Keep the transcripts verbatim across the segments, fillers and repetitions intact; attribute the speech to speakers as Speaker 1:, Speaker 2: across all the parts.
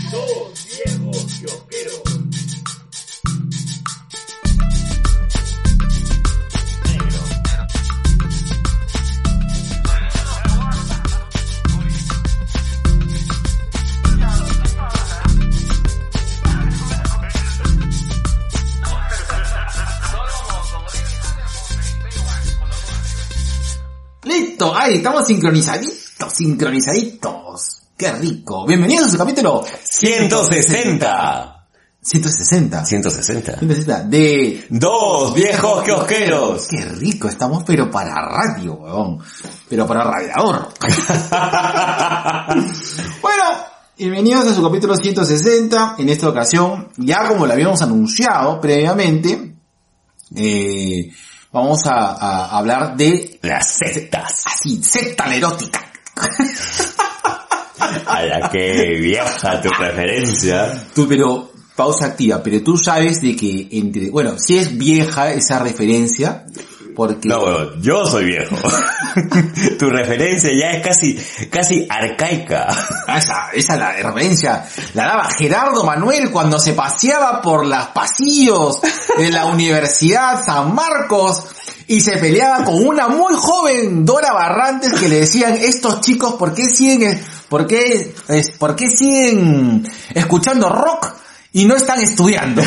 Speaker 1: Dos viejos kiosqueros.
Speaker 2: Listo, ahí estamos sincronizaditos, sincronizaditos. Qué rico. Bienvenidos a su capítulo
Speaker 3: ciento sesenta.
Speaker 2: ciento sesenta.
Speaker 3: ciento sesenta.
Speaker 2: ciento sesenta de
Speaker 3: Dos viejos kiosqueros.
Speaker 2: Qué rico, estamos pero para radio, weón. Pero para radiador. Bueno, bienvenidos a su capítulo ciento sesenta. En esta ocasión, ya como lo habíamos anunciado previamente, eh... vamos a, a hablar de
Speaker 3: las sectas.
Speaker 2: Así, secta erótica.
Speaker 3: A la que viaja tu preferencia.
Speaker 2: Tú, pero, pausa activa, pero tú sabes de que entre, bueno, si es vieja esa referencia, porque...
Speaker 3: No, bueno, yo soy viejo. Tu referencia ya es casi, casi arcaica.
Speaker 2: Esa, esa la referencia la daba Gerardo Manuel cuando se paseaba por los pasillos de la Universidad San Marcos y se peleaba con una muy joven Dora Barrantes que le decían, estos chicos, ¿por qué siguen, por qué, es, por qué siguen escuchando rock y no están estudiando?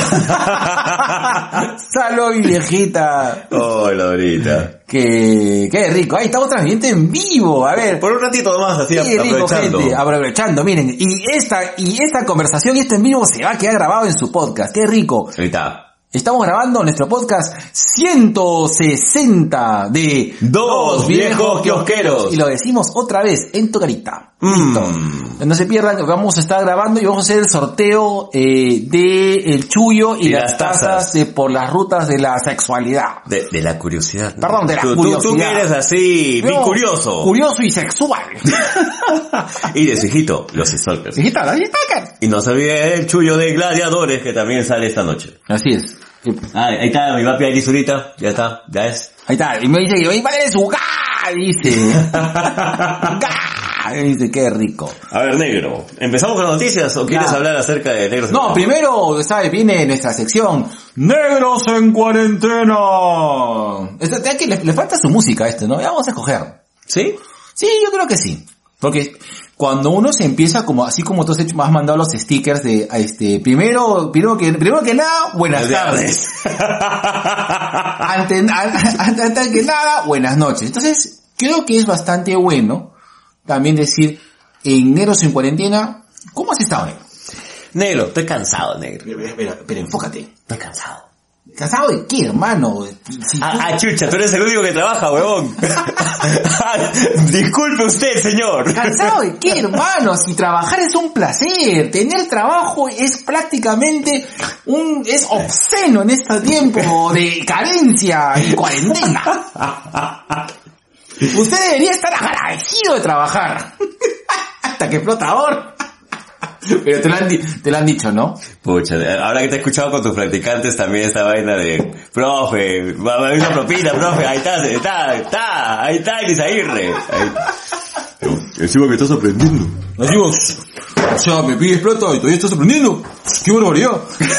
Speaker 2: Salud, mi viejita.
Speaker 3: Hola, Dorita.
Speaker 2: Qué, qué rico. Ahí estamos transmitiendo en vivo. A ver.
Speaker 3: Por un ratito más, así,
Speaker 2: qué rico,
Speaker 3: aprovechando.
Speaker 2: Gente, aprovechando, miren. Y esta, y esta conversación y esto en vivo se va a quedar grabado en su podcast. Qué rico.
Speaker 3: Ahorita.
Speaker 2: Estamos grabando nuestro podcast ciento sesenta de
Speaker 3: Dos viejos kiosqueros.
Speaker 2: Y lo decimos otra vez en tu carita.
Speaker 3: Mm.
Speaker 2: Listo. No se pierdan, vamos a estar grabando y vamos a hacer el sorteo eh, de el chullo y, y las, las tazas, tazas de por las rutas de la sexualidad.
Speaker 3: De, de la curiosidad. ¿No?
Speaker 2: Perdón, de la
Speaker 3: tú,
Speaker 2: curiosidad.
Speaker 3: Tú, tú que eres así, bien curioso.
Speaker 2: Curioso y sexual.
Speaker 3: Y de su hijito, los stalkers.
Speaker 2: Hijita, los stalkers.
Speaker 3: Y no se olvide el chullo de Gladiadores que también sale esta noche.
Speaker 2: Así es.
Speaker 3: Ah, ahí está, mi papi ahí lisurita, ya está, ya es.
Speaker 2: Ahí está, y me dice que oye, vale su ga, dice. Ga, dice, qué rico.
Speaker 3: A ver, negro, ¿empezamos con las noticias o quieres
Speaker 2: ya.
Speaker 3: hablar acerca de negros en
Speaker 2: No,
Speaker 3: cuarentena?
Speaker 2: primero, ¿sabes? Viene nuestra sección, Negros en Cuarentena. Esto, aquí le, le falta su música a esto, ¿no? Ya vamos a escoger.
Speaker 3: ¿Sí?
Speaker 2: Sí, yo creo que sí. Porque cuando uno se empieza como, así como tú has hecho, me has mandado los stickers de, este, primero, primero que, primero que nada, buenas tardes. Antes, antes, antes que nada, buenas noches. Entonces, creo que es bastante bueno también decir, en Negros en Cuarentena, ¿cómo has estado, negro?
Speaker 3: Negro, estoy cansado, negro.
Speaker 2: Pero, pero, pero enfócate.
Speaker 3: Estoy cansado.
Speaker 2: ¿Cansado de qué, hermano? Si
Speaker 3: ah,
Speaker 2: tú...
Speaker 3: ah, chucha, tú eres el único que trabaja, huevón. Disculpe usted, señor.
Speaker 2: ¿Cansado de qué, hermano? Si trabajar es un placer, tener trabajo es prácticamente un, es obsceno en este tiempo de carencia y cuarentena. Usted debería estar agradecido de trabajar. Hasta que explotador. Pero te lo, han di- te lo han dicho, ¿no?
Speaker 3: Pucha, ahora que te he escuchado con tus practicantes también esta vaina de, profe, va a haber una propina, profe, ahí está, está, está, ahí está, Elisairre. Encima que estás aprendiendo.
Speaker 2: Así vos, o sea, me pides plata y todavía estás aprendiendo. ¡Qué barbaridad!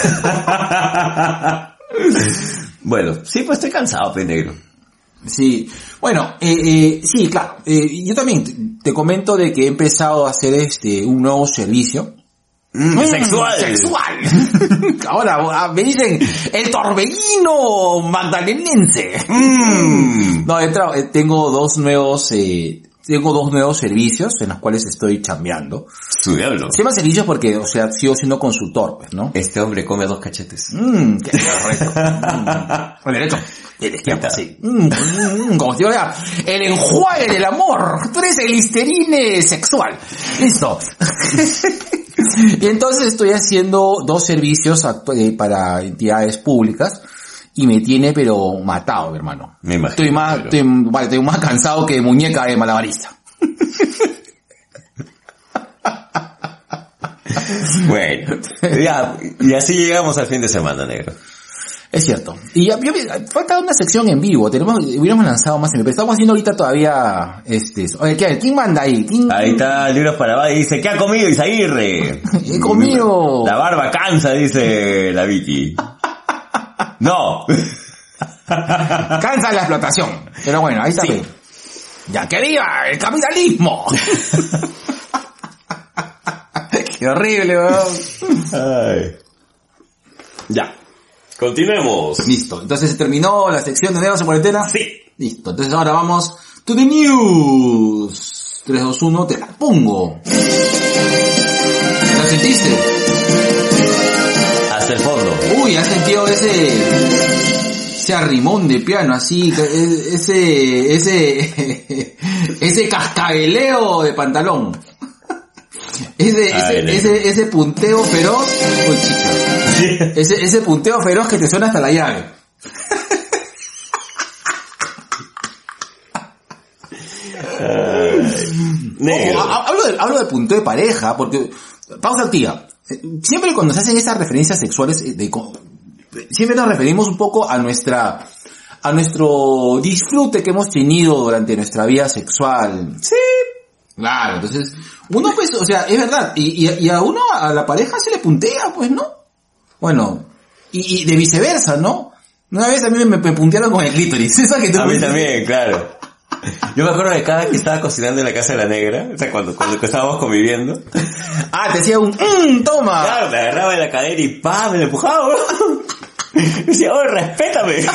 Speaker 3: Bueno, sí, pues estoy cansado, pe negro.
Speaker 2: Sí, bueno, eh, eh, sí, claro, eh, yo también te, te comento de que he empezado a hacer este, un nuevo servicio.
Speaker 3: Mm,
Speaker 2: Mm,
Speaker 3: sexual.
Speaker 2: Sexual. Ahora me dicen, el torbellino magdalenense.
Speaker 3: Mm.
Speaker 2: No, he tra- tengo dos nuevos, eh, tengo dos nuevos servicios en los cuales estoy chambeando.
Speaker 3: Su diablo.
Speaker 2: Se llaman servicios porque, o sea, sigo siendo consultor, pues, ¿no?
Speaker 3: Este hombre come dos cachetes.
Speaker 2: Mmm, qué rico. Mm. El derecho. El izquierdo, sí. Mmm, mm, como te digo, ya, el enjuague del amor. Tú eres el Listerine sexual. Listo. Y entonces estoy haciendo dos servicios actu- eh, para entidades públicas y me tiene pero matado, mi hermano.
Speaker 3: Me imagino.
Speaker 2: Estoy más,
Speaker 3: pero...
Speaker 2: estoy, vale, estoy más cansado que muñeca de malabarista.
Speaker 3: Bueno, ya, y así llegamos al fin de semana, negro.
Speaker 2: Es cierto. Y ya, yo, falta una sección en vivo. Tenemos, hubiéramos lanzado más en vivo. Pero estamos haciendo ahorita todavía, este, oye, ¿qué, ¿quién manda ahí? ¿Quién?
Speaker 3: Ahí está, Libros para Badi, dice, ¿qué ha comido Isaguirre?
Speaker 2: He comido.
Speaker 3: La barba cansa, dice la Vicky. No.
Speaker 2: Cansa la explotación. Pero bueno, ahí está.
Speaker 3: Sí.
Speaker 2: Ya que viva el capitalismo. Qué horrible, weón.
Speaker 3: Ay. Ya. Continuemos.
Speaker 2: Listo. Entonces se terminó la sección de Negros en Cuarentena.
Speaker 3: Sí.
Speaker 2: Listo. Entonces ahora vamos to the news. tres, dos, uno, te la pongo. ¿La sentiste?
Speaker 3: Hasta el fondo.
Speaker 2: Uy, ¿has sentido ese, ese arrimón de piano así, ese, ese, ese cascabeleo de pantalón? Ese,
Speaker 3: Ay,
Speaker 2: ese, ese, ese punteo feroz, uy, chicha.
Speaker 3: Sí.
Speaker 2: Ese, ese punteo feroz que te suena hasta la llave.
Speaker 3: Negro.
Speaker 2: Ojo, ha- hablo de, hablo de punteo de pareja, porque, pausa tía, siempre cuando se hacen esas referencias sexuales, de, co- siempre nos referimos un poco a nuestra, a nuestro disfrute que hemos tenido durante nuestra vida sexual.
Speaker 3: Sí.
Speaker 2: Claro, entonces, uno pues, o sea, es verdad, y, y, y a uno, a la pareja se le puntea, pues, ¿no? Bueno, y, y de viceversa, ¿no? Una vez a mí me, me puntearon con el clítoris, esa que tú
Speaker 3: A mí
Speaker 2: me-
Speaker 3: también, claro. Yo me acuerdo de cada vez que estaba cocinando en la casa de la negra, o sea, cuando, cuando estábamos conviviendo.
Speaker 2: Ah, te hacía un, mmm, toma.
Speaker 3: Claro, me agarraba de la cadera y pa, me la empujaba, bro. Me decía, oye, respétame.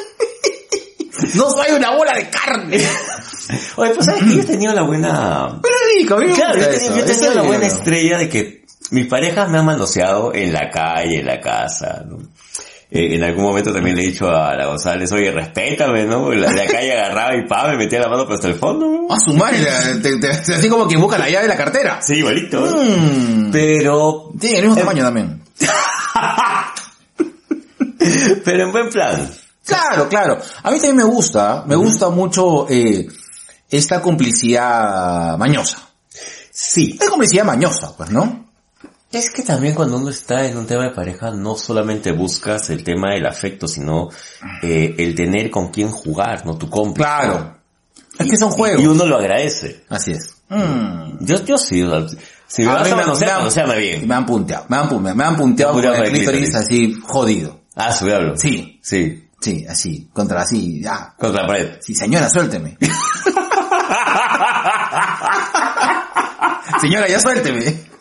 Speaker 2: No soy una bola de carne.
Speaker 3: Oye, pues sabes que yo he tenido la buena...
Speaker 2: Pero rico, a mí me
Speaker 3: Claro, yo
Speaker 2: gusta
Speaker 3: he tenido,
Speaker 2: eso.
Speaker 3: yo he tenido
Speaker 2: Eso
Speaker 3: la
Speaker 2: es
Speaker 3: buena
Speaker 2: bueno.
Speaker 3: estrella de que mis parejas me han manoseado en la calle, en la casa, ¿no? Eh, en algún momento también le he dicho a la González, oye, respétame, ¿no? La, la calle agarraba y pa, me metía la mano hasta el fondo, ¿no?
Speaker 2: A su madre, te, te, te- así como que busca la llave de la cartera.
Speaker 3: Sí, igualito. ¿no?
Speaker 2: Mm.
Speaker 3: Pero...
Speaker 2: Tiene el mismo tamaño también.
Speaker 3: Pero en buen plan.
Speaker 2: Claro, claro. A mí también me gusta, me gusta mucho eh, esta complicidad mañosa.
Speaker 3: Sí.
Speaker 2: Es complicidad mañosa, pues, ¿no?
Speaker 3: Es que también cuando uno está en un tema de pareja no solamente buscas el tema del afecto, sino eh, el tener con quién jugar, ¿no? Tu cómplice.
Speaker 2: Claro. Es que son
Speaker 3: Y
Speaker 2: juegos.
Speaker 3: uno lo agradece.
Speaker 2: Así es. Mm.
Speaker 3: Yo, yo sí, o sea, si me
Speaker 2: A
Speaker 3: vas
Speaker 2: mí
Speaker 3: a
Speaker 2: me-
Speaker 3: manosear,
Speaker 2: me han-
Speaker 3: manoseame bien.
Speaker 2: Me han punteado, me han, pu- me han punteado
Speaker 3: Me
Speaker 2: con
Speaker 3: han punteado
Speaker 2: el
Speaker 3: con el
Speaker 2: clítoris
Speaker 3: clítoris.
Speaker 2: así jodido.
Speaker 3: Ah, su diablo.
Speaker 2: Sí.
Speaker 3: Sí.
Speaker 2: Sí, así, contra así, ya.
Speaker 3: Contra la pared.
Speaker 2: Sí, señora, suélteme. Señora, ya suélteme.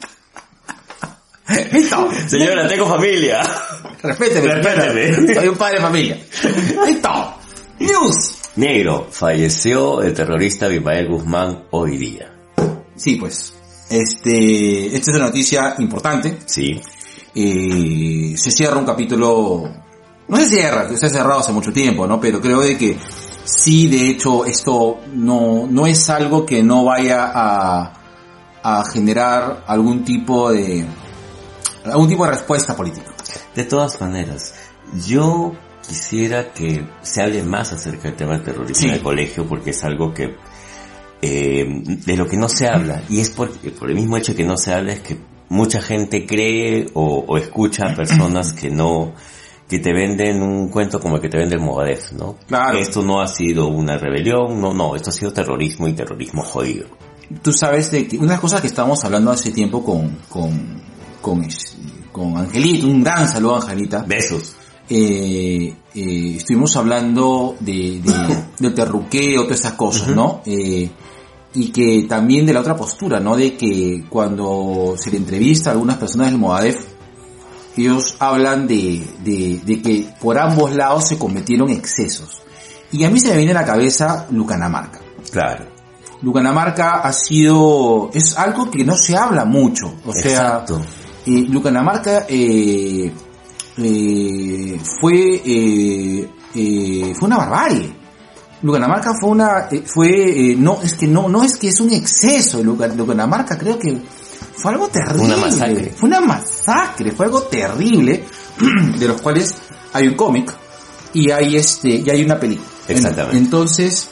Speaker 2: Listo.
Speaker 3: Señora, tengo familia.
Speaker 2: Respéteme,
Speaker 3: Respéteme.
Speaker 2: señora. Soy un padre de familia. Listo. News.
Speaker 3: Negro, falleció el terrorista Abimael Guzmán hoy día.
Speaker 2: Sí, pues. Este, esta es una noticia importante.
Speaker 3: Sí.
Speaker 2: Eh, se cierra un capítulo, no se cierra, se ha cerrado hace mucho tiempo, ¿no? Pero creo de que sí, de hecho, esto no, no es algo que no vaya a, a generar algún tipo de, algún tipo de respuesta política.
Speaker 3: De todas maneras, yo quisiera que se hable más acerca del tema del terrorismo
Speaker 2: Sí.
Speaker 3: en el colegio, porque es algo que eh, de lo que no se habla, y es por, por el mismo hecho que no se habla, es que mucha gente cree o, o escucha a personas que no, que te venden un cuento como el que te vende el Movadef, ¿no?
Speaker 2: Claro.
Speaker 3: Esto no ha sido una rebelión, no, no, esto ha sido terrorismo y terrorismo jodido.
Speaker 2: Tú sabes de que una de las cosas que estábamos hablando hace tiempo con, con, con, con Angelita, un gran saludo a Angelita.
Speaker 3: Besos.
Speaker 2: Eh, eh, estuvimos hablando de, de, del terruqueo, todas esas cosas, ¿no? Eh, y que también de la otra postura, ¿no? De que cuando se le entrevista a algunas personas del Movadef, ellos hablan de, de, de que por ambos lados se cometieron excesos. Y a mí se me viene a la cabeza Lucanamarca.
Speaker 3: Claro.
Speaker 2: Lucanamarca ha sido, es algo que no se habla mucho. O sea,
Speaker 3: Exacto.
Speaker 2: eh, Lucanamarca eh, eh, fue eh, eh, fue una barbarie. Lucanamarca fue una eh, fue eh, no es que no no es que es un exceso. Luca- Lucanamarca creo que fue algo terrible.
Speaker 3: Una masacre.
Speaker 2: Fue una masacre, fue algo terrible, de los cuales hay un cómic y hay este y hay una película.
Speaker 3: Exactamente.
Speaker 2: Entonces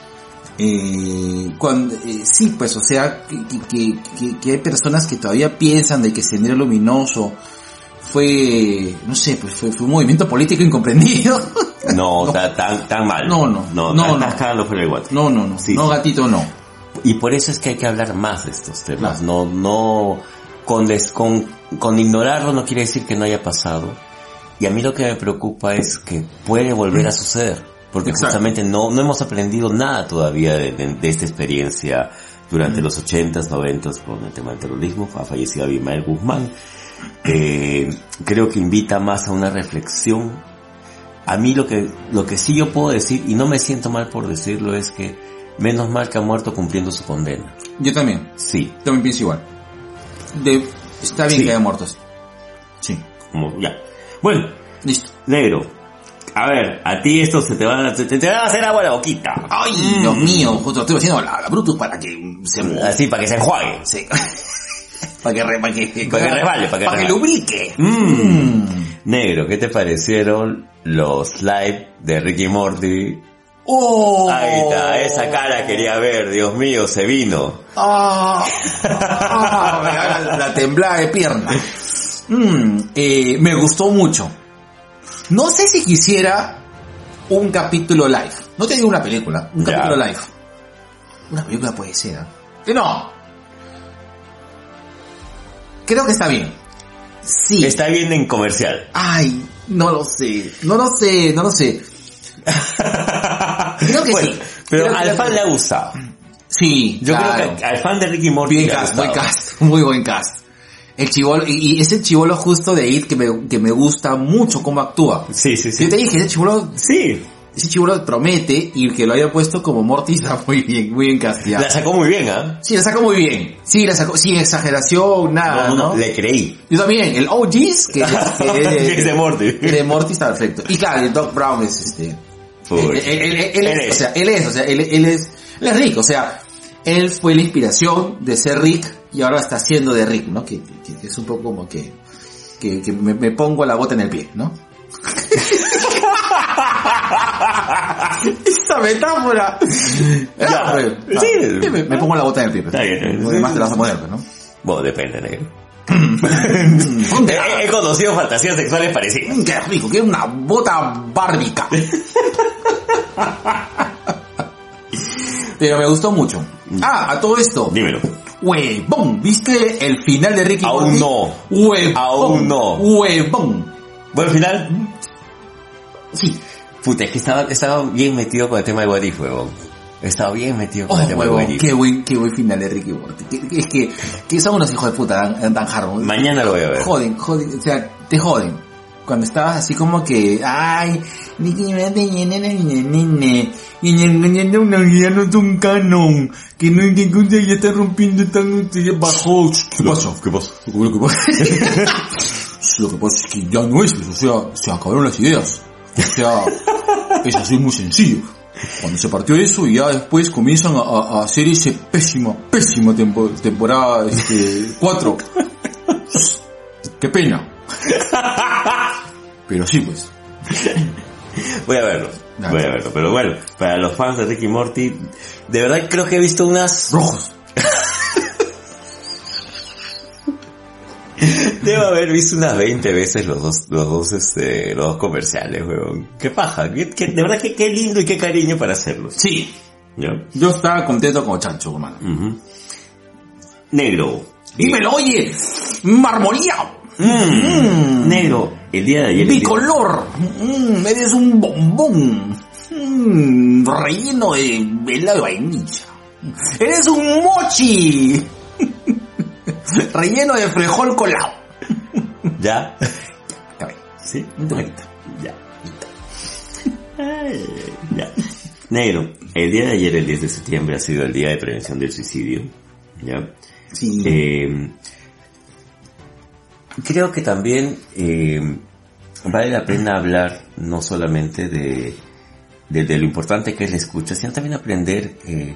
Speaker 2: eh, cuando eh, sí, pues, o sea, que, que, que, que hay personas que todavía piensan de que Sendero Luminoso fue, no sé, pues fue, fue un movimiento político incomprendido.
Speaker 3: No,
Speaker 2: No.
Speaker 3: ta- tan, tan mal.
Speaker 2: No, no,
Speaker 3: No,
Speaker 2: no,
Speaker 3: tan-
Speaker 2: no.
Speaker 3: estás cagando fuera del guate.
Speaker 2: No, no, no,
Speaker 3: Sí,
Speaker 2: no
Speaker 3: sí.
Speaker 2: gatito, no.
Speaker 3: Y por eso es que hay que hablar más de estos temas.
Speaker 2: Claro.
Speaker 3: No, no, con, des, con, con ignorarlo no quiere decir que no haya pasado. Y a mí lo que me preocupa es que puede volver a suceder. Porque
Speaker 2: Exacto.
Speaker 3: justamente no, no hemos aprendido nada todavía de, de, de esta experiencia durante los ochentas, noventas con el tema del terrorismo. Ha fallecido Abimael Guzmán. Eh, creo que invita más a una reflexión. A mí lo que, lo que sí yo puedo decir, y no me siento mal por decirlo, es que menos mal que ha muerto cumpliendo su condena.
Speaker 2: Yo también,
Speaker 3: Sí,
Speaker 2: también pienso igual. De, está bien
Speaker 3: Sí.
Speaker 2: que haya muertos. Sí,
Speaker 3: como, ya. Bueno,
Speaker 2: listo.
Speaker 3: negro. A ver, a ti esto se te va a, te, te va a hacer agua a la boquita.
Speaker 2: Ay, Dios mío, justo estoy haciendo la, la Brutus para que se
Speaker 3: Así, para que se enjuague.
Speaker 2: Sí. para que, re- para que,
Speaker 3: Para que resbale, para que
Speaker 2: para que
Speaker 3: resbale.
Speaker 2: lubrique.
Speaker 3: Mm. Negro, ¿qué te parecieron los live de Ricky Morty?
Speaker 2: Oh.
Speaker 3: Ahí está, esa cara quería ver, Dios mío, se vino.
Speaker 2: Ah, ah, me da la, la temblada de pierna. Mm, eh, me gustó mucho. No sé si quisiera un capítulo live. No te digo una película, un
Speaker 3: Ya.
Speaker 2: capítulo live. Una película puede ser, ¿eh? Que no. Creo que está bien. Sí.
Speaker 3: Está bien en comercial.
Speaker 2: Ay, no lo sé, no lo sé, no lo sé. Creo que
Speaker 3: Bueno,
Speaker 2: sí.
Speaker 3: pero
Speaker 2: Creo que-
Speaker 3: al fan le ha gustado.
Speaker 2: Sí,
Speaker 3: Yo
Speaker 2: claro.
Speaker 3: creo que al fan de Ricky Morty
Speaker 2: Bien
Speaker 3: le ha
Speaker 2: cast,
Speaker 3: gustado.
Speaker 2: buen cast, muy buen cast. El chivolo, y, y ese chivolo justo de It que me, que me gusta mucho cómo actúa.
Speaker 3: Sí, sí, sí.
Speaker 2: Yo te dije, ese chivolo,
Speaker 3: Sí,
Speaker 2: ese chivolo promete, y el que lo haya puesto como Morty está muy bien, muy bien casteado.
Speaker 3: la sacó muy bien, ¿ah?
Speaker 2: Sí, la sacó muy bien. Sí, la sacó, sin exageración, nada,
Speaker 3: No,
Speaker 2: ¿no?
Speaker 3: no, le creí.
Speaker 2: Yo también, el O Gs, que, que,
Speaker 3: Que es de Morty.
Speaker 2: que de Morty está perfecto. Y claro, el Doc Brown es este,
Speaker 3: Uy.
Speaker 2: él, él- él- él es,
Speaker 3: Él es.
Speaker 2: o sea, él es, o sea, él, él es, él es Rick, o sea, él fue la inspiración de ser Rick y ahora está haciendo de Rick, ¿no? Que, que- que es un poco como que, que, que me, me pongo la bota en el pie, ¿no? Esa metáfora.
Speaker 3: Ya.
Speaker 2: Ah, pues, ah,
Speaker 3: Sí.
Speaker 2: me, me pongo la bota en el pie. Pues.
Speaker 3: Está bien, está bien.
Speaker 2: Además te la vas a poner, pues, ¿no?
Speaker 3: Bueno, depende, negro.
Speaker 2: Mm,
Speaker 3: he, he conocido fantasías sexuales parecidas.
Speaker 2: Qué rico, que es una bota bárbica. Pero me gustó mucho. Ah, a todo esto.
Speaker 3: Dímelo.
Speaker 2: Huevón, ¿viste el final de Ricky
Speaker 3: Aún
Speaker 2: Morty?
Speaker 3: no.
Speaker 2: Huevón.
Speaker 3: Aún no.
Speaker 2: Huevón.
Speaker 3: Bueno, al final,
Speaker 2: Sí.
Speaker 3: puta, es que estaba, estaba bien metido con el tema de What If, huevón. Estaba bien metido con
Speaker 2: Oh,
Speaker 3: el tema de
Speaker 2: huevón,
Speaker 3: What If.
Speaker 2: qué buen, qué buen final de Ricky Morty. Que- que- Es que, que son unos hijos de puta tan, tan hardcore.
Speaker 3: Mañana lo voy a ver.
Speaker 2: Joden, joden, o sea, te joden. Cuando estabas así como que, ay, Ricky Morty, nene, nene, nene, nene, ya no es un canon, que no hay ningún día ya está rompiendo tan, ya bajó. ¿Qué pasó?
Speaker 3: ¿Qué pasó?
Speaker 2: Lo que pasa, lo que pasa es que ya no es, pues, o sea, se acabaron las ideas. O sea, es así muy sencillo. Cuando se partió eso y ya después comienzan a, a- a hacer ese pésima, pésima tempo- temporada este, cuatro. Qué pena. Pero sí, pues.
Speaker 3: Voy a verlo.
Speaker 2: Dale.
Speaker 3: Voy a verlo. Pero bueno, para los fans de Ricky Morty, de verdad creo que he visto unas...
Speaker 2: Rojos.
Speaker 3: Debo haber visto unas veinte veces los dos, los dos, este, los dos comerciales, weón. Qué paja. Qué, qué- de verdad que qué lindo y qué cariño para hacerlos.
Speaker 2: Sí.
Speaker 3: ¿Ya?
Speaker 2: Yo estaba contento como chancho, hermano.
Speaker 3: Ujú. Negro.
Speaker 2: Dímelo, oye, marmoleado.
Speaker 3: Mm. Negro. El día de ayer... el día-
Speaker 2: Bicolor. Mm, eres un bombón. Mm, relleno de helado de vainilla. Eres un mochi. Relleno de frejol colado.
Speaker 3: ¿Ya?
Speaker 2: Está bien.
Speaker 3: ¿Sí?
Speaker 2: Un poquito.
Speaker 3: Ya. Ay, ya. Negro, el día de ayer, el diez de septiembre, ha sido el día de prevención del suicidio. ¿Ya?
Speaker 2: Sí.
Speaker 3: Eh, creo que también eh, vale la pena hablar no solamente de, de, de lo importante que es la escucha, sino también aprender eh,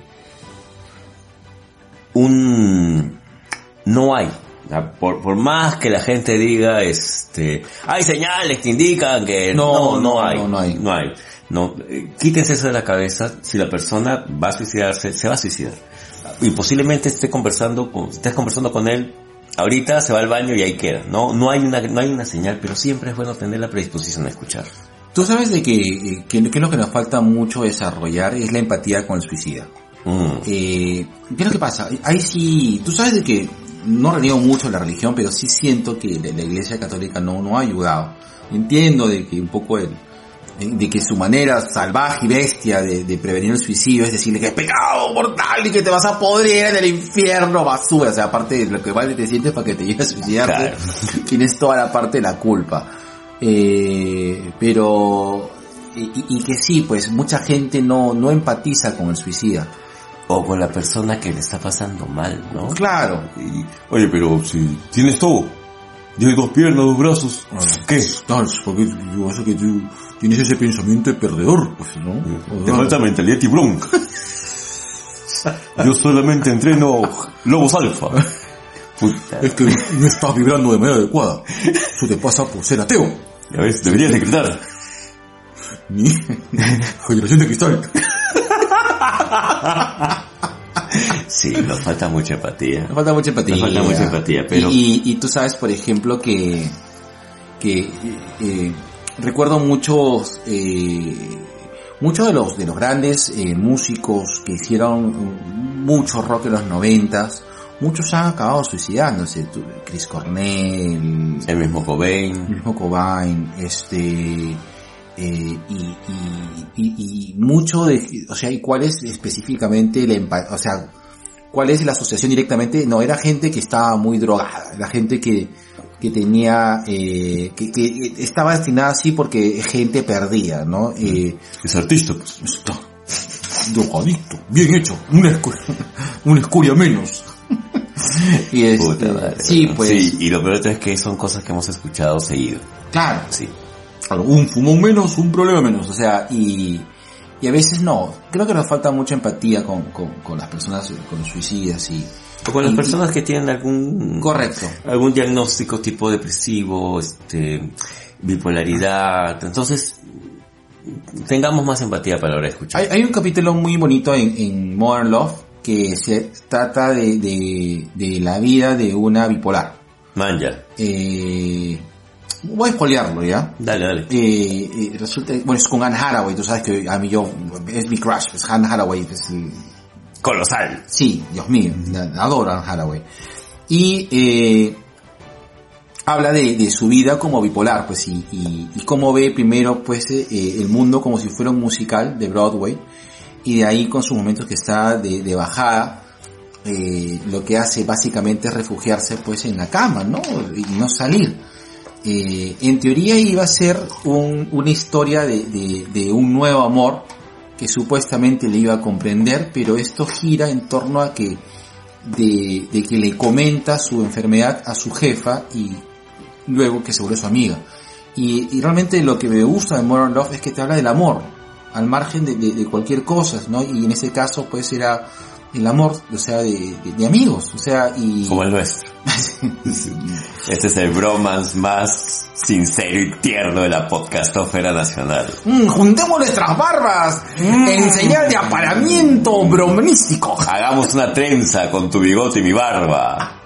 Speaker 3: un... No hay. ¿Ya? Por, por más que la gente diga, este, hay señales que indican que
Speaker 2: No,
Speaker 3: no, no,
Speaker 2: no,
Speaker 3: hay,
Speaker 2: no, no hay.
Speaker 3: no hay. No, eh, quítense eso de la cabeza. Si la persona va a suicidarse, se va a suicidar. Y posiblemente esté conversando con, estés conversando con él ahorita se va al baño y ahí queda. No, no hay una, no hay una señal, pero siempre es bueno tener la predisposición a escuchar.
Speaker 2: Tú sabes de que, eh, que, que lo que nos falta mucho desarrollar es la empatía con el suicida.
Speaker 3: Mm.
Speaker 2: Eh, ¿Qué es lo que pasa? Ahí sí, tú sabes de que no reniego mucho la religión, pero sí siento que la, la Iglesia Católica no, no ha ayudado. Entiendo de que un poco el, de que su manera salvaje y bestia de, de prevenir el suicidio es decirle que es pecado mortal y que te vas a podrir en el infierno, basura. O sea, aparte de lo que vale te sientes para que te lleves a suicidarte, claro. Tienes toda la parte de la culpa. Eh, pero, y, y que sí, pues mucha gente no, no empatiza con el suicida.
Speaker 3: O con la persona que le está pasando mal, ¿no?
Speaker 2: Claro.
Speaker 3: Y, oye, pero si tienes todo, tienes dos piernas, dos brazos, ¿qué?
Speaker 2: No, es porque yo sé que tú tienes ese pensamiento de perdedor, pues, ¿no?
Speaker 3: Te falta mentalidad tiburón. Yo solamente entreno lobos alfa.
Speaker 2: Puta. Es que no estás vibrando de manera adecuada. Eso te pasa por ser ateo.
Speaker 3: Ya ves, deberías decretar.
Speaker 2: Ni generación de cristal.
Speaker 3: Sí, nos falta mucha empatía.
Speaker 2: Nos falta mucha empatía.
Speaker 3: Nos falta mucha empatía, pero...
Speaker 2: Y, y, y tú sabes, por ejemplo, que... que eh, recuerdo muchos... Eh, muchos de los de los grandes eh, músicos que hicieron mucho rock en los noventas, muchos han acabado suicidándose. Chris Cornell...
Speaker 3: El mismo Cobain.
Speaker 2: El mismo Cobain, este... Eh, y, y, y, y mucho de, o sea, ¿y cuál es específicamente la empatía? O sea, ¿cuál es la asociación directamente? No, era gente que estaba muy drogada, era gente que, que tenía, eh, que, que estaba destinada así porque gente perdida, ¿no? Eh,
Speaker 3: es artista, pues.
Speaker 2: Está drogadicto, bien hecho, una escuria, una escuria menos. Y es,
Speaker 3: Puta madre,
Speaker 2: sí, pues.
Speaker 3: Sí, y lo peor es que son cosas que hemos escuchado seguido.
Speaker 2: Claro.
Speaker 3: Sí.
Speaker 2: Claro, un fumón menos, un problema menos, o sea, y, y a veces no, creo que nos falta mucha empatía con, con, con las personas, con los suicidas y...
Speaker 3: O con las
Speaker 2: y,
Speaker 3: personas que tienen algún...
Speaker 2: Correcto.
Speaker 3: Algún diagnóstico tipo depresivo, este, bipolaridad, entonces, tengamos más empatía para ahora escuchar.
Speaker 2: Hay, hay un capítulo muy bonito en, en Modern Love que se trata de, de, de la vida de una bipolar.
Speaker 3: Manja.
Speaker 2: Eh... Voy a spoilearlo, ¿ya?
Speaker 3: Dale, dale.
Speaker 2: Eh, eh, resulta, bueno, es con Anne Hathaway, tú sabes que a mí yo, es mi crush, es Anne Hathaway, es el...
Speaker 3: Colosal.
Speaker 2: Sí, Dios mío, adoro a Anne Hathaway. Y, eh, habla de, de su vida como bipolar, pues, y, y, y cómo ve primero, pues, eh, el mundo como si fuera un musical de Broadway, y de ahí con sus momentos que está de, de bajada, eh, lo que hace básicamente es refugiarse, pues, en la cama, ¿no? Y no salir. Eh, en teoría iba a ser un, una historia de, de, de un nuevo amor que supuestamente le iba a comprender, pero esto gira en torno a que de, de que le comenta su enfermedad a su jefa y luego que se vuelve su amiga. Y, y realmente lo que me gusta de Modern Love es que te habla del amor, al margen de, de, de cualquier cosa, ¿no? Y en ese caso pues era el amor, o sea, de, de, de amigos, o sea, y...
Speaker 3: Como el nuestro. Este es el bromance más sincero y tierno de la podcastófera nacional.
Speaker 2: Mm, juntemos nuestras barbas mm. en señal de aparamiento bromístico.
Speaker 3: Hagamos una trenza con tu bigote y mi barba.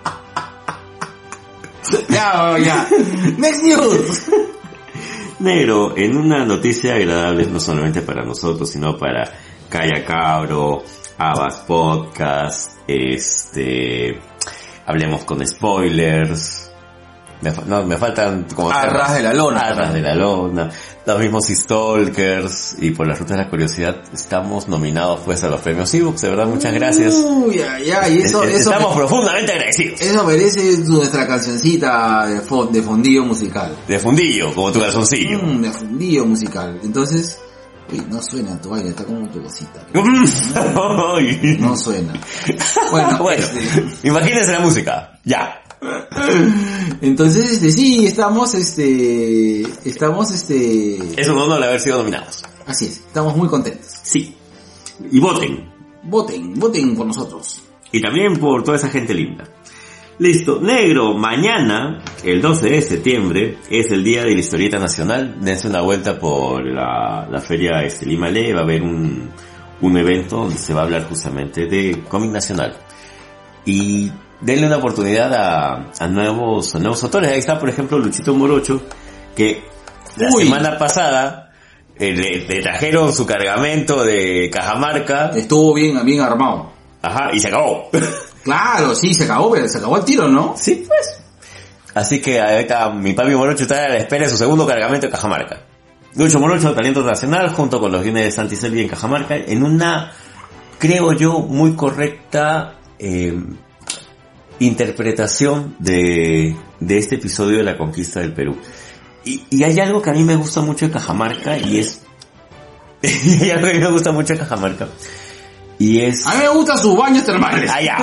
Speaker 2: Ya, ya. Next news.
Speaker 3: Negro, en una noticia agradable no solamente para nosotros, sino para Calla Cabro, Abas Podcast, este, hablemos con spoilers, me, no, me faltan como
Speaker 2: Arras de la lona,
Speaker 3: Arras de la lona, los mismos Stalkers, y por la ruta de la curiosidad estamos nominados pues a los premios eBooks, de verdad muchas gracias.
Speaker 2: Uy, ya, ya, y eso,
Speaker 3: es,
Speaker 2: eso
Speaker 3: estamos
Speaker 2: me,
Speaker 3: profundamente agradecidos.
Speaker 2: Eso merece nuestra cancioncita de, fond, de fondillo musical.
Speaker 3: De fundillo, como tu calzoncillo.
Speaker 2: Mm, de fondillo musical, entonces... Uy, no suena tu vaina, está como tu cosita. No suena.
Speaker 3: Bueno, bueno este... imagínense la música. Ya.
Speaker 2: Entonces, este, sí, estamos, este, estamos, este...
Speaker 3: Es un honor haber sido nominados.
Speaker 2: Así es, estamos muy contentos.
Speaker 3: Sí. Y voten.
Speaker 2: Voten, voten por nosotros.
Speaker 3: Y también por toda esa gente linda. Listo, negro, mañana, el doce de septiembre, es el día de la historieta nacional. Dense una vuelta por la, la feria este, Lima Le, va a haber un, un evento donde se va a hablar justamente de cómic nacional. Y denle una oportunidad a, a nuevos, a nuevos autores. Ahí está, por ejemplo, Luchito Morocho, que la
Speaker 2: Uy.
Speaker 3: semana pasada eh, le, le trajeron su cargamento de Cajamarca,
Speaker 2: Estuvo bien, bien armado.
Speaker 3: ajá, y se acabó.
Speaker 2: Claro, sí, se acabó, pero se acabó el tiro, ¿no?
Speaker 3: Sí, pues. Así que ahorita mi papi Morocho está a la espera de su segundo cargamento de Cajamarca. Lucho Morocho, talento nacional, junto con los guiones de Santi Selvi en Cajamarca, en una, creo yo, muy correcta eh, interpretación de, de este episodio de la conquista del Perú. Y, y hay algo que a mí me gusta mucho de Cajamarca, y es... y hay algo que a mí me gusta mucho de Cajamarca, y es...
Speaker 2: A mí me gustan sus baños termales.
Speaker 3: Allá.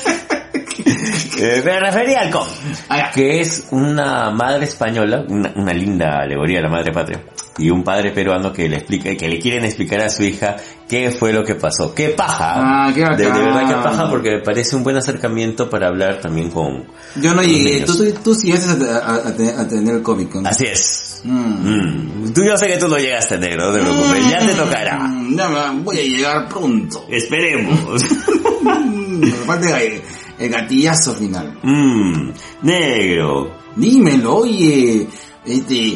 Speaker 3: Eh, me refería al cómic,
Speaker 2: Allá.
Speaker 3: que es una madre española, una, una linda alegoría de la madre patria, y un padre peruano que le explica, que le quieren explicar a su hija qué fue lo que pasó. ¡Qué paja!
Speaker 2: Ah, qué
Speaker 3: de, de
Speaker 2: bacán.
Speaker 3: verdad que paja, porque me parece un buen acercamiento para hablar también con...
Speaker 2: Yo no
Speaker 3: con
Speaker 2: llegué,
Speaker 3: niños.
Speaker 2: tú, tú, tú sí llegaste a, a, a, tener- a tener el cómic. ¿no?
Speaker 3: Así es.
Speaker 2: Mm.
Speaker 3: Mm. Tú, yo sé que tú lo llegaste a tener, no te preocupes, ya te tocará.
Speaker 2: Mm, ya me- voy a llegar pronto.
Speaker 3: Esperemos.
Speaker 2: Mm, me falta el, el gatillazo final.
Speaker 3: mm. Negro.
Speaker 2: Dímelo, oye, este...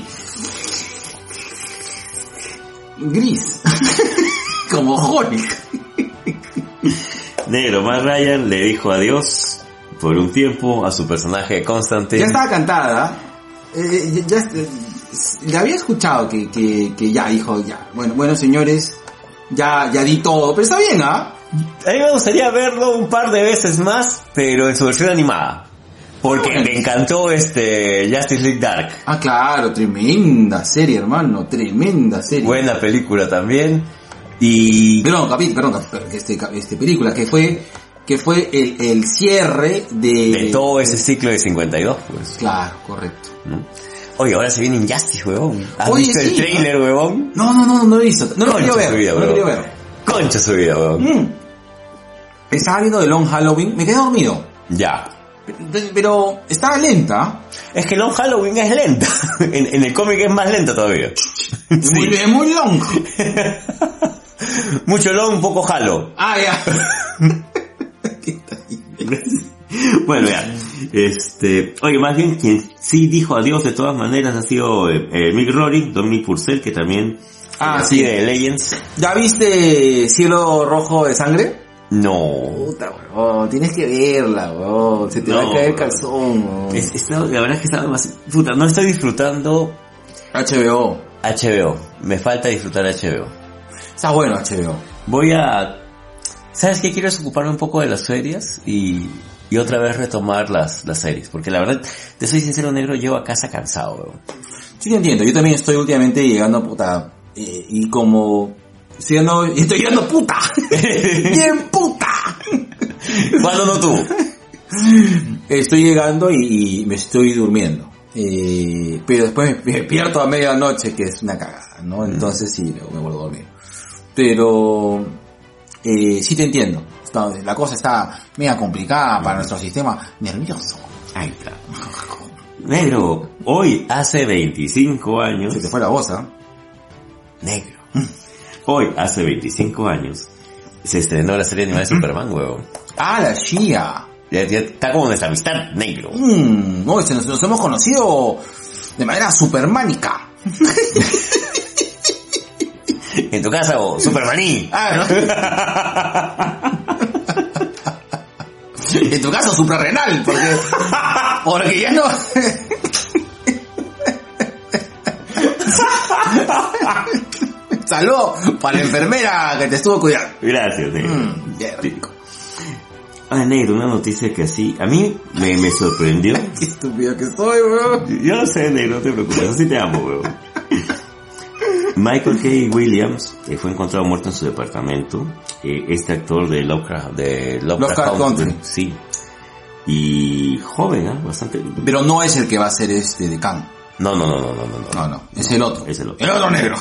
Speaker 2: Gris. Como Hulk.
Speaker 3: Negro, Matt Ryan le dijo adiós por un tiempo a su personaje de Constantine.
Speaker 2: Ya estaba cantada. Eh, ya, ya, eh, le había escuchado que, que, que ya dijo, ya, bueno, bueno señores, ya, ya di todo, pero está bien, ¿ah?
Speaker 3: A mí me gustaría verlo un par de veces más, pero en su versión animada. Porque
Speaker 2: Bueno.
Speaker 3: me encantó este Justice League Dark.
Speaker 2: Ah, claro, tremenda serie, hermano, tremenda serie.
Speaker 3: Buena película también. Y...
Speaker 2: Perdón, capítulo, perdón, cap- este, cap- este película, que fue, que fue el, el cierre de...
Speaker 3: de todo ese ciclo de cincuenta y dos, pues.
Speaker 2: Claro, correcto.
Speaker 3: ¿no? Oye, ahora se viene Injustice, huevón. ¿Has
Speaker 2: Oye,
Speaker 3: visto el
Speaker 2: sí,
Speaker 3: trailer, huevón?
Speaker 2: No, no, no, no lo he visto, no lo
Speaker 3: Concha
Speaker 2: quería
Speaker 3: su
Speaker 2: ver,
Speaker 3: vida,
Speaker 2: no lo quería
Speaker 3: huevón.
Speaker 2: ver.
Speaker 3: Concha su vida, huevón.
Speaker 2: Mm. Estaba viendo The Long Halloween, me quedé dormido,
Speaker 3: Ya.
Speaker 2: Pe- pero estaba lenta.
Speaker 3: Es que Long Halloween es lenta. en, en el cómic es más lenta todavía.
Speaker 2: Es muy, es muy long.
Speaker 3: Mucho long, poco halo.
Speaker 2: Ah, ya. ¿Qué tal?
Speaker 3: Bueno, ya. Este, oye, más bien quien sí dijo adiós de todas maneras ha sido eh, eh, Mick Rory, Dominic Purcell, que también
Speaker 2: Ah,
Speaker 3: así
Speaker 2: sí.
Speaker 3: de Legends.
Speaker 2: ¿Ya viste Cielo Rojo de Sangre?
Speaker 3: No.
Speaker 2: Puta, weón, tienes que verla, weón. Se te
Speaker 3: No,
Speaker 2: va a caer el
Speaker 3: weón.
Speaker 2: calzón, weón.
Speaker 3: Es, es- la verdad es que estaba más... Puta, no estoy disfrutando
Speaker 2: H B O.
Speaker 3: H B O. Me falta disfrutar H B O.
Speaker 2: Está bueno H B O.
Speaker 3: Voy a... ¿Sabes qué? Quiero ocuparme un poco de las series y, y otra vez retomar las, las series. Porque la verdad, te soy sincero, negro, llevo a casa cansado, weón.
Speaker 2: Sí te entiendo, yo también estoy últimamente llegando a puta. Eh, y como... Estoy llegando, estoy llegando puta. Bien puta.
Speaker 3: ¿Cuándo no tú?
Speaker 2: Estoy llegando y, y me estoy durmiendo. Eh, pero después me, me pierdo a medianoche, que es una cagada, ¿no? Entonces sí, luego me vuelvo a dormir. Pero eh, sí te entiendo. Está- la cosa está mega complicada para nuestro sistema nervioso.
Speaker 3: Ahí está. Negro, hoy hace veinticinco años...
Speaker 2: Se te fue la voz, ¿ah?
Speaker 3: Negro. Hoy, hace veinticinco años, se estrenó la serie animada de Superman, huevón.
Speaker 2: Ah, la Shia.
Speaker 3: Ya, ya está como nuestra amistad, negro.
Speaker 2: Mmm, no, nos, nos hemos conocido de manera supermánica.
Speaker 3: En tu casa, o Supermaní.
Speaker 2: Ah, ¿no? En tu caso, suprarrenal, porque, porque ya no... Saludos para la enfermera que te estuvo cuidando.
Speaker 3: Gracias, negro.
Speaker 2: Mmm, qué rico.
Speaker 3: Ah, negro, una noticia que así, a mí me, me sorprendió.
Speaker 2: Qué estúpido que soy, bro.
Speaker 3: Yo lo sé, negro, no te preocupes, así te amo, huevón. Michael K. Williams eh, fue encontrado muerto en su departamento. Eh, este actor de Lovecraft, de Lovecraft,
Speaker 2: Lovecraft Country.
Speaker 3: Sí. Y joven, ¿ah? Bastante.
Speaker 2: Pero no es el que va a ser este de Khan.
Speaker 3: No, no, no, no, no, no.
Speaker 2: No, no, es el otro.
Speaker 3: Es el otro.
Speaker 2: El otro negro.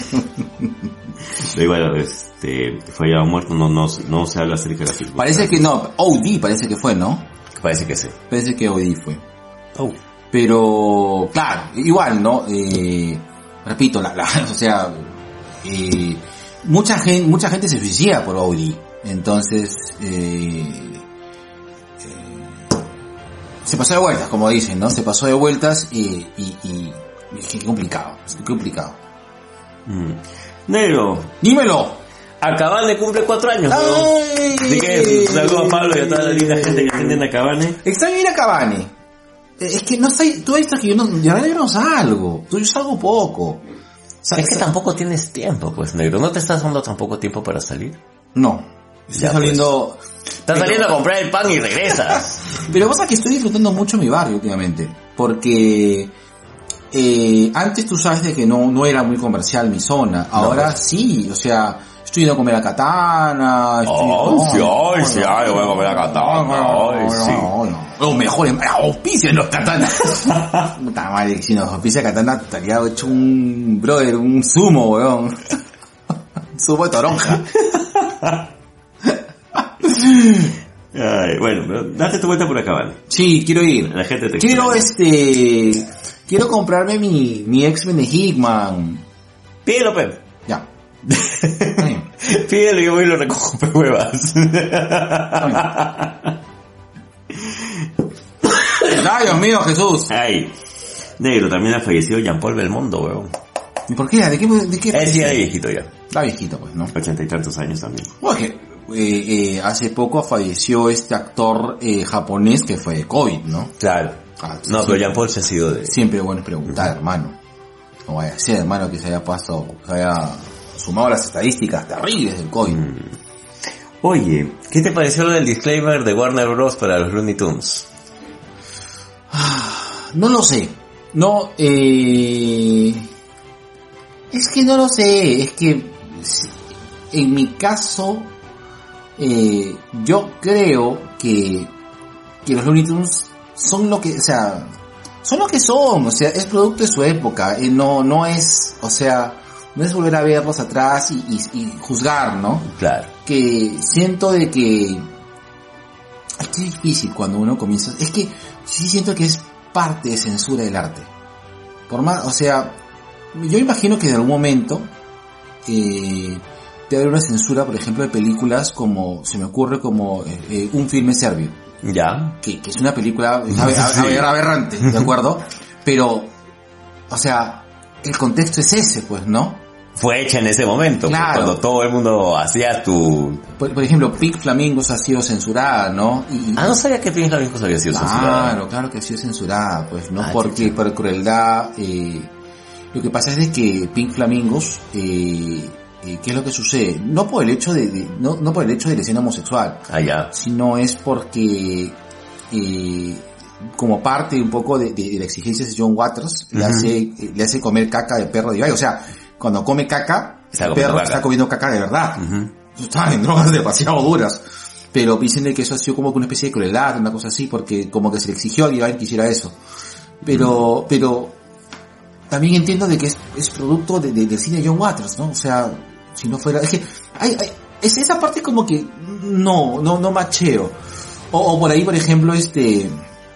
Speaker 3: Pero igual, este, fue hallado muerto, no, no, no se habla acerca de la circunstancia.
Speaker 2: Parece que no, O D parece que fue, ¿no?
Speaker 3: Parece que sí.
Speaker 2: Parece que O D fue.
Speaker 3: Oh.
Speaker 2: Pero, claro, igual, ¿no? Eh, repito, la, la, o sea, eh, mucha gente, mucha gente se suicida por O D. Entonces, eh, eh, se pasó de vueltas, como dicen, ¿no? Se pasó de vueltas y, y, y, y qué complicado, qué complicado.
Speaker 3: Mm. Negro.
Speaker 2: Dímelo.
Speaker 3: Acabane cumple cuatro años,
Speaker 2: Ay.
Speaker 3: ¿no? Así que saludos a Pablo y a toda la linda gente que tiene en Acabane.
Speaker 2: Extraño ir a Cabane. Es que no sé, tú has visto que yo no, de verdad yo no salgo. Yo salgo poco. O sea,
Speaker 3: Es que tampoco tienes tiempo, pues, negro. ¿No te estás dando tampoco tiempo para salir?
Speaker 2: No. Estoy
Speaker 3: Ya,
Speaker 2: saliendo...
Speaker 3: Estás
Speaker 2: Pero-
Speaker 3: saliendo a comprar el pan y regresas.
Speaker 2: Pero pasa que estoy disfrutando mucho mi barrio últimamente. Porque... Eh, antes tú sabes de que no, no era muy comercial mi zona. Ahora
Speaker 3: pues.
Speaker 2: sí, o sea... Estoy yendo a comer a Katana. Estoy...
Speaker 3: Oh, sí,
Speaker 2: no,
Speaker 3: ay, sí,
Speaker 2: no,
Speaker 3: ay, voy a comer a Katana,
Speaker 2: no,
Speaker 3: ay,
Speaker 2: no,
Speaker 3: sí.
Speaker 2: no, no. Los mejores auspicios los Katana. Puta madre, si nos auspicia Katana estaría hecho un brother, un sumo, weón. Un sumo de toronja.
Speaker 3: Ay, bueno, pero date tu vuelta por Acabane.
Speaker 2: Sí, quiero ir.
Speaker 3: La gente te
Speaker 2: Quiero
Speaker 3: extraña.
Speaker 2: este... Quiero comprarme mi, mi X-Men de Hickman.
Speaker 3: Pídelo, Pep.
Speaker 2: Ya. Está bien.
Speaker 3: Pídelo y yo voy y lo recojo, pe huevas.
Speaker 2: Ay, Dios mío, Jesús.
Speaker 3: Ay, negro, también ha fallecido Jean-Paul Belmondo, weón.
Speaker 2: ¿Y por qué? ¿De qué? ¿De qué?
Speaker 3: Él sí era viejito ya.
Speaker 2: Está viejito, pues, ¿no?
Speaker 3: Ochenta y tantos años también.
Speaker 2: Bueno, es que eh, eh, hace poco falleció este actor eh, japonés que fue de COVID, ¿no?
Speaker 3: Claro.
Speaker 2: Ah, sí,
Speaker 3: No,
Speaker 2: sí.
Speaker 3: pero Jean-Paul se ha sido de...
Speaker 2: Siempre bueno es preguntar, hermano. No vaya a ser, hermano, que se haya pasado, que haya sumado las estadísticas terribles del COVID.
Speaker 3: Mm. Oye, ¿qué te pareció lo del disclaimer de Warner Bros. Para los Looney Tunes?
Speaker 2: No lo sé. No, eh... Es que no lo sé. Es que, en mi caso, eh, yo creo que, que los Looney Tunes son lo que, o sea, son lo que son. O sea, es producto de su época. Eh, no, no es, o sea, no es volver a verlos atrás y, y, y juzgar, ¿no?
Speaker 3: Claro.
Speaker 2: Que siento de que es que es difícil cuando uno comienza, es que sí siento que es parte de censura del arte. Por más, o sea, yo imagino que en algún momento eh, debe haber una censura, por ejemplo, de películas como, se me ocurre como eh, eh, Un filme serbio,
Speaker 3: Ya.
Speaker 2: que, que es una película es aber-
Speaker 3: Sí.
Speaker 2: aber- aberrante, ¿de acuerdo? Pero, o sea, el contexto es ese, pues, ¿no?
Speaker 3: Fue hecha en ese momento, pues,
Speaker 2: Claro.
Speaker 3: cuando todo el mundo hacía tu...
Speaker 2: Por, por ejemplo, Pink Flamingos ha sido censurada, ¿no? Y,
Speaker 3: Ah, no sabía que Pink Flamingos había sido censurada.
Speaker 2: Claro, claro que ha sido censurada, pues, ¿no?
Speaker 3: Ah,
Speaker 2: Porque
Speaker 3: chucha.
Speaker 2: por crueldad, eh, lo que pasa es de que Pink Flamingos, eh, eh, ¿qué es lo que sucede? No por el hecho de, de no, no por el hecho de la escena homosexual,
Speaker 3: Ah, ya.
Speaker 2: sino es porque, eh, como parte un poco de, de, de la exigencia de John Waters, le
Speaker 3: Ujú.
Speaker 2: hace, eh, le hace comer caca de perro de Ibai. O sea, cuando come caca,
Speaker 3: Está
Speaker 2: el
Speaker 3: comiendo
Speaker 2: perro
Speaker 3: caca.
Speaker 2: está comiendo caca de verdad.
Speaker 3: Ujú.
Speaker 2: Estaban en drogas demasiado duras. Pero dicen de que eso ha sido como que una especie de crueldad, una cosa así, porque como que se le exigió a Ibai que hiciera eso. Pero, pero, también entiendo de que es, es producto de, de- del cine de John Waters, ¿no? O sea, si no fuera, es que, hay, hay, es esa parte como que, no, no, no macheo. O, o por ahí, por ejemplo, este,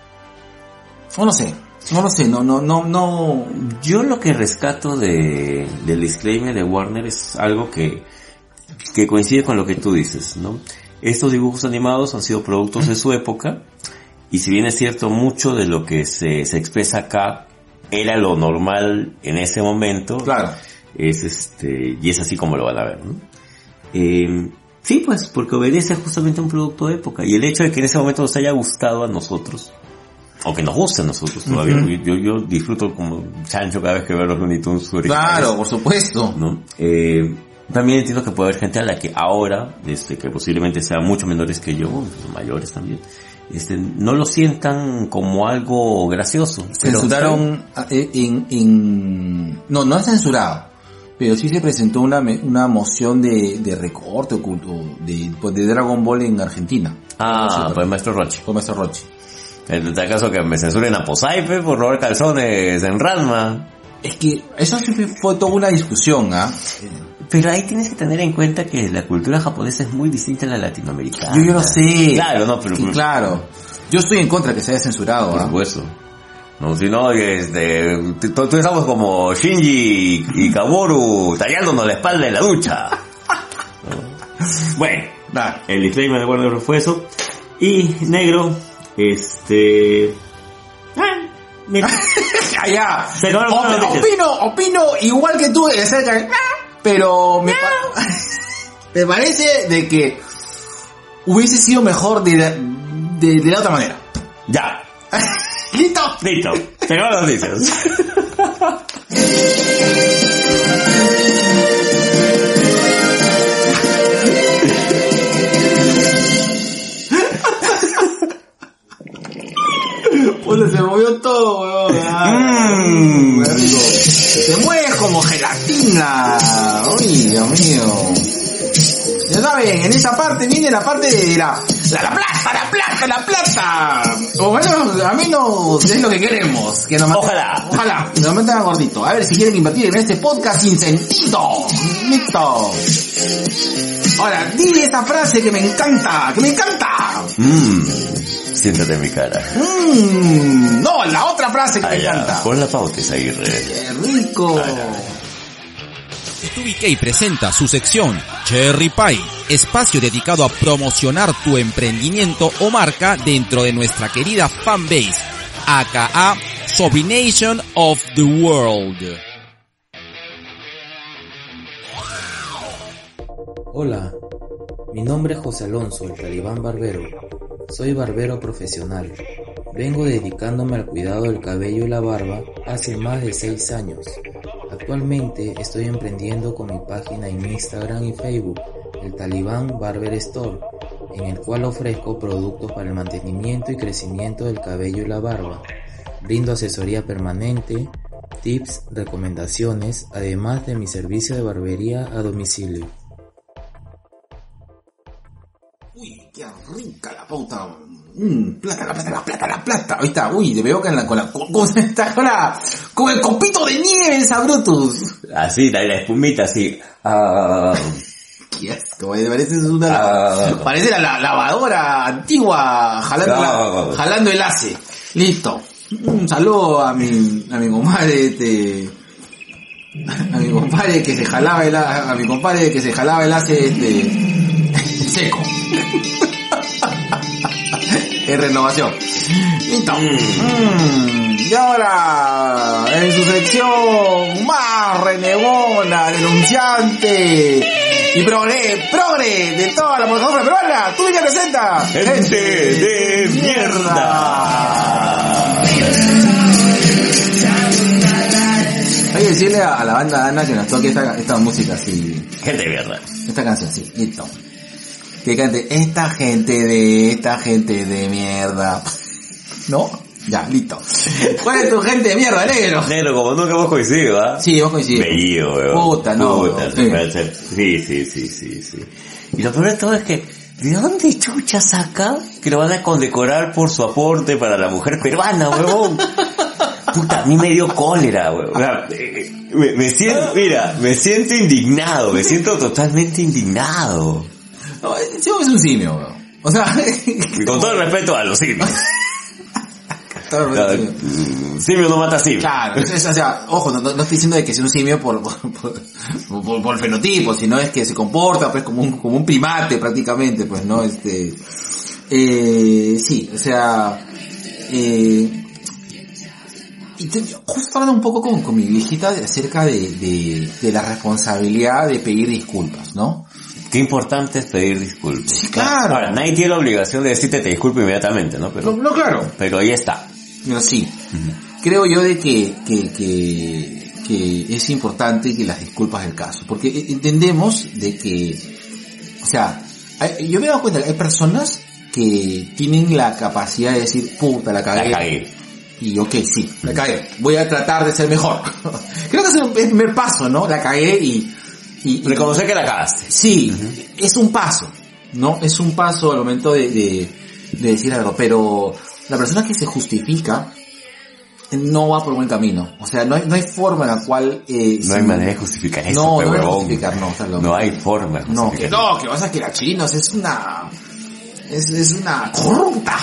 Speaker 2: no lo sé, no lo sé, no, no, no, no,
Speaker 3: Yo lo que rescato de, del disclaimer de Warner es algo que, que coincide con lo que tú dices, ¿no? Estos dibujos animados han sido productos de su época, y si bien es cierto, mucho de lo que se, se expresa acá era lo normal en ese momento,
Speaker 2: claro.
Speaker 3: es este, y es así como lo van a ver, ¿no? Eh, sí, pues, porque obedece justamente a un producto de época, y el hecho de que en ese momento nos haya gustado a nosotros, o que nos guste a nosotros todavía,
Speaker 2: Ujú.
Speaker 3: yo, yo disfruto como chancho cada vez que veo los Looney Tunes originales,
Speaker 2: Claro, por supuesto.
Speaker 3: ¿no? Eh, también entiendo que puede haber gente a la que ahora, este, que posiblemente sean mucho menores que yo, mayores también, este, no lo sientan como algo gracioso. Pero-
Speaker 2: Censuraron eh, en, en, no, no es censurado, pero sí se presentó una, me- una moción de, de recorte oculto de, pues, de Dragon Ball en Argentina.
Speaker 3: Ah, pues Maestro Rochi.
Speaker 2: Con Maestro Rochi.
Speaker 3: ¿En tal caso que me censuren a Posaipe por robar calzones en Ranma?
Speaker 2: Es que eso sí fue, fue toda una discusión, ¿ah?
Speaker 3: Pero ahí tienes que tener en cuenta que la cultura japonesa es muy distinta a la latinoamericana.
Speaker 2: Yo, yo lo sé.
Speaker 3: Claro, no, pero...
Speaker 2: Que claro. Yo estoy en contra de que se haya censurado,
Speaker 3: Por
Speaker 2: ¿ah?
Speaker 3: supuesto. No, si no, este, t- todos estamos como Shinji y Kaworu tallándonos la espalda en la ducha. ¿No? Bueno,
Speaker 2: Nah.
Speaker 3: el disclaimer de Warner Bros. Fue eso. Y negro, Este... Ah, me...
Speaker 2: Allá.
Speaker 3: Se acabaron
Speaker 2: Op-
Speaker 3: las noticias.
Speaker 2: opino, opino igual que tú acerca de... Pero me, pa- me parece de que hubiese sido mejor de la, de, de la otra manera.
Speaker 3: Ya.
Speaker 2: ¿Listo?
Speaker 3: Listo. Se acabaron las noticias.
Speaker 2: Puta, se movió todo, weón.
Speaker 3: Mmm.
Speaker 2: Qué rico. Te mueves como gelatina. Uy, Dios mío. Ya saben, en esa parte viene la parte de la, la, la plata, la plata, la plata. O bueno, a menos es lo que queremos. Que nos mantengan-
Speaker 3: Ojalá.
Speaker 2: Ojalá, que nos mantengan gordito. A ver si quieren invertir en este podcast sin sentido. Listo. Ahora, di esa frase que me encanta, que me encanta.
Speaker 3: Mmm. Siéntate en mi cara.
Speaker 2: Mmm, no, la otra frase que me
Speaker 3: Allá.
Speaker 2: encanta.
Speaker 3: Pon la pauta, Isaguirre.
Speaker 2: Qué rico.
Speaker 4: two B K presenta su sección Cherry Pie, espacio dedicado a promocionar tu emprendimiento o marca dentro de nuestra querida fanbase, aka Sobrination of the World.
Speaker 5: Hola, mi nombre es José Alonso, el Talibán Barbero. Soy barbero profesional. Vengo dedicándome al cuidado del cabello y la barba hace más de seis años. Actualmente estoy emprendiendo con mi página en Instagram y Facebook, el Talibán Barber Store, en el cual ofrezco productos para el mantenimiento y crecimiento del cabello y la barba. Brindo asesoría permanente, tips, recomendaciones, además de mi servicio de barbería a domicilio.
Speaker 2: Uy, qué rica la pauta. Mmm, plata, la plata, la plata, la plata. Ahí está, uy, te veo que en la, con la, con, con, está con la, con el copito de nieve esa Brutus.
Speaker 3: Así, la, la espumita así. Ah,
Speaker 2: Qué asco, güey, parece una,
Speaker 3: Ah.
Speaker 2: parece la, la lavadora antigua jalando,
Speaker 3: Ah.
Speaker 2: la, jalando el ace. Listo. Un saludo a mi, a mi compadre, este, a mi compadre que se jalaba el, a, a mi compadre que se jalaba el ace, este, seco. En renovación. Listo. Mm, y ahora, en su sección más renegona, denunciante y progre, progre de toda la plataforma peruana, tú me presenta
Speaker 3: Gente de mierda.
Speaker 2: Hay que decirle a, a la banda Ana que nos toque esta, esta música así,
Speaker 3: Gente de mierda.
Speaker 2: esta canción así, listo. Que cante esta gente de, esta gente de mierda. ¿No? Ya, listo. ¿Cuál es tu gente de mierda, negro?
Speaker 3: Negro, como nunca hemos coincidido, ¿ah?
Speaker 2: Sí, vos coincidís.
Speaker 3: Bellido, weón.
Speaker 2: Puta, no,
Speaker 3: Puta,
Speaker 2: weón,
Speaker 3: se
Speaker 2: sí.
Speaker 3: puede hacer. Sí, sí, sí, sí, sí. Y lo peor de todo es que, ¿de dónde chucha saca que lo van a condecorar por su aporte para la mujer peruana, weón? Puta, a mí me dio cólera, weón. O sea, eh, me, me siento, mira, me siento indignado, me siento totalmente indignado.
Speaker 2: No, ese es un simio, weón. O sea,
Speaker 3: Y con todo el respeto a los simios.
Speaker 2: todo el
Speaker 3: Claro,
Speaker 2: respeto.
Speaker 3: mm, simio no mata simio.
Speaker 2: Claro, es- o sea, ojo, no, no estoy diciendo de que sea un simio por, por, por, por- por el fenotipo, sino es que se comporta pues como un, como un primate prácticamente, pues, ¿no? Este, eh, sí, o sea, eh, y te- justo hablando un poco con, con mi viejita acerca de, de, de la responsabilidad de pedir disculpas, ¿no?
Speaker 3: Qué importante es pedir disculpas.
Speaker 2: Sí, claro.
Speaker 3: Ahora, nadie tiene la obligación de decirte te disculpo inmediatamente, ¿no? Pero,
Speaker 2: No, no, claro.
Speaker 3: pero ahí está.
Speaker 2: Pero sí, creo yo de que, que, que, que es importante que las disculpas del caso, porque entendemos de que, o sea, hay- yo me he dado cuenta que hay personas que tienen la capacidad de decir, puta, la cagué.
Speaker 3: La cagué.
Speaker 2: Y ok, sí, la cagué. Voy a tratar de ser mejor. Creo que es el el primer paso, ¿no? La cagué y... y, y
Speaker 3: Reconocer que la cagaste.
Speaker 2: Sí, es un paso, ¿no? Es un paso al momento de, de, de decir algo, pero la persona que se justifica no va por buen camino. O sea, no hay, no hay forma en la cual... Eh,
Speaker 3: No hay
Speaker 2: si-
Speaker 3: manera de justificar eso,
Speaker 2: No,
Speaker 3: pe
Speaker 2: no hay
Speaker 3: huevón.
Speaker 2: justificar, no, está loco.
Speaker 3: No hay forma de
Speaker 2: No, que
Speaker 3: justificar.
Speaker 2: no, que vas a que la chinos es una... Es, es una corrupta.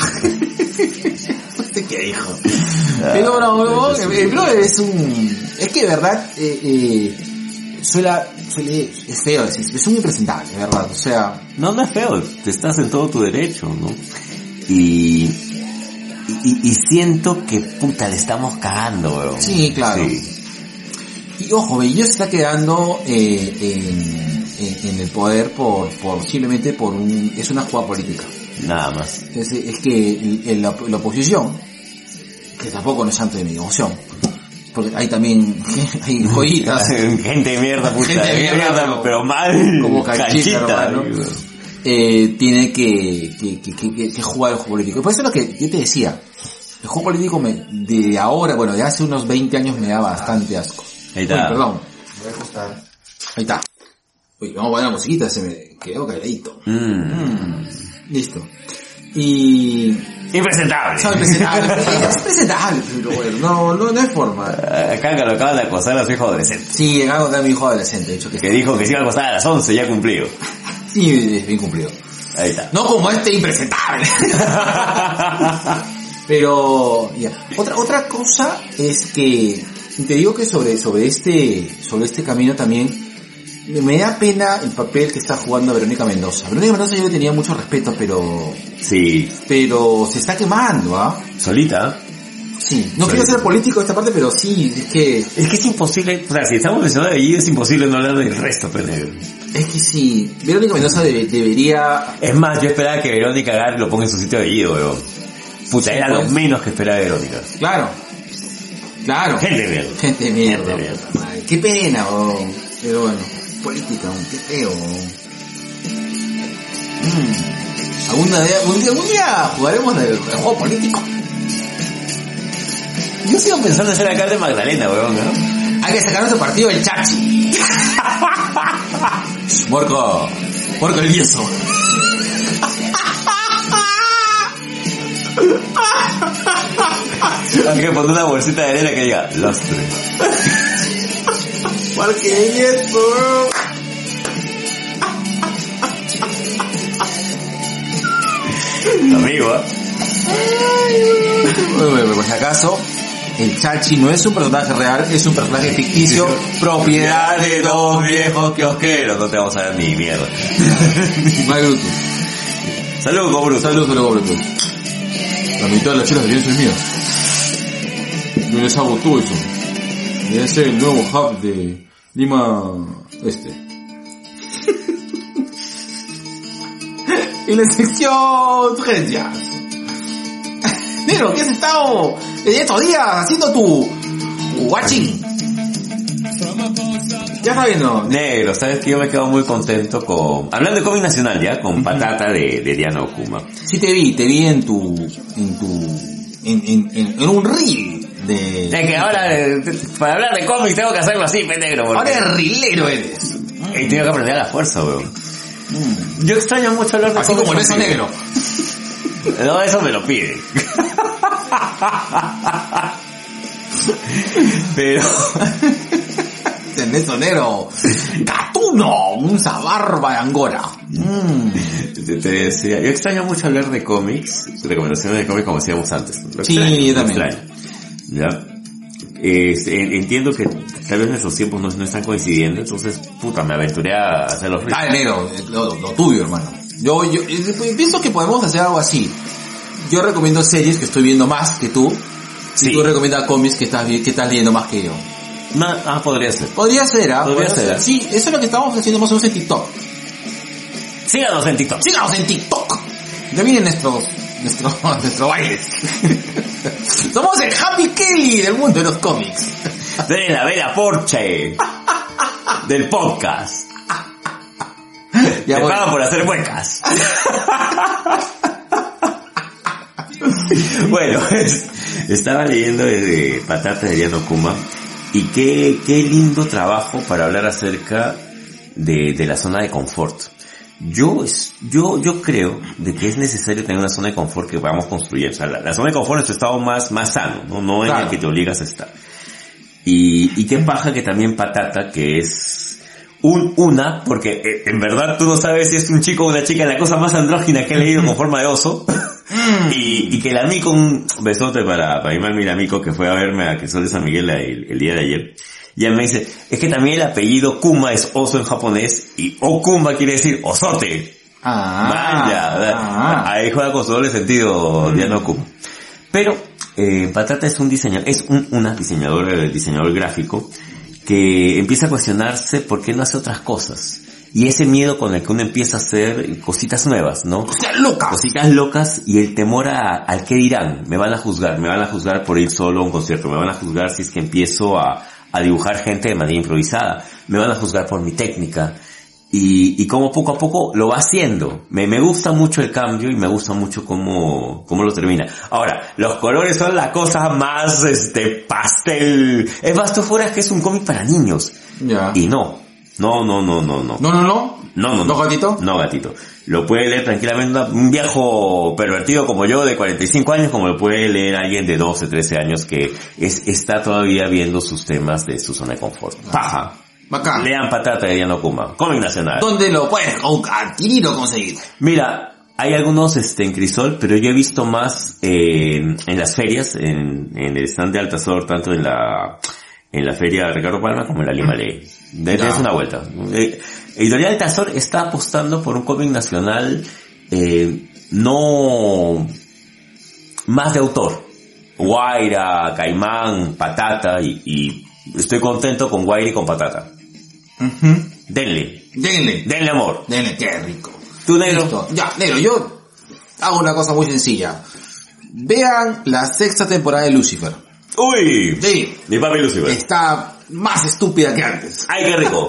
Speaker 2: ¿Usted qué dijo? Pero no, no,
Speaker 3: sí, sí,
Speaker 2: eh,
Speaker 3: sí.
Speaker 2: bro, es un... Es que de verdad, eh, eh, suele, suele, es feo, es, es un impresentable, de verdad, o sea...
Speaker 3: No, no es feo. Te estás en todo tu derecho, ¿no? Y y, y siento que puta le estamos cagando, weón.
Speaker 2: Sí, claro.
Speaker 3: Sí.
Speaker 2: Y ojo, Bello se está quedando eh, en, en, en el poder por, por simplemente por un, es una jugada política.
Speaker 3: Nada más.
Speaker 2: Es, es que el, la, la oposición, que tampoco no es santo de mi devoción, porque hay también, hay joyitas.
Speaker 3: Gente de mierda, puta.
Speaker 2: Gente de mierda,
Speaker 3: pero, pero mal.
Speaker 2: Como canchita, hermano.
Speaker 3: amigo.
Speaker 2: Eh, tiene que, que, que, que, que jugar el juego político. Por eso es lo que yo te decía. El juego político me, de ahora, bueno, de hace unos veinte años me da bastante asco.
Speaker 3: Ahí está.
Speaker 2: Uy, perdón. Me voy a ajustar. Ahí está. Uy, vamos a poner la musiquita, se me quedó calladito.
Speaker 3: Mm.
Speaker 2: Mm, listo. Y...
Speaker 3: Impresentable.
Speaker 2: No, impresentable. Es presentable, pero bueno, no, no, no hay forma.
Speaker 3: Acá que lo acaban de acosar a su hijo adolescente.
Speaker 2: Sí, acabo de dar a mi hijo adolescente, de hecho que...
Speaker 3: Que dijo que se iba a acostar a las once, ya cumplió.
Speaker 2: Sí, es bien cumplido.
Speaker 3: Ahí está.
Speaker 2: No como este impresentable. Pero, ya. Otra, otra cosa es que, te digo que sobre, sobre este, sobre este camino también, me da pena el papel que está jugando Verónica Mendoza. Verónica Mendoza yo le tenía mucho respeto, pero,
Speaker 3: Sí.
Speaker 2: pero se está quemando, ¿ah?
Speaker 3: Solita.
Speaker 2: Sí. No
Speaker 3: Sí.
Speaker 2: quiero ser político esta parte, pero sí, es que,
Speaker 3: Es que es imposible, o sea, si estamos mencionando de allí es imposible no hablar del resto, pendejo.
Speaker 2: es que sí, Verónica Mendoza debe- debería,
Speaker 3: Es más, yo esperaba que Verónica Gar lo ponga en su sitio de Guido, weón. Puta, era
Speaker 2: pues.
Speaker 3: lo menos que esperaba Verónica.
Speaker 2: claro, claro.
Speaker 3: Gente de mierda.
Speaker 2: Gente de mierda.
Speaker 3: Gente de mierda.
Speaker 2: Ay, qué pena, weón. Pero bueno, política, weón, qué feo. Weón. Mm. ¿Algún, día, algún, día, algún día jugaremos el, el juego político?
Speaker 3: Yo sigo pensando en ser alcalde de Magdalena, weón, ¿no?
Speaker 2: Hay que sacar nuestro partido del Chachi. Morco, Morco el viejo.
Speaker 3: Hay que poner una bolsita de arena que diga, lastre.
Speaker 2: Porque viejo.
Speaker 3: Amigo, ¿eh?
Speaker 2: Bueno, bueno, por si acaso, el Chachi no es un personaje real, es un personaje ficticio, propiedad de dos viejos
Speaker 3: kiosqueros. No te vamos a dar ni mierda.
Speaker 2: No hay Brutus.
Speaker 3: Saludos, con Bruto.
Speaker 2: Saludos, luego Brutus. La mitad de las chelas deberían ser mías. No les hago todo eso. Debe ser el nuevo hub de Lima Este. En la sección sugerencias. Negro, ¿qué has estado en estos días haciendo tu watching? Ya está viendo.
Speaker 3: Negro, sabes que yo me quedo muy contento con... Hablando de cómic nacional ya, con Patata de, de Diana Okuma.
Speaker 2: Sí te vi, te vi en tu, en tu, en, en, en, en un reel de...
Speaker 3: Es que ahora, eh, para hablar de cómics tengo que hacerlo así, pendejo. Porque...
Speaker 2: Ahora eres rilero eres.
Speaker 3: Y tengo que aprender a la fuerza, weón. Yo extraño mucho hablar de
Speaker 2: Así
Speaker 3: cómics
Speaker 2: como el beso
Speaker 3: contigo.
Speaker 2: negro.
Speaker 3: No, eso me lo pide. Pero...
Speaker 2: El beso negro. Gatuno, una barba de angora. Mm.
Speaker 3: Te, te decía, yo extraño mucho hablar de cómics, recomendaciones de cómics como decíamos antes. Lo
Speaker 2: Sí,
Speaker 3: extraño,
Speaker 2: yo
Speaker 3: lo
Speaker 2: también.
Speaker 3: extraño. ¿Ya? Eh, entiendo que tal vez nuestros tiempos no, no están coincidiendo, entonces, puta, me aventuré a hacer los
Speaker 2: Dale, negro, lo, lo tuyo, hermano. Yo, yo, eh, pienso que podemos hacer algo así. Yo recomiendo series que estoy viendo más que tú.
Speaker 3: Sí.
Speaker 2: Y tú recomiendas cómics que estás, vi- que estás leyendo más que yo.
Speaker 3: No, ah, podría ser.
Speaker 2: Podría ser, ¿ah?
Speaker 3: Podría ser.
Speaker 2: Sí, eso es lo que estamos haciendo más o menos en TikTok.
Speaker 3: Síganos en TikTok.
Speaker 2: Síganos en TikTok. Ya vienen nuestros, nuestros, nuestros bailes. Somos el Happy Kelly del mundo de los cómics.
Speaker 3: De la vela Porsche. Del podcast.
Speaker 2: Ya
Speaker 3: Te
Speaker 2: bueno.
Speaker 3: pagan por hacer muecas. Bueno, es- estaba leyendo de, de Patata de Diana Okuma y qué, qué lindo trabajo para hablar acerca de, de la zona de confort. Yo, es- yo, yo creo de que es necesario tener una zona de confort que vamos construyendo. O sea, la, la zona de confort es tu estado más, más sano, no, no en
Speaker 2: Claro.
Speaker 3: el que te obligas a estar. Y, y qué paja que también Patata, que es un, una, porque eh, en verdad tú no sabes si es un chico o una chica, la cosa más andrógina que he leído con forma de oso. Y, y que la Mico, un besote para, para mi mami la Mico, que fue a verme a Crisol de San Miguel el, el día de ayer. Y ella me dice, es que también el apellido Kuma es oso en japonés y Okuma quiere decir osote.
Speaker 2: Ah,
Speaker 3: Vaya,
Speaker 2: ah.
Speaker 3: ahí juega con su doble sentido Diana Okuma. Pero, eh, Patata es un diseñador, es un, una diseñadora, diseñador gráfico, que empieza a cuestionarse por qué no hace otras cosas. Y ese miedo con el que uno empieza a hacer cositas nuevas, ¿no?
Speaker 2: Cositas locas.
Speaker 3: Cositas locas y el temor a, al qué dirán. Me van a juzgar, me van a juzgar por ir solo a un concierto, me van a juzgar si es que empiezo a, a dibujar gente de manera improvisada, me van a juzgar por mi técnica. Y, y como poco a poco lo va haciendo. Me, me gusta mucho el cambio y me gusta mucho cómo, cómo lo termina. Ahora, los colores son la cosa más, este, pastel. Es más, tú fueras que es un cómic para niños.
Speaker 2: Ya.
Speaker 3: Y no. No, no, no, no, no.
Speaker 2: No, no, no.
Speaker 3: No, no, no.
Speaker 2: ¿No, gatito?
Speaker 3: No, gatito. Lo puede leer tranquilamente un viejo pervertido como yo de cuarenta y cinco años, como lo puede leer alguien de doce, trece años que es, está todavía viendo sus temas de su zona de confort. Paja.
Speaker 2: Bacán.
Speaker 3: Lean Patata de Diana Kuma. Cómic nacional.
Speaker 2: ¿Dónde lo puedes adquirir o conseguir?
Speaker 3: Mira, hay algunos este en Crisol, pero yo he visto más eh, en las ferias, en, en el stand de Altazor, tanto en la en la feria Ricardo Palma como en la Lima Ley. Dense una vuelta. Eh, Editorial Altazor está apostando por un cómic nacional eh, no más de autor. Guaira, Caimán, Patata y, y estoy contento con Guaira y con Patata.
Speaker 2: Uh-huh.
Speaker 3: Denle.
Speaker 2: Denle.
Speaker 3: Denle amor.
Speaker 2: Denle, qué rico.
Speaker 3: ¿Tú, negro?
Speaker 2: Listo. Ya, negro, yo hago una cosa muy sencilla. Vean la sexta temporada de Lucifer.
Speaker 3: ¡Uy!
Speaker 2: Sí.
Speaker 3: Mi papi Lucifer.
Speaker 2: Está más estúpida que antes.
Speaker 3: ¡Ay, qué rico!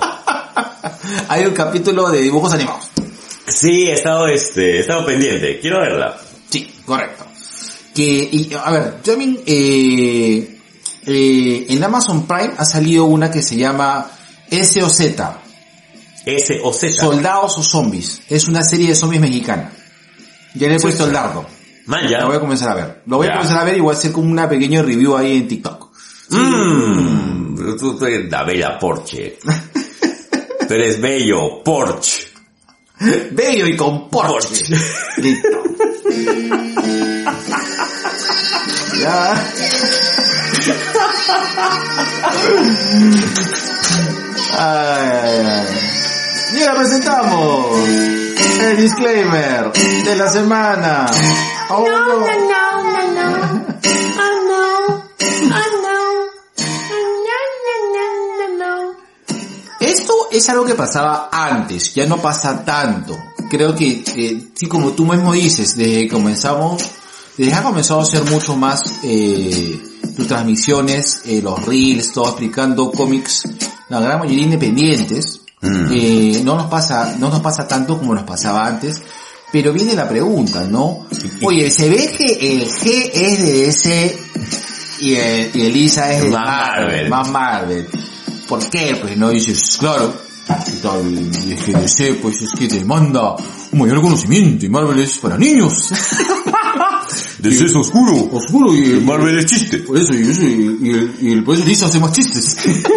Speaker 2: Hay un capítulo de dibujos animados.
Speaker 3: Sí, he estado, este, he estado pendiente. Quiero verla.
Speaker 2: Sí, correcto. Que, y, a ver, yo también, eh, eh, en Amazon Prime ha salido una que se llama S O Z.
Speaker 3: S o Z.
Speaker 2: Soldados o Zombies. Es una serie de zombies mexicana. Ya le he puesto el dardo.
Speaker 3: Man, ya.
Speaker 2: Lo voy a comenzar a ver. Lo voy
Speaker 3: Ya.
Speaker 2: a comenzar a ver y voy a hacer como una pequeña review ahí en TikTok.
Speaker 3: Mmm. Tú, tú eres la bella Porsche. Tú eres bello Porsche.
Speaker 2: Bello y con Porsche. Listo. Ya. Ay, ay, ay. Y ahora presentamos el disclaimer de la semana. Oh,
Speaker 6: No,
Speaker 2: no.
Speaker 6: no, no, no, no. Oh no. Oh no. Oh no, no, no, no, no.
Speaker 2: Esto es algo que pasaba antes, ya no pasa tanto. Creo que, eh, sí, como tú mismo dices, desde que comenzamos, desde que ha comenzado a hacer mucho más eh, tus transmisiones, eh, los reels, todo explicando cómics, la gran mayoría independientes,
Speaker 3: Mm.
Speaker 2: eh, no nos pasa, no nos pasa tanto como nos pasaba antes. Pero viene la pregunta, ¿no? Oye, se ve que el G es de D C y el, y el Lisa es de
Speaker 3: Más
Speaker 2: Marvel,
Speaker 3: Marvel.
Speaker 2: más Marvel. ¿Por qué? Pues no dices, claro, y tal, y es que D C pues es que demanda un mayor conocimiento y Marvel es para niños.
Speaker 3: D C es oscuro.
Speaker 2: Oscuro y...
Speaker 3: Marvel es chiste.
Speaker 2: Por eso, y, eso, y, y el, y el, por eso Lisa hace más chistes.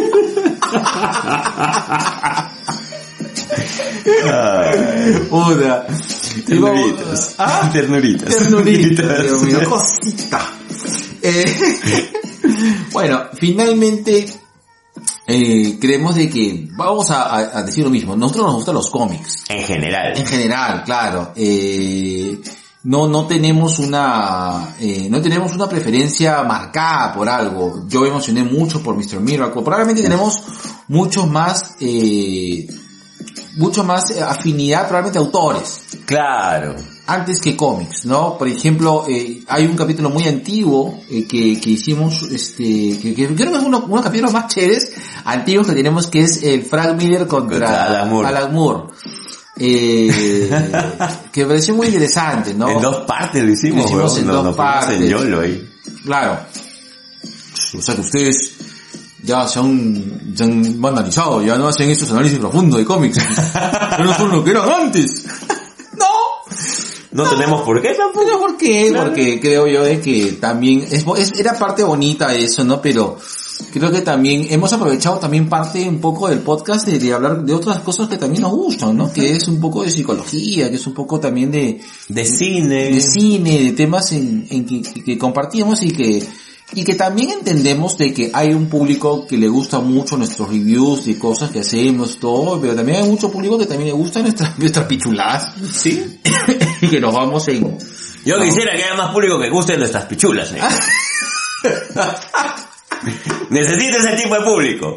Speaker 2: Puta.
Speaker 3: Ternuritas.
Speaker 2: ¿Ah?
Speaker 3: Ternuritas.
Speaker 2: Ternuritas. Dios mío, cosita. Eh, bueno, finalmente, eh, creemos de que vamos a, a, a decir lo mismo. Nosotros nos gustan los cómics.
Speaker 3: En general.
Speaker 2: En general, claro. Eh, no, no tenemos una, eh, no tenemos una preferencia marcada por algo. Yo me emocioné mucho por mister Miracle. Probablemente tenemos mucho más, eh, mucho más afinidad probablemente a autores.
Speaker 3: Claro.
Speaker 2: Antes que cómics, ¿no? Por ejemplo, eh, hay un capítulo muy antiguo eh, que, que hicimos, este, que, que creo que es uno, uno de los capítulos más chéveres, antiguos que tenemos, que es el Frank Miller contra,
Speaker 3: Contra Alan Moore.
Speaker 2: Alan Moore. Eh, que me pareció muy interesante, ¿no?
Speaker 3: En dos partes lo hicimos,
Speaker 2: Lo hicimos
Speaker 3: weón.
Speaker 2: en
Speaker 3: Nos-
Speaker 2: dos
Speaker 3: nos fuimos
Speaker 2: partes.
Speaker 3: en YOLO ahí.
Speaker 2: Claro. O sea que ustedes ya se han, se han banalizado, ya no hacen esos análisis profundos de cómics. Ya no son lo que eran antes. ¡No!
Speaker 3: No, tenemos por qué tampoco.
Speaker 2: Pero ¿por qué? Porque creo yo de que también es, es- era parte bonita de eso, ¿no? Pero creo que también hemos aprovechado también parte un poco del podcast de, de hablar de otras cosas que también nos gustan, ¿no? Que es un poco de psicología, que es un poco también de,
Speaker 3: De cine.
Speaker 2: de cine, de temas en, en que, que- que compartimos y que y que también entendemos de que hay un público que le gusta mucho nuestros reviews de cosas que hacemos, todo, pero también hay mucho público que también le gusta nuestras nuestras pichuladas.
Speaker 3: Sí.
Speaker 2: Y que nos vamos en,
Speaker 3: Yo no. quisiera que haya más público que guste de nuestras pichulas, negro. Necesito ese tipo de público.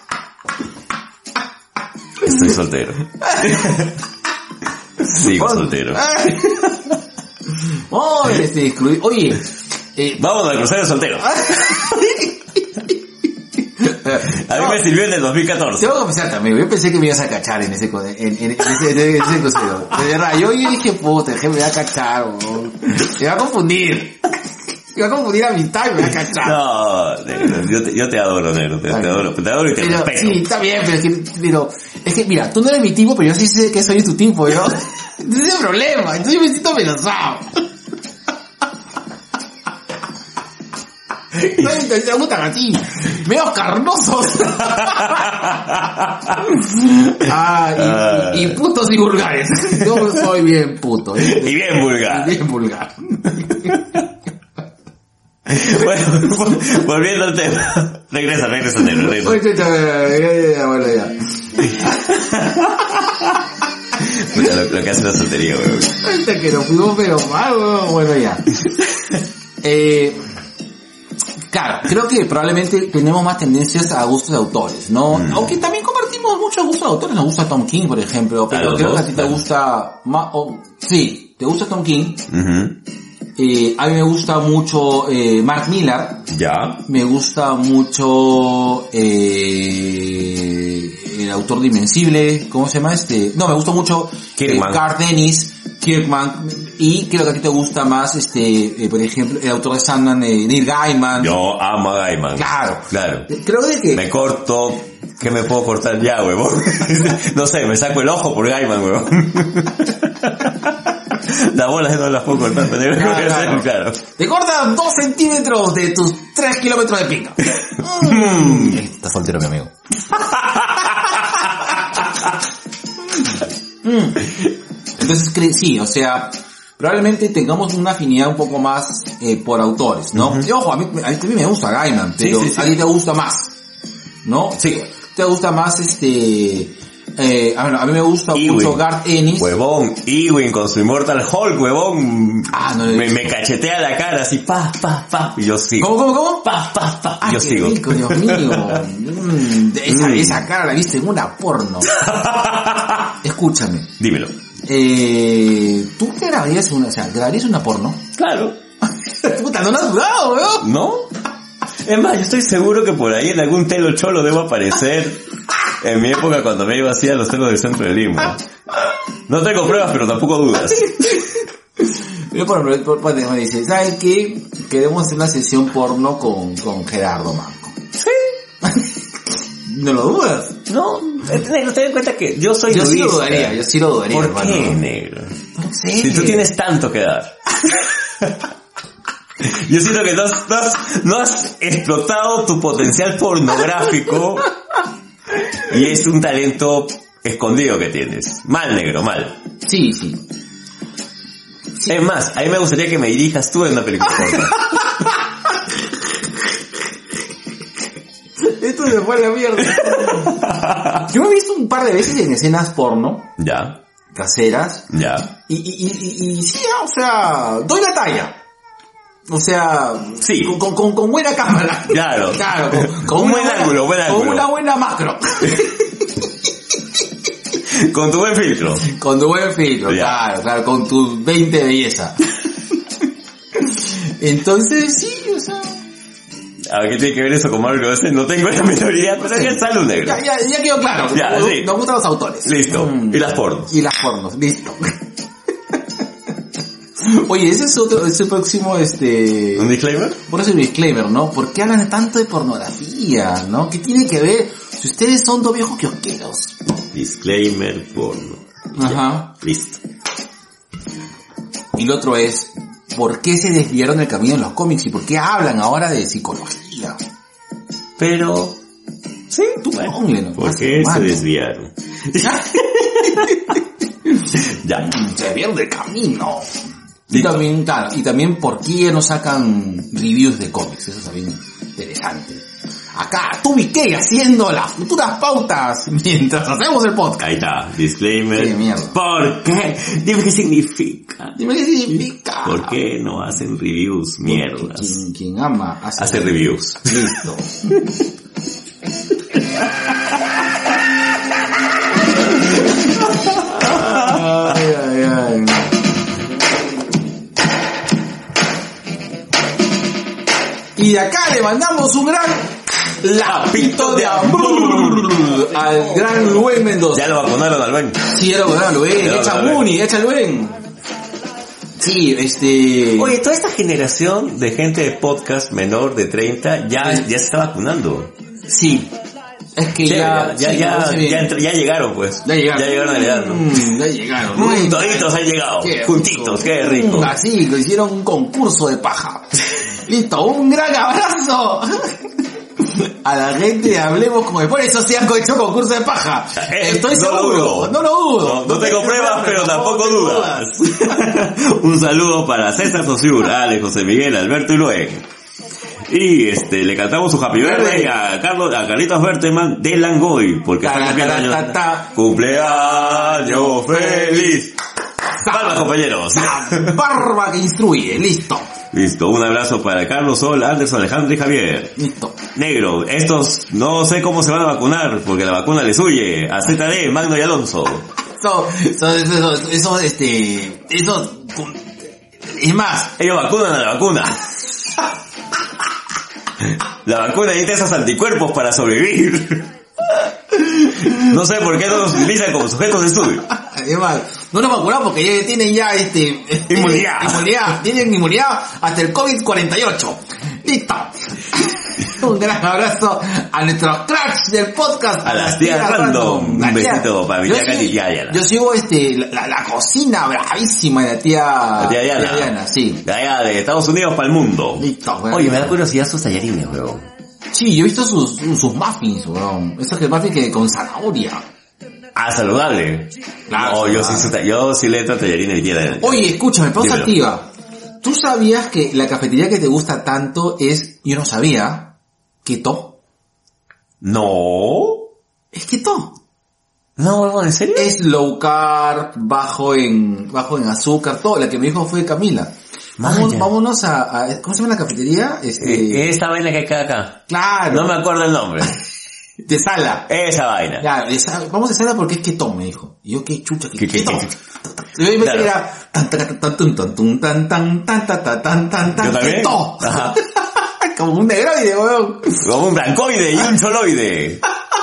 Speaker 3: Estoy soltero. Sigo soltero.
Speaker 2: Oh, este, excluir. Oye,
Speaker 3: eh, vamos a cruzar el soltero. A mí no, me sirvió en el dos mil catorce.
Speaker 2: Te voy a confesar también, yo pensé que me ibas a cachar en ese en, en, en ese, en ese crucero. De verdad, yo, yo dije, puta, que me voy a cachar, bro. Me va a confundir. Me va a confundir a mitad y me va a cachar.
Speaker 3: No, negro, yo te, yo te adoro, negro, te, te adoro, te adoro y te
Speaker 2: pero,
Speaker 3: respeto.
Speaker 2: Sí, está bien, pero es que, pero, es que, mira, tú no eres mi tipo, pero yo sí sé que soy tu tipo, yo. Entonces es el problema, entonces yo me siento amenazado. No me gustan así, medio carnosos. Ah, y, y, y putos y vulgares. Yo soy bien puto. ¿eh?
Speaker 3: Y bien vulgar.
Speaker 2: Y bien vulgar.
Speaker 3: Bueno, volviendo al tema. Regresa, regresa, negro, regresa.
Speaker 2: Bueno, ya.
Speaker 3: Puta, lo, lo que hace la soltería, weón.
Speaker 2: Ahorita que nos fuimos pero mal, weón. Bueno, ya. Eh... Claro, creo que probablemente tenemos más tendencias a gustos de autores, ¿no? Mm. Aunque también compartimos muchos gustos de autores. Nos gusta Tom King, por ejemplo. Pero creo que a ti te gusta más... Oh, sí, te gusta Tom King. Uh-huh. Eh, a mí me gusta mucho eh, Mark Millar.
Speaker 3: Ya.
Speaker 2: Me gusta mucho eh, el autor de Invencible. ¿Cómo se llama este? No, me gusta mucho eh, Garth Ennis. Kirkman, y creo que a ti te gusta más, este, eh, por ejemplo, el autor de Sandman, eh, Neil Gaiman.
Speaker 3: Yo amo a Gaiman.
Speaker 2: Claro.
Speaker 3: Claro.
Speaker 2: Creo de que...
Speaker 3: Me corto, ¿qué me puedo cortar ya, huevón? No sé, me saco el ojo por Gaiman, huevón. Las bolas no las puedo cortar, pero claro, que claro. claro.
Speaker 2: Te cortas dos centímetros de tus tres kilómetros de pinga. mm. Estás soltero, mi amigo. mm. Entonces, sí, o sea, probablemente tengamos una afinidad un poco más eh, por autores, ¿no? Uh-huh. Y ojo, a mí, a mí me gusta Gaiman, pero sí, sí, sí. a ti te gusta más, ¿no?
Speaker 3: Sí.
Speaker 2: Te gusta más este... Eh, a, ver, a mí me gusta Ewing. mucho Garth Ennis.
Speaker 3: Huevón, Ewing con su Immortal Hulk, huevón.
Speaker 2: Ah, no,
Speaker 3: me, me cachetea la cara así, pa, pa, pa, y yo sigo.
Speaker 2: ¿Cómo, cómo, cómo?
Speaker 3: Pa, pa, pa,
Speaker 2: ah,
Speaker 3: y yo
Speaker 2: qué
Speaker 3: sigo.
Speaker 2: rico, Dios mío. mm, esa, mm. esa cara la viste en una porno. Escúchame.
Speaker 3: Dímelo.
Speaker 2: Eh, ¿tú qué grabarías una, o sea, grabarías una porno?
Speaker 3: Claro.
Speaker 2: Puta, no lo has dudado, weón.
Speaker 3: ¿No? Es más, yo estoy seguro que por ahí en algún telo cholo debo aparecer en mi época cuando me iba así a los telos del centro de Lima. No tengo pruebas, pero tampoco dudas.
Speaker 2: Yo por ejemplo, me dice, ¿sabes qué? Queremos hacer una sesión porno con, con Gerardo Manco.
Speaker 3: Sí.
Speaker 2: ¿No lo dudas?
Speaker 3: No, negro, ten en cuenta que yo soy
Speaker 2: Yo
Speaker 3: nudista.
Speaker 2: sí lo dudaría, yo sí lo dudaría.
Speaker 3: ¿Por
Speaker 2: hermano.
Speaker 3: qué, negro?
Speaker 2: No sé.
Speaker 3: Si tú tienes tanto que dar. Yo siento que no has, no, has, no has explotado tu potencial pornográfico y es un talento escondido que tienes. Mal, negro, mal.
Speaker 2: Sí, sí. sí.
Speaker 3: Es más, a mí me gustaría que me dirijas tú en una película porno.
Speaker 2: Esto se fue a la mierda. Yo me he visto un par de veces en escenas porno.
Speaker 3: Ya.
Speaker 2: Caseras.
Speaker 3: Ya.
Speaker 2: Y, y, y, y, y sí, o sea, doy la talla. O sea,
Speaker 3: sí.
Speaker 2: con, con, con buena cámara.
Speaker 3: Claro.
Speaker 2: Claro, con, con
Speaker 3: un
Speaker 2: una
Speaker 3: buen
Speaker 2: buena,
Speaker 3: ángulo, buen ángulo.
Speaker 2: Con una buena macro.
Speaker 3: Con tu buen filtro.
Speaker 2: Con tu buen filtro,
Speaker 3: ya.
Speaker 2: claro, claro, con tus veinte de belleza. Entonces, sí, o sea...
Speaker 3: A ver, ¿qué tiene que ver eso con Marvel? No tengo la menor idea, pero ya está luz negro.
Speaker 2: Ya, ya, ya quedó claro.
Speaker 3: Ya,
Speaker 2: nos,
Speaker 3: sí.
Speaker 2: nos gustan los autores.
Speaker 3: Listo.
Speaker 2: Mm.
Speaker 3: Y las pornos.
Speaker 2: Y las pornos, listo. Oye, ese es otro, ese próximo, este...
Speaker 3: ¿Un disclaimer?
Speaker 2: Por eso el disclaimer, ¿no? ¿Por qué hablan tanto de pornografía, no? ¿Qué tiene que ver? Si ustedes son dos viejos kiosqueros.
Speaker 3: Disclaimer porno.
Speaker 2: Ajá.
Speaker 3: Ya, listo.
Speaker 2: Y lo otro es, ¿por qué se desviaron del camino en los cómics? ¿Y por qué hablan ahora de psicología?
Speaker 3: Pero... Sí,
Speaker 2: tú bueno, ponle, ¿no?
Speaker 3: ¿Por qué se desviaron? Ya.
Speaker 2: Se desviaron del camino. Y también, claro, y también por qué no sacan reviews de cómics, eso es bien interesante. acá, tú y qué, haciendo las futuras pautas mientras hacemos el podcast.
Speaker 3: Ahí está, disclaimer.
Speaker 2: Qué mierda.
Speaker 3: ¿Por qué? Dime qué significa.
Speaker 2: Dime qué significa.
Speaker 3: ¿Por qué no hacen reviews? Mierdas.
Speaker 2: Porque Quien, quien ama hace,
Speaker 3: Hace reviews.
Speaker 2: Listo. Ay, ay, ay. Y de acá le mandamos un gran lapito de amor al gran Luen Mendoza.
Speaker 3: Ya lo vacunaron al baño.
Speaker 2: Sí, ya lo vacunaron, Luen.
Speaker 3: Ya lo
Speaker 2: Echa
Speaker 3: vacunaron.
Speaker 2: Muni, echa Luen. Sí, este...
Speaker 3: Oye, toda esta generación de gente de podcast menor de treinta ya, ya se está vacunando.
Speaker 2: Sí. Es que
Speaker 3: Sí,
Speaker 2: ya...
Speaker 3: ya,
Speaker 2: sí,
Speaker 3: ya,
Speaker 2: me parece
Speaker 3: ya,
Speaker 2: bien.
Speaker 3: ya, entró- ya llegaron pues.
Speaker 2: Ya llegaron.
Speaker 3: Ya llegaron a la edad, ¿no?
Speaker 2: Mm, ya llegaron.
Speaker 3: Mm, toditos han llegado.
Speaker 2: Qué
Speaker 3: Juntitos,
Speaker 2: rico.
Speaker 3: qué rico.
Speaker 2: Mm, así, que hicieron un concurso de paja. Listo, un gran abrazo a la gente de Hablemos con el... Por eso se han hecho concurso de paja.
Speaker 3: Eh,
Speaker 2: Estoy
Speaker 3: no
Speaker 2: seguro,
Speaker 3: dudo.
Speaker 2: no lo dudo.
Speaker 3: No, no tengo pruebas, pero tampoco dudas. Un saludo para César Sosur, Ale, José Miguel, Alberto y Luen. Y este, le cantamos su happy birthday a Carlos, a Carlitos Berteman de Langoy, porque está
Speaker 2: Ta,
Speaker 3: cumpliendo
Speaker 2: ta,
Speaker 3: años.
Speaker 2: ta, ta.
Speaker 3: Cumpleaños feliz. Palmas, compañeros.
Speaker 2: Barba que instruye, listo.
Speaker 3: Listo, un abrazo para Carlos, Sol, Anderson, Alejandro y Javier.
Speaker 2: Listo.
Speaker 3: Negro, estos no sé cómo se van a vacunar, porque la vacuna les huye. A Z D, Magno y Alonso.
Speaker 2: Eso, eso, eso, eso, eso, este, eso, es más,
Speaker 3: Ellos vacunan a la vacuna. La vacuna necesita esos anticuerpos para sobrevivir. No sé por qué no los utilizan como sujetos de estudio.
Speaker 2: es más, no nos vacunamos porque ya tienen ya este,
Speaker 3: Inmunidad.
Speaker 2: inmunidad, tienen inmunidad hasta el COVID cuarenta y ocho. Listo. Un gran abrazo a nuestros cracks del podcast.
Speaker 3: A las tías random.
Speaker 2: La
Speaker 3: Un
Speaker 2: tía-
Speaker 3: besito para mi
Speaker 2: yo
Speaker 3: tía
Speaker 2: sí-
Speaker 3: Katy y tía Diana.
Speaker 2: Yo sigo este, la, la, la cocina bravísima de la tía,
Speaker 3: La tía Diana.
Speaker 2: Diana, sí.
Speaker 3: De allá, de Estados Unidos para el mundo.
Speaker 2: Listo, weón.
Speaker 3: Oye, me da curiosidad sus tallarines, weón.
Speaker 2: Sí, yo he visto sus, sus muffins, weón. Esos que muffins que con zanahoria.
Speaker 3: Ah, saludable.
Speaker 2: Claro,
Speaker 3: No, yo sí,
Speaker 2: saludable.
Speaker 3: su- yo sí le entro a tallarines de tía Diana.
Speaker 2: Oye, escúchame, pausa
Speaker 3: Dímelo.
Speaker 2: activa. ¿Tú sabías que la cafetería que te gusta tanto es, yo no sabía, Keto?
Speaker 3: No.
Speaker 2: Es Keto.
Speaker 3: No, weón, ¿en serio?
Speaker 2: Es low carb, bajo en, bajo en azúcar, todo. La que me dijo fue Camila. Vamos,
Speaker 3: Vaya.
Speaker 2: vámonos a, a, ¿cómo se llama la cafetería? Este,
Speaker 3: Eh, esa vaina que hay acá, acá.
Speaker 2: claro.
Speaker 3: No me acuerdo el nombre.
Speaker 2: De Sala.
Speaker 3: Esa vaina.
Speaker 2: Claro, de Sala- vamos a Sala porque es Keto, me dijo. Y yo, qué chucha,
Speaker 3: ¿Qué-
Speaker 2: qué
Speaker 3: qué-
Speaker 2: Keto.
Speaker 3: qué-
Speaker 2: Yo pensé
Speaker 3: Claro.
Speaker 2: que era tan, tan, tan, tan, tan, tan, tan, tan, tan, tan, tan, tan, tan, tan,
Speaker 3: Yo también.
Speaker 2: Keto.
Speaker 3: Ajá.
Speaker 2: Como un negroide, weón.
Speaker 3: Como un blancoide y un choloide.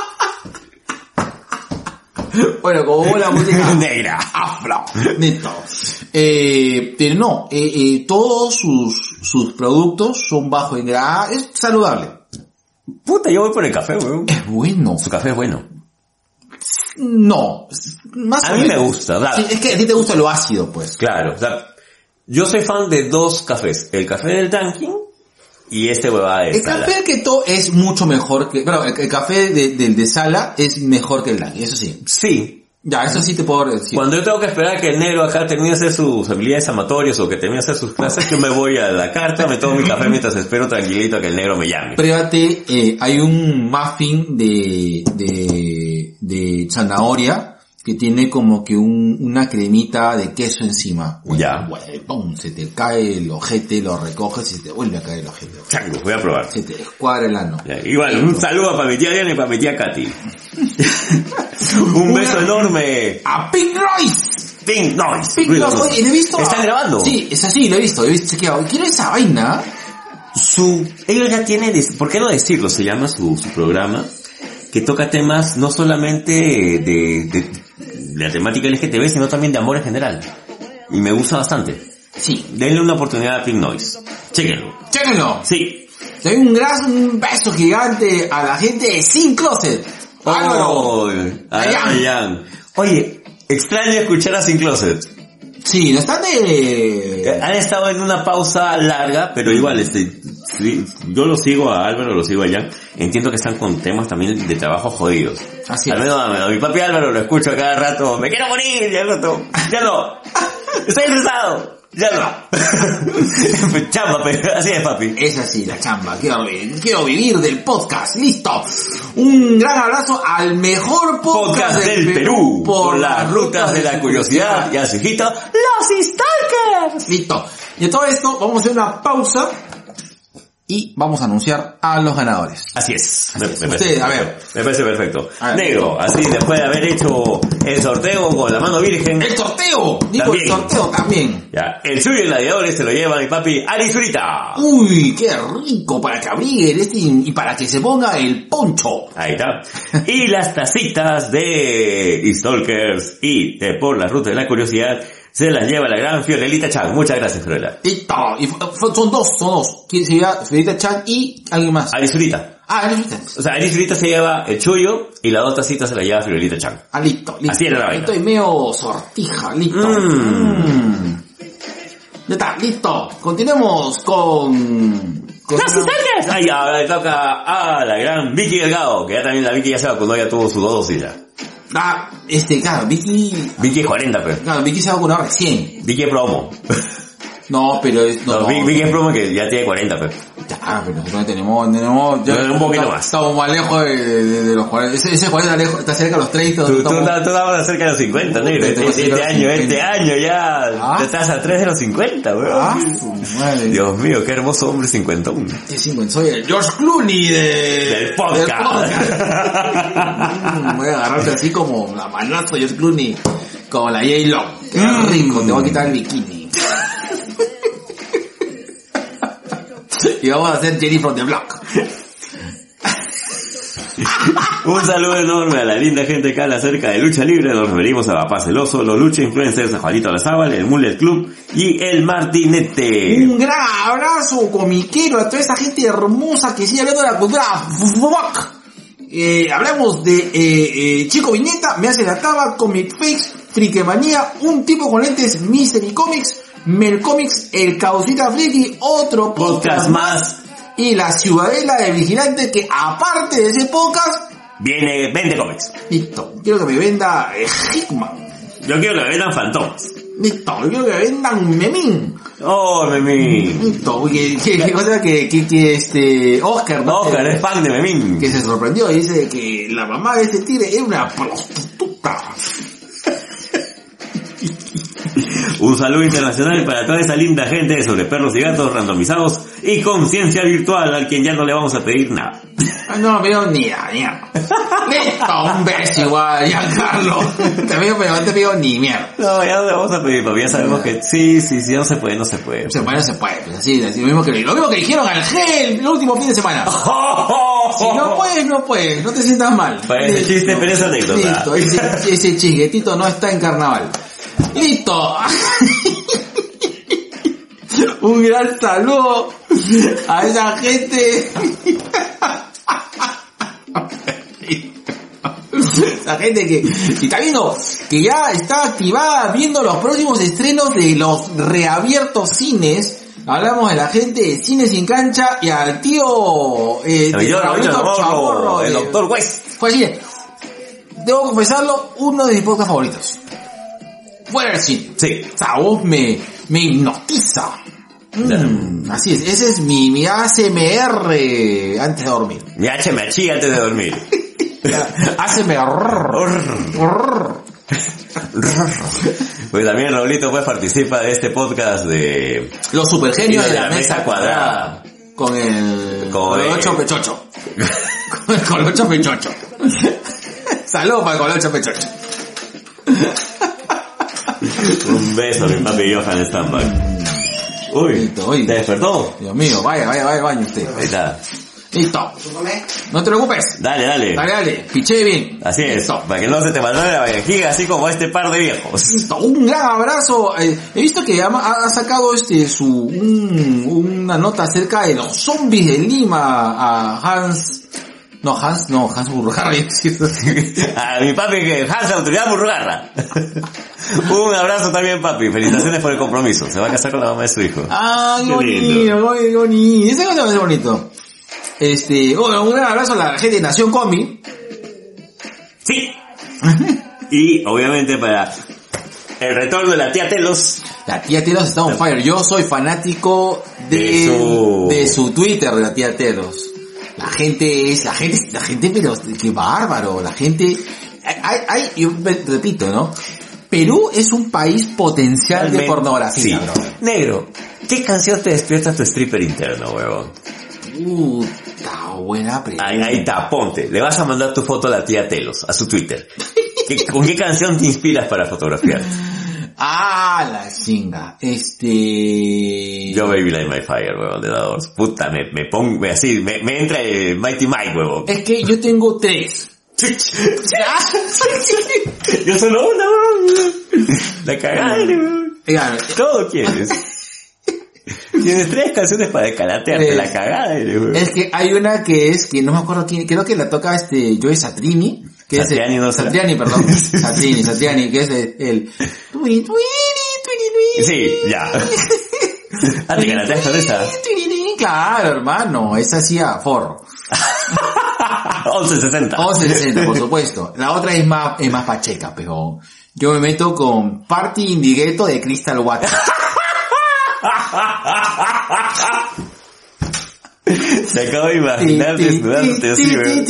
Speaker 2: Bueno, como la música
Speaker 3: Negra.
Speaker 2: afro. Listo. Eh, pero no, eh, eh, todos sus, sus productos son bajo en grasa, es saludable.
Speaker 3: Puta, yo voy por el café, weón.
Speaker 2: Es bueno.
Speaker 3: Su café es bueno.
Speaker 2: No, más
Speaker 3: A
Speaker 2: o
Speaker 3: mí me
Speaker 2: menos.
Speaker 3: gusta, ¿verdad?
Speaker 2: Sí, es que a ti te gusta lo ácido, pues.
Speaker 3: Claro, o sea, yo soy fan de dos cafés. El café del Dunkin' y este huevada de
Speaker 2: El
Speaker 3: Sala.
Speaker 2: café keto es mucho mejor que, pero el, el café de, del de Sala es mejor que el Dani, eso sí.
Speaker 3: Sí.
Speaker 2: Ya, eso sí te puedo decir.
Speaker 3: Cuando yo tengo que esperar que el negro acá termine de hacer sus habilidades amatorias o que termine de hacer sus clases, yo me voy a la carta, me tomo mi café mientras espero tranquilito a que el negro me llame.
Speaker 2: Pruébate, eh, hay un muffin de, de, de zanahoria que tiene como que un, una cremita de queso encima.
Speaker 3: Ya.
Speaker 2: Huevón, se te cae el ojete, lo recoges y se te vuelve a caer el ojete.
Speaker 3: Chango, voy a probar.
Speaker 2: Se te descuadra el ano.
Speaker 3: Ya, igual, un saludo para mi tía Diana y para mi tía Katy. Un beso enorme.
Speaker 2: ¡A Pink Noise!
Speaker 3: Pink Noise.
Speaker 2: Pink
Speaker 3: Ruido
Speaker 2: Noise,
Speaker 3: Noise.
Speaker 2: oye, ¿lo he visto?
Speaker 3: ¿Están grabando?
Speaker 2: Sí, es así, lo he visto, lo he visto, chequeado. Quiero esa vaina.
Speaker 3: Su, ellos ya tienen, ¿por qué no decirlo? Se llama su, su programa, que toca temas no solamente de, de, de la temática L G T B, sino también de amor en general. Y me gusta bastante.
Speaker 2: Sí.
Speaker 3: Denle una oportunidad a Pink Noise. Chéquenlo.
Speaker 2: Chéquenlo.
Speaker 3: Sí.
Speaker 2: Le doy un gran un beso gigante a la gente de Sin Closet. Álvaro.
Speaker 3: Oh,
Speaker 2: Dayan.
Speaker 3: Dayan. Oye, extraño escuchar a Sin Closet.
Speaker 2: Sí, no están de...
Speaker 3: Eh, Han estado en una pausa larga, pero igual, este, sí, yo lo sigo a Álvaro, lo sigo a Jan. Entiendo que están con temas también de trabajo jodidos.
Speaker 2: Así
Speaker 3: Al
Speaker 2: es.
Speaker 3: menos a, a mi papi Álvaro lo escucho a cada rato. Me quiero morir, ya no, ya no. Estoy estresado. Ya no. Chamba, pero así es, papi.
Speaker 2: Es así, la chamba. Quiero, quiero vivir del podcast. Listo. Un gran abrazo al mejor podcast,
Speaker 3: Podcast del Perú. Por las rutas de la curiosidad. Y a su hijito, los Stalkers.
Speaker 2: Listo. Y a todo esto, vamos a hacer una pausa y vamos a anunciar a los ganadores.
Speaker 3: Así es.
Speaker 2: Así
Speaker 3: Me,
Speaker 2: es.
Speaker 3: me
Speaker 2: Usted,
Speaker 3: parece,
Speaker 2: a ver.
Speaker 3: Me parece perfecto.
Speaker 2: A ver.
Speaker 3: Negro, así después de haber hecho el sorteo con la mano virgen.
Speaker 2: El sorteo. Digo,
Speaker 3: También.
Speaker 2: el sorteo también.
Speaker 3: Ya, el suyo y el gladiadores se lo lleva mi papi Ari Zurita.
Speaker 2: Uy, qué rico para que abrigue este y para que se ponga el poncho.
Speaker 3: Ahí está. Y las tacitas de Stalkers y de Por la Ruta de la Curiosidad se las lleva la gran Fiorelita Chan. Muchas gracias, Fiorella.
Speaker 2: Listo. Y fu- fu- son dos, son dos. ¿Quién se lleva? Federica Chan y alguien más.
Speaker 3: Ari Zurita.
Speaker 2: Ah, listo.
Speaker 3: O sea, Ari Zurita se lleva el chuyo y las dos tacitas se las lleva Fiorelita Chan.
Speaker 2: Ah, listo, listo.
Speaker 3: Así era la vaina.
Speaker 2: Estoy medio sortija, listo.
Speaker 3: Mm.
Speaker 2: Mm. Ya está, listo. Continuemos con... con
Speaker 3: ¡Los Stalkers! Ahí ahora le toca a la gran Vicky Delgado, que ya también la Vicky ya se vacunó, ya tuvo su dosis ya.
Speaker 2: Ah, este, claro, Vicky...
Speaker 3: Vicky es cuarenta, pero.
Speaker 2: Claro, Vicky se ha vacunado recién.
Speaker 3: Vicky es promo.
Speaker 2: No, pero es... No,
Speaker 3: No,
Speaker 2: no,
Speaker 3: Vicky, Vicky es promo que ya tiene cuarenta, pero.
Speaker 2: Ya, pero nosotros tenemos... tenemos ya,
Speaker 3: No, un poquito más.
Speaker 2: Estamos más lejos de, de, de los cuarenta. Ese, ese cuarenta está, lejos, está cerca de los treinta.
Speaker 3: Tú, tú,
Speaker 2: estamos-
Speaker 3: estás- tú estabas cerca de los cincuenta, negro.
Speaker 2: Este,
Speaker 3: Este, este
Speaker 2: los
Speaker 3: año,
Speaker 2: cincuenta.
Speaker 3: este año ya.
Speaker 2: Ah.
Speaker 3: Te estás a tres de los cincuenta, weón.
Speaker 2: Ah, su madre.
Speaker 3: Dios mío, qué hermoso hombre cincuenta y uno.
Speaker 2: Qué cincuenta, soy el George Clooney de...
Speaker 3: Del podcast.
Speaker 2: Mm, voy a agarrarte así como la manazo George Clooney con la J-Lo. Qué rico, te voy a quitar el bikini. Y vamos a hacer Jenny from the Block.
Speaker 3: Un saludo enorme a la linda gente que habla acerca de lucha libre. Nos referimos a Papá Celoso, los lucha influencers, a Juanito Lazábal, el Mullet Club y el Martinete.
Speaker 2: Un gran abrazo comiquero a toda esa gente hermosa que sigue hablando de la cultura rock. Eh, hablamos de eh, eh, Chico Viñeta, Me Hace la Taba, Comic Fakes, Friquemanía, Un Tipo con Lentes, Mystery Comics, Melcomics, El Causita Friki, otro podcast,
Speaker 3: Podcast más.
Speaker 2: y La Ciudadela de Vigilante, que aparte de ese podcast,
Speaker 3: Viene veinte cómics.
Speaker 2: listo, quiero que me venda eh, Hickman,
Speaker 3: Yo quiero que me vendan Fantomas.
Speaker 2: listo, quiero que me vendan Memín,
Speaker 3: Oh, Memín.
Speaker 2: listo, que, que, que cosa que, que, que este, Oscar, ¿no?
Speaker 3: Oscar
Speaker 2: Eh,
Speaker 3: es fan de Memín.
Speaker 2: que se sorprendió y dice que la mamá de ese tigre es una prostituta.
Speaker 3: Un saludo internacional para toda esa linda gente de Sobre Perros y Gatos randomizados y Conciencia Virtual, al quien ya no le vamos a pedir nada.
Speaker 2: Ah, no, pero ni mierda. Listo, un beso igual, Giancarlo. Te pido, pero no te pido ni mierda.
Speaker 3: No, ya no le vamos a pedir, papi. Ya sabemos que sí, sí, sí, no se puede, no se puede.
Speaker 2: Se puede, no se puede, pues así, así lo mismo que lo mismo que dijeron al G el último fin de semana. Si no puedes, no puedes, no te sientas mal.
Speaker 3: Para ese chiste, pero esa anécdota.
Speaker 2: Listo, ese, ese chisguetito no está en carnaval. Listo. Un gran saludo a esa gente. La gente que, que está viendo, que ya está activada viendo los próximos estrenos de los reabiertos cines. Hablamos de la gente de Cine Sin Cancha y al tío eh, de
Speaker 3: Yo,
Speaker 2: Raulito
Speaker 3: Chaborro,
Speaker 2: Chaborro,
Speaker 3: el
Speaker 2: de-
Speaker 3: doctor West.
Speaker 2: Fue así, debo confesarlo, uno de mis podcasts favoritos. Fuera del cine.
Speaker 3: Sí.
Speaker 2: Esa voz me, me hipnotiza. Mm, así es, ese es mi, mi A S M R antes de dormir.
Speaker 3: Mi H me achí antes de dormir.
Speaker 2: A S M R.
Speaker 3: Pues también Raulito pues participa de este podcast de
Speaker 2: Los supergenios de la, mesa cuadrada.
Speaker 3: cuadrada.
Speaker 2: Con el...
Speaker 3: Con
Speaker 2: Con el
Speaker 3: el-
Speaker 2: ocho pechocho. Con el colocho pechocho. Saludos para el colocho pechocho.
Speaker 3: Un beso a mi papi Johan Stambach. Uy,
Speaker 2: Listo, uy.
Speaker 3: ¿te despertó?
Speaker 2: Dios mío, vaya, vaya, vaya, baño usted.
Speaker 3: Ahí está.
Speaker 2: Listo. No te preocupes.
Speaker 3: Dale, dale.
Speaker 2: Dale, dale. Piché bien.
Speaker 3: Así es,
Speaker 2: Listo.
Speaker 3: para que no se te maltrate la vejiga, así como este par de viejos.
Speaker 2: Listo. Un gran abrazo. Eh, he visto que ha, ha sacado este su un, una nota acerca de los zombies de Lima a Hans. No, Hans, no, Hans Burgarra.
Speaker 3: A mi papi que Hans Autoridad Burgarra. Un abrazo también, papi. Felicitaciones por el compromiso. Se va a casar con la mamá de su hijo.
Speaker 2: Ah, qué
Speaker 3: Qué
Speaker 2: bonito,
Speaker 3: lindo.
Speaker 2: qué bonito. Ese cosa va a ser bonito. Este, bueno, un gran abrazo a la gente de Nación Comi.
Speaker 3: Sí. Y obviamente para el retorno de la tía Telos.
Speaker 2: La tía Telos está on fire. Yo soy fanático de,
Speaker 3: De su-
Speaker 2: de su Twitter de la tía Telos. La gente es, la gente, la gente, pero qué bárbaro. La gente, hay, hay, yo repito, ¿no? Perú es un país potencial de
Speaker 3: Realmente,
Speaker 2: pornografía,
Speaker 3: sí.
Speaker 2: bro.
Speaker 3: Negro, ¿qué canción te despierta tu stripper interno, huevón?
Speaker 2: Puta, buena pregunta.
Speaker 3: Ahí, ahí está, ponte. Le vas a mandar tu foto a la tía Telos, a su Twitter. ¿Qué- ¿Con qué canción te inspiras para fotografiar?
Speaker 2: Ah, la chinga. Este...
Speaker 3: Yo Baby Light My Fire, huevón, de la Doors. Puta, me, me pongo así, me, me entra el Mighty Mike, huevón.
Speaker 2: Es que yo tengo tres.
Speaker 3: Yo solo una, huevón. La cagada, huevón.
Speaker 2: Claro,
Speaker 3: Todo quieres. Tienes tres canciones para descalatearte,
Speaker 2: Tres.
Speaker 3: la cagada, huevón.
Speaker 2: es que hay una que es, que no me acuerdo quién, creo que la toca este Joey Satrini. Que
Speaker 3: Satriani,
Speaker 2: es el,
Speaker 3: ¿no será?
Speaker 2: Satriani, perdón. Satrini, Satriani, que es el... el Twini, twini, twini, twini.
Speaker 3: Sí, ya. Ah, te calateas con esa.
Speaker 2: Claro, hermano, esa sí a forro.
Speaker 3: once sesenta.
Speaker 2: once sesenta, por supuesto. La otra es más, es más pacheca, pero yo me meto con Party Indigueto de Crystal Water.
Speaker 3: Se acabo de imaginar desnudándote así, weón.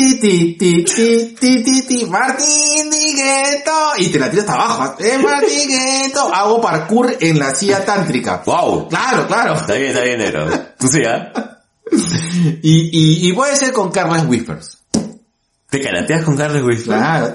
Speaker 2: Martín Digueto. Y te la tiras hasta abajo. Eh, Martín Digueto. Hago parkour en la silla tántrica.
Speaker 3: Wow.
Speaker 2: Claro, claro.
Speaker 3: Está bien, está bien, negro. Tú sí, ¿ah?
Speaker 2: Y, y, y puede ser con Carlos Whispers.
Speaker 3: Te calateas con Carlos Winston.
Speaker 2: Claro.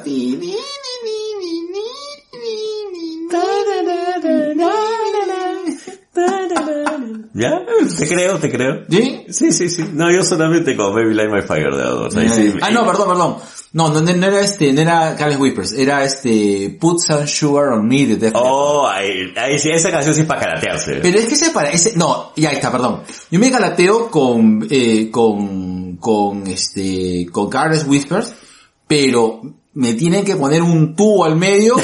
Speaker 3: ¿Ya? Te creo, te creo.
Speaker 2: ¿Sí?
Speaker 3: Sí, sí, sí. No, yo solamente con Baby Light My Fire de Adors. Ahí sí.
Speaker 2: Ah, no, perdón, perdón. No, no, no era este, no era Carlos Whispers, era este Put Some Sugar on Me de Def Leppard.
Speaker 3: Oh, ahí, ahí sí, esa canción sí es para calatearse.
Speaker 2: Pero es que ese para ese, no, ya está, perdón. Yo me galateo con, eh, con, con este, con Carlos Whispers, pero me tienen que poner un tubo al medio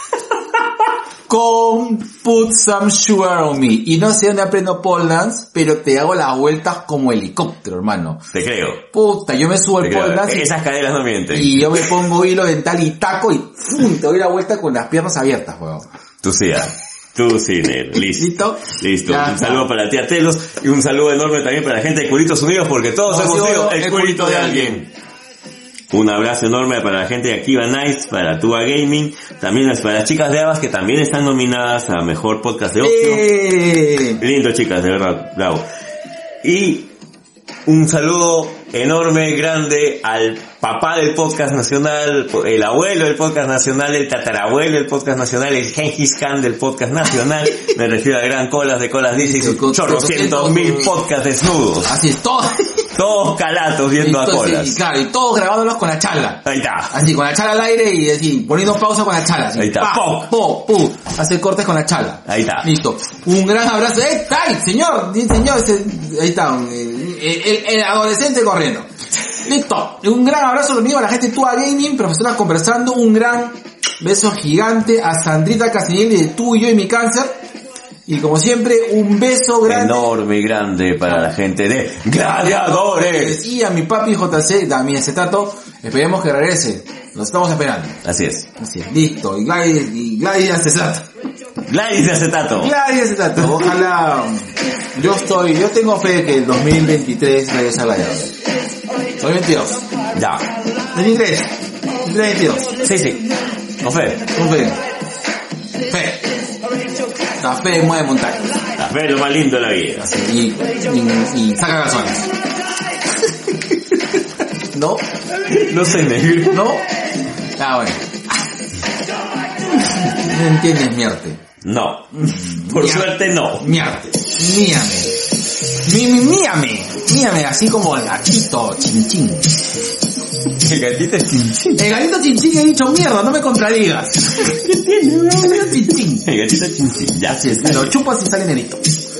Speaker 2: con Put Some Sugar on Me. Y no sé dónde aprendo pole dance, pero te hago las vueltas como helicóptero, hermano.
Speaker 3: Te creo.
Speaker 2: Puta, yo me subo al
Speaker 3: Te
Speaker 2: pole
Speaker 3: creo.
Speaker 2: dance y,
Speaker 3: Esas caderas no mienten.
Speaker 2: y yo me pongo hilo dental y taco y ¡fum! Te doy la vuelta con las piernas abiertas, weón.
Speaker 3: Tú sí, ¿ah? Tú sí, negro. Listo.
Speaker 2: ¿Listo?
Speaker 3: Listo.
Speaker 2: Ya
Speaker 3: Un
Speaker 2: está.
Speaker 3: saludo para la tía Telos y un saludo enorme también para la gente de Curitos Unidos porque todos
Speaker 2: Todos
Speaker 3: hemos
Speaker 2: hemos
Speaker 3: sido
Speaker 2: sido
Speaker 3: el curito de alguien. Un abrazo enorme para la gente de Akiva Nights, para Tua Gaming, también para las chicas de Abas que también están nominadas a Mejor Podcast de Ocio.
Speaker 2: ¡Eh!
Speaker 3: Lindo, chicas, de verdad, bravo. Y un saludo enorme, grande al papá del podcast nacional, el abuelo del podcast nacional, el tatarabuelo del podcast nacional, el Gengis Khan del podcast nacional. Me refiero a Gran Colas de Colas Dice y sus
Speaker 2: Con-
Speaker 3: chorrocientos mil podcasts desnudos.
Speaker 2: Así es, todo.
Speaker 3: Todos calatos viendo a
Speaker 2: Entonces,
Speaker 3: Colas.
Speaker 2: y claro, y todos grabándolos con la chala.
Speaker 3: Ahí está.
Speaker 2: Así, con la chala al aire y así, poniendo pausa con la chala. Así,
Speaker 3: Ahí está.
Speaker 2: Pa,
Speaker 3: Pop.
Speaker 2: po, pu, hacer cortes con la chala.
Speaker 3: Ahí está.
Speaker 2: Listo. Un gran abrazo. ¡Eh, ay, señor! Señor, ese- ahí está. El, el- el adolescente corriendo. Listo. Un gran abrazo lo mío a la gente de Tua Gaming, profesora conversando. Un gran beso gigante a Sandrita Casinelli de Tú y Yo y Mi Cáncer. Y como siempre, un beso grande.
Speaker 3: Enorme y grande para la gente de Gladiadores.
Speaker 2: Y a mi papi J C, a mi acetato, esperemos que regrese. Lo estamos esperando.
Speaker 3: Así es.
Speaker 2: Así es, listo. Y Gladys, y Gladys acetato.
Speaker 3: Gladys de acetato.
Speaker 2: Gladys acetato. Ojalá. Yo estoy, yo tengo fe de que el dos mil veintitrés regresa a Gladiadores. dos mil veintidós.
Speaker 3: Ya.
Speaker 2: veintitrés. dos mil veintidós.
Speaker 3: Sí, sí. Con fe.
Speaker 2: Con fe. Fe. La fe mueve montañas.
Speaker 3: A ver lo más lindo de la vida.
Speaker 2: Y, y, y saca calzones. ¿No?
Speaker 3: No sé, negro.
Speaker 2: ¿No? Ah, bueno. No entiendes mi arte.
Speaker 3: No. Por
Speaker 2: Mi
Speaker 3: suerte no.
Speaker 2: Mi arte. Míame. Mi, mi, míame. Míame, así como el gatito chinchín.
Speaker 3: El gatito es chinchín.
Speaker 2: El gatito chinchín he dicho mierda, no me contradigas. ¿Qué tiene? El gatito chinchín.
Speaker 3: El gatito es chinchín. Ya.
Speaker 2: Así es, lo chupas y sale negrito.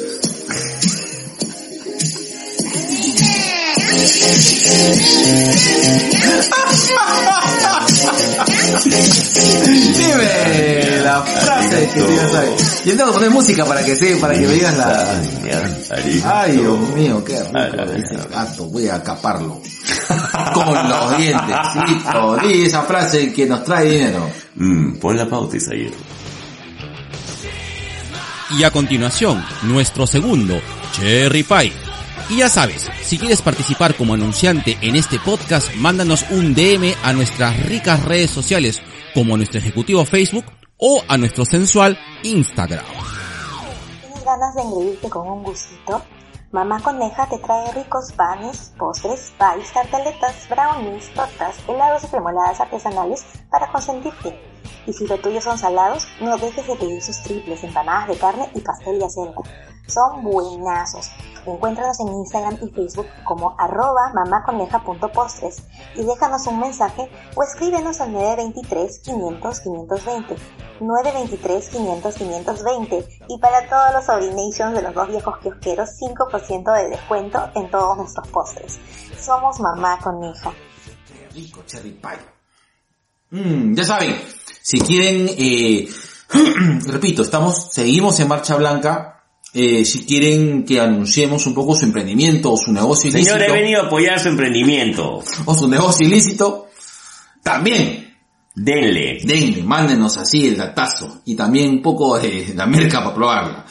Speaker 2: Dime la frase que tú ya sabes. Yo tengo que poner música para que se, para que me digas la... Ay, Dios mío, qué rico ese gato, voy a acaparlo. Con los dientes, listo. Di esa frase que nos trae dinero.
Speaker 3: Mm, pon la pauta, Isaías.
Speaker 4: Y a continuación, nuestro segundo, Cherry Pie. Y ya sabes, si quieres participar como anunciante en este podcast, mándanos un D M a nuestras ricas redes sociales, como nuestro ejecutivo Facebook o a nuestro sensual Instagram.
Speaker 7: ¿Tienes ganas de engreírte con un gustito? Mamá Coneja te trae ricos panes, postres, pies, tartaletas, brownies, tortas, helados y cremoladas artesanales para consentirte. Y si lo tuyo son salados, no dejes de pedir sus triples, empanadas de carne y pastel de acelga. Son buenazos. Encuéntranos en Instagram y Facebook como arroba mamaconeja.postres y déjanos un mensaje o escríbenos al nueve dos tres, quinientos, quinientos veinte. nueve dos tres, quinientos, quinientos veinte. Y para todos los Sobrinations de los dos viejos kiosqueros, cinco por ciento de descuento en todos nuestros postres. Somos Mamá Coneja.
Speaker 2: Qué rico, Cherry Pie. Mm, ya saben, si quieren, eh, repito, estamos, seguimos en Marcha Blanca. Eh, si quieren que anunciemos un poco su emprendimiento o su negocio ilícito.
Speaker 3: Señor, he venido a apoyar su emprendimiento.
Speaker 2: O su negocio ilícito. También.
Speaker 3: Denle.
Speaker 2: Denle, mándenos así el datazo. Y también un poco de la merca para probarla.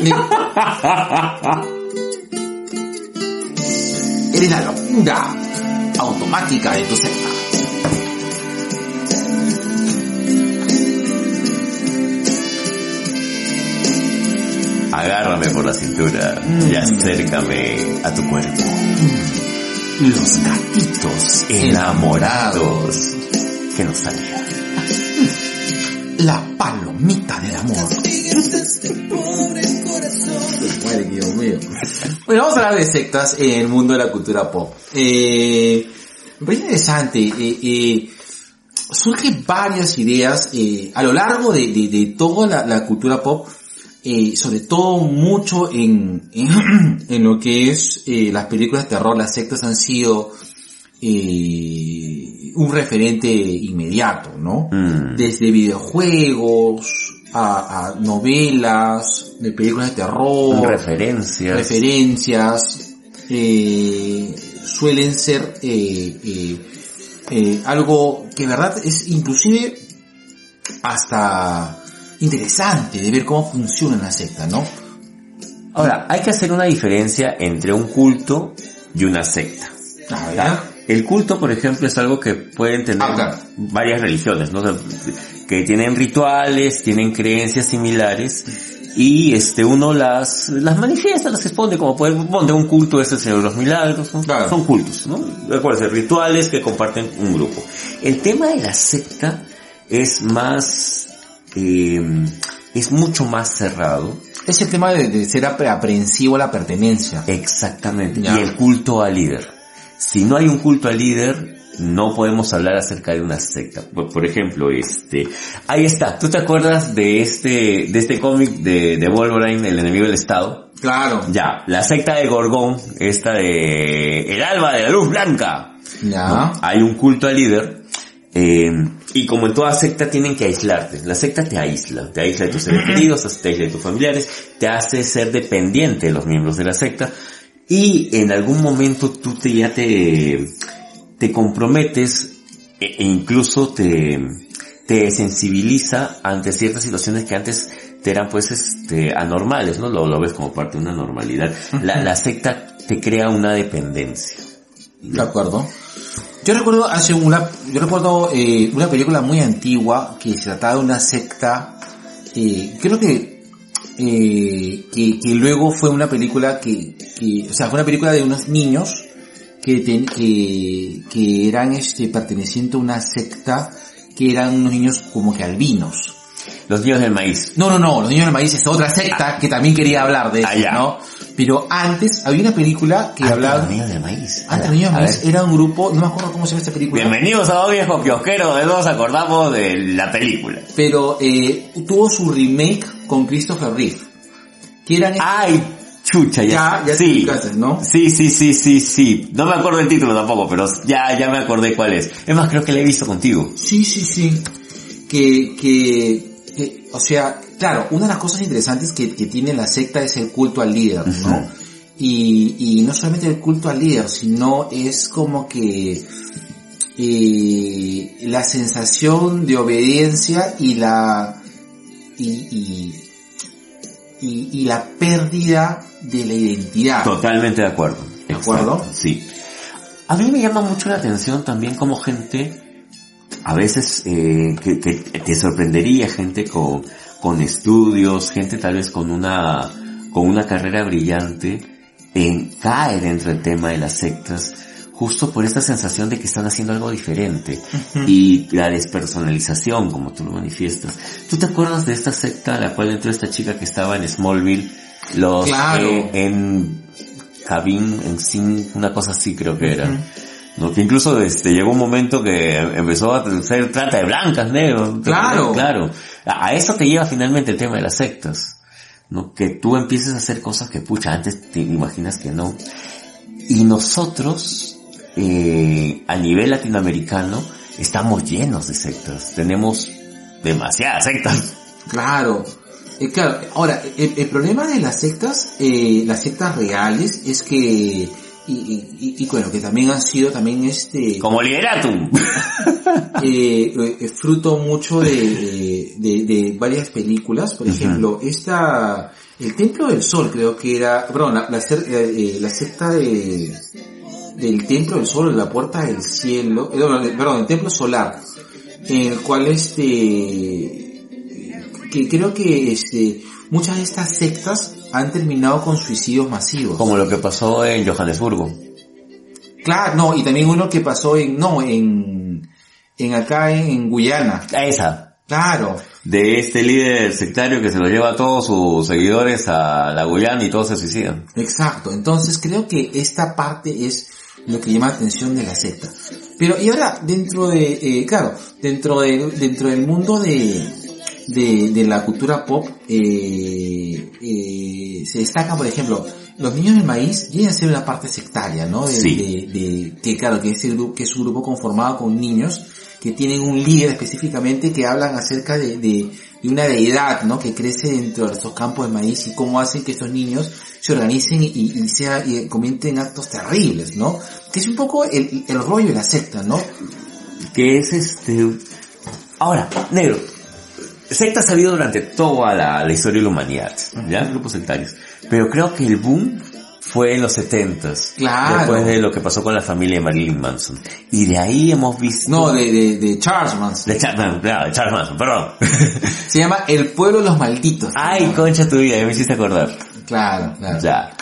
Speaker 2: Eres la locura automática de tu secta.
Speaker 3: Agárrame por la cintura mm. y acércame a tu cuerpo.
Speaker 2: Mm. Los gatitos enamorados.
Speaker 3: Qué nostalgia.
Speaker 2: La palomita del amor. Madre, Dios mío. Bueno, vamos a hablar de sectas en el mundo de la cultura pop. Eh, me parece interesante. Eh, eh, surgen varias ideas eh, a lo largo de, de, de toda la, la cultura pop. Eh, sobre todo mucho en, en, en lo que es eh, las películas de terror. Las sectas han sido eh, un referente inmediato, ¿no? Mm. Desde videojuegos a, a novelas, de películas de terror,
Speaker 3: referencias,
Speaker 2: referencias eh, suelen ser eh, eh, eh, algo que en verdad es inclusive hasta interesante de ver cómo funciona una secta, ¿no?
Speaker 3: Ahora, hay que hacer una diferencia entre un culto y una secta.
Speaker 2: A ver.
Speaker 3: El culto, por ejemplo, es algo que pueden tener ah, claro. varias religiones, ¿no? O sea, que tienen rituales, tienen creencias similares y este uno las las manifiesta, las expone, como puede poner un culto es el Señor de los Milagros, ¿no? Claro. Son cultos, ¿no? Pueden ser rituales que comparten un grupo. El tema de la secta es más Eh, es mucho más cerrado.
Speaker 2: Es el tema de, de ser aprensivo a la pertenencia.
Speaker 3: Exactamente. Ya. Y el culto al líder. Si no hay un culto al líder, no podemos hablar acerca de una secta. Por, por ejemplo, este, ahí está. ¿Tú te acuerdas de este, de este cómic de, de Wolverine, el enemigo del Estado?
Speaker 2: Claro.
Speaker 3: Ya. La secta de Gorgón, esta de el alba de la luz blanca.
Speaker 2: Ya.
Speaker 3: ¿No? Hay un culto al líder. Eh, y como en toda secta tienen que aislarte. La secta te aísla, te aísla de tus seres queridos, te aísla de tus familiares, te hace ser dependiente de los miembros de la secta y en algún momento tú te ya te te comprometes e, e incluso te te sensibiliza ante ciertas situaciones que antes te eran pues este anormales, ¿no? Lo, lo ves como parte de una normalidad. La, la secta te crea una dependencia.
Speaker 2: De acuerdo. Yo recuerdo hace una, yo recuerdo eh, una película muy antigua que se trataba de una secta, eh, creo que, eh, que, que luego fue una película que, que, o sea, fue una película de unos niños que, ten, que, que eran este, pertenecientes a una secta que eran unos niños como que albinos.
Speaker 3: Los niños del maíz.
Speaker 2: No, no, no, los niños del maíz es otra secta ah. que también quería hablar de eso, ah, ¿no? Pero antes había una película que
Speaker 3: antes
Speaker 2: hablaba...
Speaker 3: Los niños del maíz.
Speaker 2: Antes los niños del maíz era un grupo, no me acuerdo cómo se llama esta película.
Speaker 3: Bienvenidos a Dos Viejos Kiosqueros, de nos acordamos de la película.
Speaker 2: Pero eh, tuvo su remake con Christopher Reeve. Que eran...
Speaker 3: ¡Ay! Chucha, ya,
Speaker 2: ya, ya
Speaker 3: sí,
Speaker 2: te ¿no?
Speaker 3: Sí, sí, sí, sí, sí. No me acuerdo el título tampoco, pero ya, ya me acordé cuál es. Es más, creo que la he visto contigo.
Speaker 2: Sí, sí, sí. Que, que, que o sea, claro, una de las cosas interesantes que, que tiene la secta es el culto al líder, ¿no? Uh-huh. Y, y no solamente el culto al líder, sino es como que eh, la sensación de obediencia y la y, y y, y la pérdida de la identidad.
Speaker 3: Totalmente de acuerdo.
Speaker 2: ¿De acuerdo?
Speaker 3: Exacto, sí. A mí me llama mucho la atención también como gente, a veces eh, que, que te sorprendería, gente con, con estudios, gente tal vez con una, con una carrera brillante, en caer dentro del tema de las sectas, justo por esta sensación de que están haciendo algo diferente. Uh-huh. Y la despersonalización, como tú lo manifiestas. ¿Tú te acuerdas de esta secta a la cual entró esta chica que estaba en Smallville? Los,
Speaker 2: claro.
Speaker 3: eh, en Cabin, en Sin, una cosa así creo que era. Uh-huh. ¿No? Que incluso este, llegó un momento que empezó a ser trata de blancas, negro.
Speaker 2: Claro.
Speaker 3: Claro. A, a eso te lleva finalmente el tema de las sectas. ¿No? Que tú empieces a hacer cosas que, pucha, antes te imaginas que no. Y nosotros, eh, a nivel latinoamericano, estamos llenos de sectas. Tenemos demasiadas sectas.
Speaker 2: Claro. Eh, claro. Ahora, el, el problema de las sectas, eh, las sectas reales, es que, y, y, y bueno, que también han sido también este...
Speaker 3: Como Lideratum.
Speaker 2: eh, eh, fruto mucho de, de, de varias películas. Por ejemplo, uh-huh. esta, el Templo del Sol creo que era, perdón, la, la, eh, la secta de, del Templo del Sol, la Puerta del Cielo, eh, perdón, el Templo Solar, en el cual este, que creo que este, muchas de estas sectas han terminado con suicidios masivos.
Speaker 3: Como lo que pasó en Johannesburgo.
Speaker 2: Claro, no, y también uno que pasó en, no, en, en acá en, en Guyana.
Speaker 3: Esa.
Speaker 2: Claro.
Speaker 3: De este líder sectario que se lo lleva a todos sus seguidores a la Guyana y todos se suicidan.
Speaker 2: Exacto. Entonces creo que esta parte es lo que llama la atención de la secta. Pero, y ahora, dentro de, eh, claro, dentro de, dentro del mundo de, de, de la cultura pop, eh, eh, se destaca, por ejemplo, los niños del maíz llegan a ser una parte sectaria, ¿no? De,
Speaker 3: sí.
Speaker 2: de, de, que claro, que es, el grupo, que es un grupo conformado con niños que tienen un líder específicamente que hablan acerca de, de, de una deidad, ¿no? Que crece dentro de estos campos de maíz y cómo hacen que estos niños se organicen y, y, sea, y cometen actos terribles, ¿no? Que es un poco el, el rollo de la secta, ¿no?
Speaker 3: Que es este... Ahora, negro, sectas ha habido durante toda la, la historia de la humanidad, ¿ya? Grupos sectarios. Pero creo que el boom fue en los setentas.
Speaker 2: Claro.
Speaker 3: Después de lo que pasó con la familia de Marilyn Manson. Y de ahí hemos visto...
Speaker 2: No, de, de, de Charles Manson.
Speaker 3: De, Char no, de Charles Manson, perdón.
Speaker 2: Se llama El Pueblo de los Malditos.
Speaker 3: Ay, ¿no? Concha tu vida, ya me hiciste acordar.
Speaker 2: Claro, claro.
Speaker 3: Ya.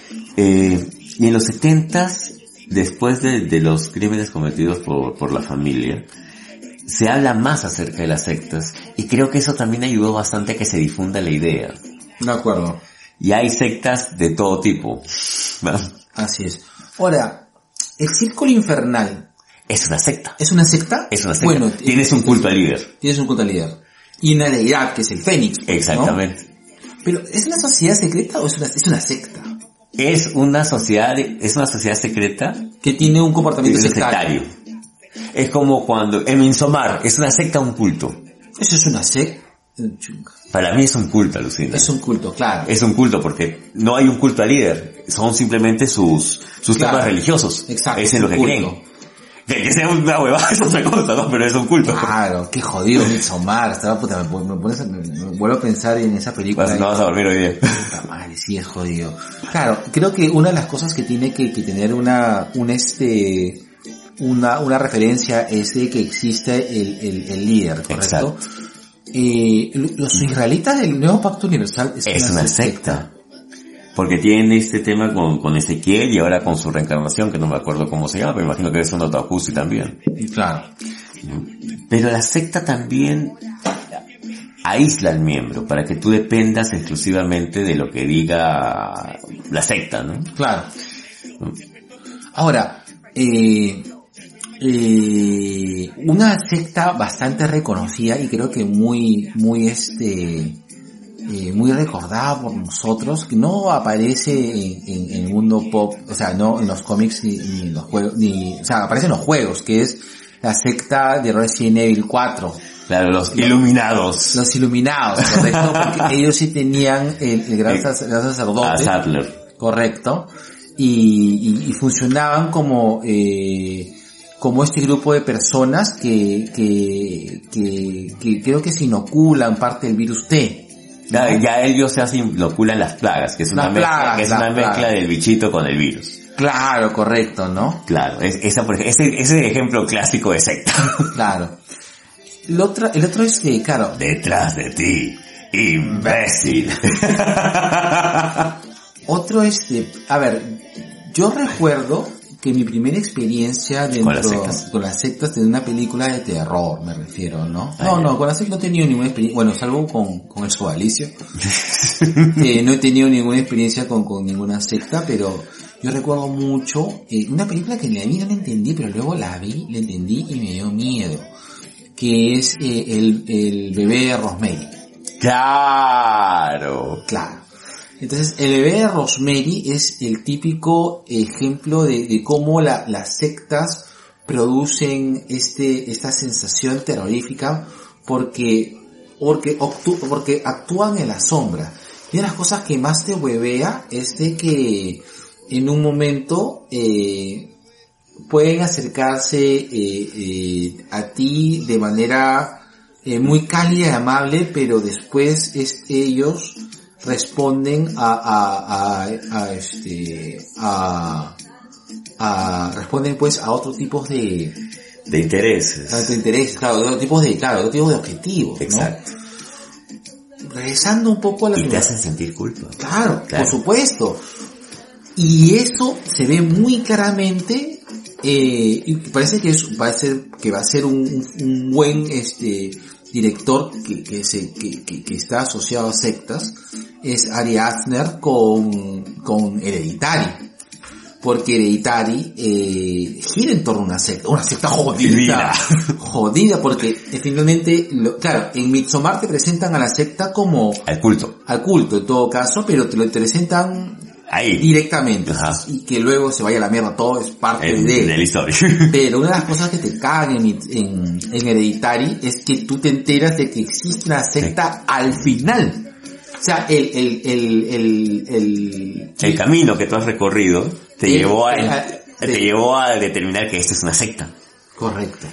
Speaker 3: Eh, y en los setentas, después de, de los crímenes cometidos por, por la familia, se habla más acerca de las sectas. Y creo que eso también ayudó bastante a que se difunda la idea.
Speaker 2: De acuerdo.
Speaker 3: Y hay sectas de todo tipo. ¿No?
Speaker 2: Así es. Ahora, el Círculo Infernal...
Speaker 3: Es una secta.
Speaker 2: ¿Es una secta?
Speaker 3: Es una secta.
Speaker 2: Bueno,
Speaker 3: tienes un culto al líder.
Speaker 2: Tienes un culto al líder. Y una deidad que es el Fénix.
Speaker 3: Exactamente.
Speaker 2: ¿No? Pero, ¿es una sociedad secreta o es una, es una secta?
Speaker 3: Es una sociedad, es una sociedad secreta.
Speaker 2: Que tiene un comportamiento sectario.
Speaker 3: sectario. Es como cuando, en Insomar, es una secta o un culto.
Speaker 2: Eso es una secta.
Speaker 3: Para mí es un culto, alucina.
Speaker 2: Es un culto, claro.
Speaker 3: Es un culto porque no hay un culto al líder, son simplemente sus sus
Speaker 2: claro.
Speaker 3: temas religiosos.
Speaker 2: Exacto.
Speaker 3: Es en lo que
Speaker 2: culto.
Speaker 3: creen. Que, que sea una huevada es otra cosa, ¿no? Pero es un culto.
Speaker 2: Claro, qué jodido Midsommar. Estaba puta, me, me, pones, me, me vuelvo a pensar en esa película.
Speaker 3: Vas, no vas a dormir hoy día.
Speaker 2: Puta madre, sí es jodido. Claro, creo que una de las cosas que tiene que, que tener una, un este, una, una referencia es de que existe el, el, el líder, ¿correcto?
Speaker 3: Exacto.
Speaker 2: Eh, los israelitas del Nuevo Pacto Universal es,
Speaker 3: es
Speaker 2: una,
Speaker 3: una secta. secta. Porque tienen este tema con, con Ezequiel y ahora con su reencarnación, que no me acuerdo cómo se llama, pero imagino que es un Otakusi también.
Speaker 2: Claro.
Speaker 3: Pero la secta también aísla al miembro para que tú dependas exclusivamente de lo que diga la secta, ¿no?
Speaker 2: Claro. Ahora, eh, eh, una secta bastante reconocida y creo que muy, muy este, eh, muy recordada por nosotros, que no aparece en, en, en el mundo pop, o sea, no en los cómics ni, ni en los juegos, ni, o sea, aparece en los juegos, que es la secta de Resident Evil cuatro.
Speaker 3: Claro, los iluminados.
Speaker 2: Los iluminados, correcto, porque ellos sí tenían el, el gran, sac, gran sacerdote.
Speaker 3: A Sattler.
Speaker 2: Correcto. Y, y, y funcionaban como, eh, como este grupo de personas que, que, que, que creo que se inoculan parte del virus T.
Speaker 3: Ya, ya ellos se hacen inoculan las plagas, que es una
Speaker 2: Las
Speaker 3: mezcla,
Speaker 2: plagas,
Speaker 3: que es
Speaker 2: las
Speaker 3: una mezcla
Speaker 2: plagas.
Speaker 3: del bichito con el virus.
Speaker 2: Claro, correcto, ¿no?
Speaker 3: Claro, es, esa, por ej- ese, ese ejemplo clásico de secta.
Speaker 2: Claro. El otro, el otro es que, claro,
Speaker 3: Detrás de ti, imbécil.
Speaker 2: otro es de, a ver, yo recuerdo que mi primera experiencia dentro,
Speaker 3: Con las sectas.
Speaker 2: con las sectas de una película de terror, me refiero, ¿no?
Speaker 3: Ah,
Speaker 2: no,
Speaker 3: ya.
Speaker 2: no, con las sectas no he tenido ninguna experiencia, bueno, salvo con, con el sodalicio. eh, no he tenido ninguna experiencia con, con ninguna secta, pero yo recuerdo mucho, eh, una película que la vi no la entendí, pero luego la vi, la entendí y me dio miedo, que es eh, el, el bebé de Rosemary.
Speaker 3: Claro.
Speaker 2: Claro. Entonces, el bebé de Rosemary es el típico ejemplo de, de cómo la, las sectas producen este, esta sensación terrorífica porque, porque, actú- porque actúan en la sombra. Y una de las cosas que más te huevea es de que en un momento, eh, pueden acercarse, eh, eh, a ti de manera, eh, muy cálida y amable, pero después es, ellos responden a, a, a, a este, a, a, responden pues a otros tipos de,
Speaker 3: De intereses.
Speaker 2: a otros intereses, claro, de otros tipos de, claro, de otros tipos de objetivos, ¿no?
Speaker 3: Exacto.
Speaker 2: Regresando un poco a la
Speaker 3: Y te
Speaker 2: primera-
Speaker 3: hacen sentir culpa.
Speaker 2: Claro,
Speaker 3: Claro.
Speaker 2: por supuesto. Y eso se ve muy claramente, eh, y parece que es, va a ser, que va a ser un, un- un buen, este, director que, que se, que, que, que está asociado a sectas, es Ari Aster con, con Hereditary. Porque Hereditary, eh, gira en torno a una secta, una secta jodida.
Speaker 3: Divina.
Speaker 2: Jodida, porque eh, finalmente, lo, claro, en Midsommar te presentan a la secta como,
Speaker 3: Al culto.
Speaker 2: al culto en todo caso, pero te lo presentan
Speaker 3: Ahí.
Speaker 2: directamente.
Speaker 3: Ajá.
Speaker 2: Y que luego se vaya a la mierda, todo es parte
Speaker 3: En-
Speaker 2: de...
Speaker 3: de la historia.
Speaker 2: Pero una de las cosas que te cagan en, en, en Hereditary es que tú te enteras de que existe una secta al final. O sea, el, el, el, el, el,
Speaker 3: El camino que tú has recorrido te
Speaker 2: El-
Speaker 3: llevó a,
Speaker 2: el-
Speaker 3: te
Speaker 2: sí.
Speaker 3: llevó a determinar que esto es una secta.
Speaker 2: Correcto.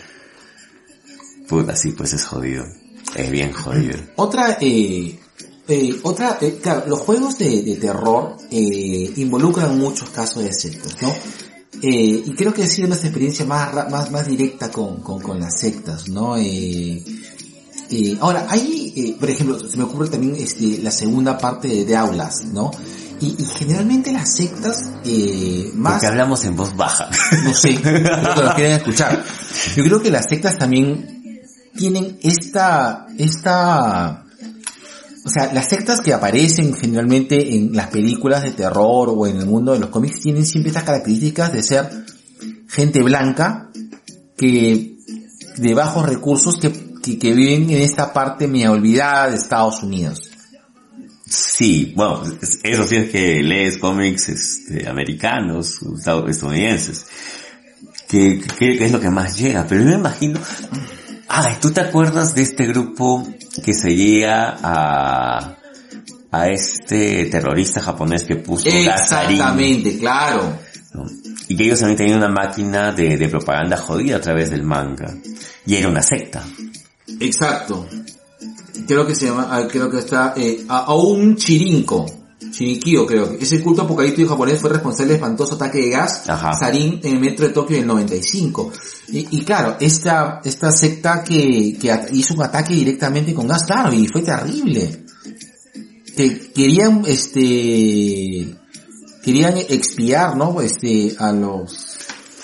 Speaker 3: Puta, sí, pues es jodido. Es bien jodido.
Speaker 2: Otra, eh, eh, otra, eh, claro, los juegos de, de terror, eh, involucran muchos casos de sectas, ¿no? Eh, y creo que ha sido nuestra experiencia más, ra- más, más directa con, con, con las sectas, ¿no? Eh, eh, ahora, hay, eh, por ejemplo, se me ocurre también, este, la segunda parte de The Outlast, ¿no? Y, y generalmente las sectas, eh, más...
Speaker 3: Porque hablamos en voz baja.
Speaker 2: No sé, creo que lo quieren escuchar. Yo creo que las sectas también tienen esta, esta, o sea, las sectas que aparecen generalmente en las películas de terror o en el mundo de los cómics tienen siempre estas características de ser gente blanca que, de bajos recursos que, que, que viven en esta parte media olvidada de Estados Unidos.
Speaker 3: Sí, bueno, eso sí es que lees cómics este, americanos, estadounidenses. Que, que, que es lo que más llega. Pero yo me imagino... Ay, ¿tú te acuerdas de este grupo que seguía a, a este terrorista japonés que puso Gazarin?
Speaker 2: Exactamente, claro.
Speaker 3: ¿No? Y que ellos también tenían una máquina de, de propaganda jodida a través del manga. Y era una secta.
Speaker 2: Exacto. Creo que se llama, ah, creo que está, eh, a, a un Chirinko, Chirinkyo creo que. Ese culto apocalíptico japonés fue responsable del espantoso ataque de gas,
Speaker 3: Ajá.
Speaker 2: Sarin, en el metro de Tokio en el noventa y cinco. Y, y claro, esta, esta secta que, que at- hizo un ataque directamente con gas, claro, y fue terrible. Que querían, este, querían expiar, ¿no? Este, a los,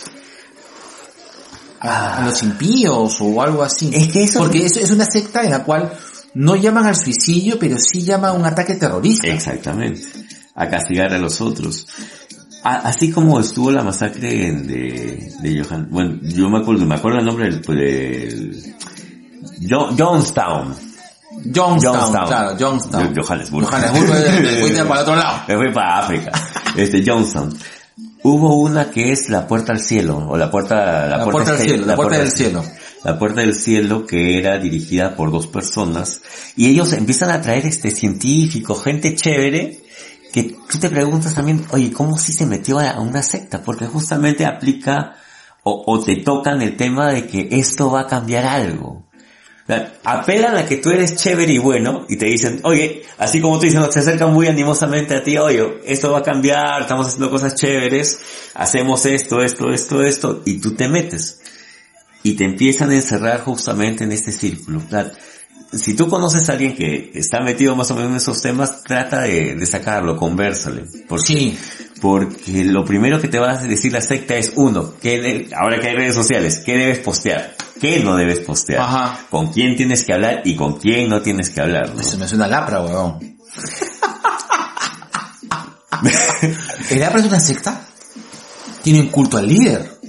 Speaker 2: a, a los impíos o algo así.
Speaker 3: Es que eso-
Speaker 2: Porque es, es una secta en la cual no llaman al suicidio, pero sí llaman a un ataque terrorista.
Speaker 3: Exactamente. A castigar a los otros. A- así como estuvo la masacre en- de, de Johan, bueno, yo me acuerdo, me acuerdo el nombre del, del Jo- Jonestown.
Speaker 2: Jonestown,
Speaker 3: Jonestown.
Speaker 2: claro, Jonestown.
Speaker 3: Jo- Johannesburgo.
Speaker 2: Johannesburgo, me fuiste para el otro lado.
Speaker 3: Me fui para África. Este, Jonestown. Hubo una que es la puerta al cielo, o la puerta, la,
Speaker 2: La puerta del
Speaker 3: este-
Speaker 2: cielo, la puerta del cielo.
Speaker 3: La puerta del cielo, que era dirigida por dos personas, y ellos empiezan a traer este científico, gente chévere, que tú te preguntas también, oye, ¿cómo si se metió a una secta? Porque justamente aplica, o, o te tocan el tema de que esto va a cambiar algo. Apelan a que tú eres chévere y bueno y te dicen, oye, así como tú dices, se acercan muy animosamente a ti, oye, esto va a cambiar, estamos haciendo cosas chéveres, hacemos esto, esto, esto, esto, y tú te metes. Y te empiezan a encerrar justamente en este círculo. Si tú conoces a alguien que está metido más o menos en esos temas, trata de, de sacarlo, convérsale. Porque,
Speaker 2: Sí.
Speaker 3: porque lo primero que te va a decir la secta es, uno, ¿qué de- ahora que hay redes sociales, ¿qué debes postear? ¿Qué no debes postear?
Speaker 2: Ajá.
Speaker 3: ¿Con quién tienes que hablar y con quién no tienes que hablar? ¿no?
Speaker 2: Eso me suena a lapra, weón. ¿El lapra es una secta? Tiene un culto al líder.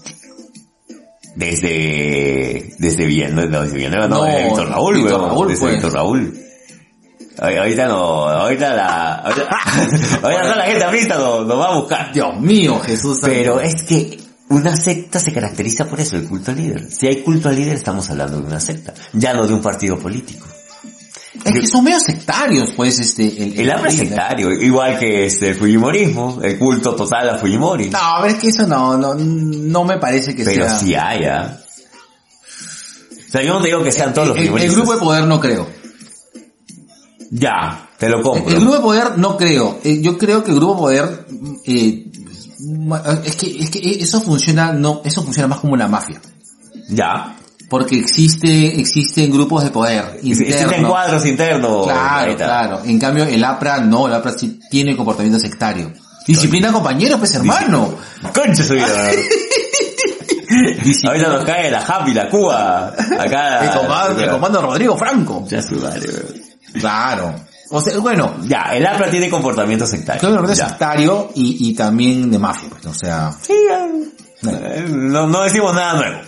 Speaker 3: Desde, desde Villanueva, no, desde Villanueva, no,
Speaker 2: No,
Speaker 3: desde Víctor Raúl,
Speaker 2: Víctor
Speaker 3: weón,
Speaker 2: Raúl,
Speaker 3: desde
Speaker 2: pues.
Speaker 3: Víctor Raúl. Ahor- Ahorita no, ahorita la, ahorita, ahorita toda la gente aprista nos, nos va a buscar.
Speaker 2: Dios mío, Jesús.
Speaker 3: Pero es que una secta se caracteriza por eso, el culto al líder. Si hay culto al líder, estamos hablando de una secta, ya no de un partido político.
Speaker 2: Es que son medio sectarios, pues, este... El,
Speaker 3: El hambre es
Speaker 2: líder.
Speaker 3: sectario, igual que este, el fujimorismo, el culto total a Fujimori.
Speaker 2: No, a ver, es que eso no, no, no me parece que
Speaker 3: Pero
Speaker 2: sea...
Speaker 3: sí hay, ¿ah? O sea, yo no te digo que sean todos los
Speaker 2: el, el
Speaker 3: fujimoristas.
Speaker 2: grupo de poder no creo.
Speaker 3: Ya, te lo
Speaker 2: El,
Speaker 3: compro.
Speaker 2: el grupo de poder no creo. Eh, yo creo que el grupo de poder... Eh, ma- es que, es que eso funciona, no, eso funciona más como una mafia.
Speaker 3: Ya.
Speaker 2: Porque existe, existen grupos de poder
Speaker 3: Existen
Speaker 2: internos.
Speaker 3: cuadros internos.
Speaker 2: Claro,
Speaker 3: ahí está.
Speaker 2: claro. En cambio, el APRA no, el APRA sí tiene comportamiento sectario. Disciplina compañero, pues hermano.
Speaker 3: Concha su vida. Ahorita nos cae la Happy, la Cuba. Acá.
Speaker 2: El comando, el comando Rodrigo Franco.
Speaker 3: Ya su madre, weón.
Speaker 2: Claro. O sea, bueno,
Speaker 3: Ya, el APRA tiene comportamiento sectario.
Speaker 2: creo que es
Speaker 3: Ya.
Speaker 2: sectario y, y también de mafia, pues, o sea...
Speaker 3: Sí, ya. Eh, no, no decimos nada nuevo.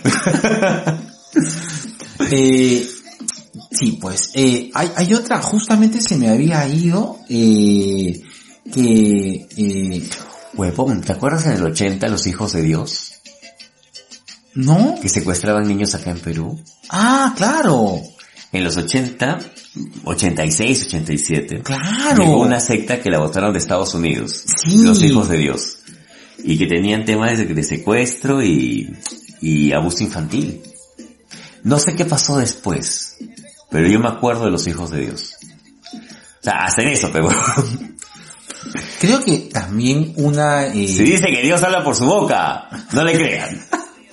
Speaker 2: Eh, sí, pues, eh, hay, hay otra, justamente se me había ido, eh, que, eh,
Speaker 3: Huevón, ¿te acuerdas en el ochenta los hijos de Dios?
Speaker 2: ¿no?
Speaker 3: Que secuestraban niños acá en Perú.
Speaker 2: Ah, claro,
Speaker 3: En los ochenta, ochenta y seis, ochenta y siete.
Speaker 2: claro.
Speaker 3: Llegó una secta que la botaron de Estados Unidos.
Speaker 2: Sí.
Speaker 3: Los hijos de Dios. Y que tenían temas de, de secuestro y, y abuso infantil. No sé qué pasó después, pero yo me acuerdo de los hijos de Dios. O sea, hasta en eso, pero...
Speaker 2: Creo que también una... Eh,
Speaker 3: Si dice que Dios habla por su boca, no le crean.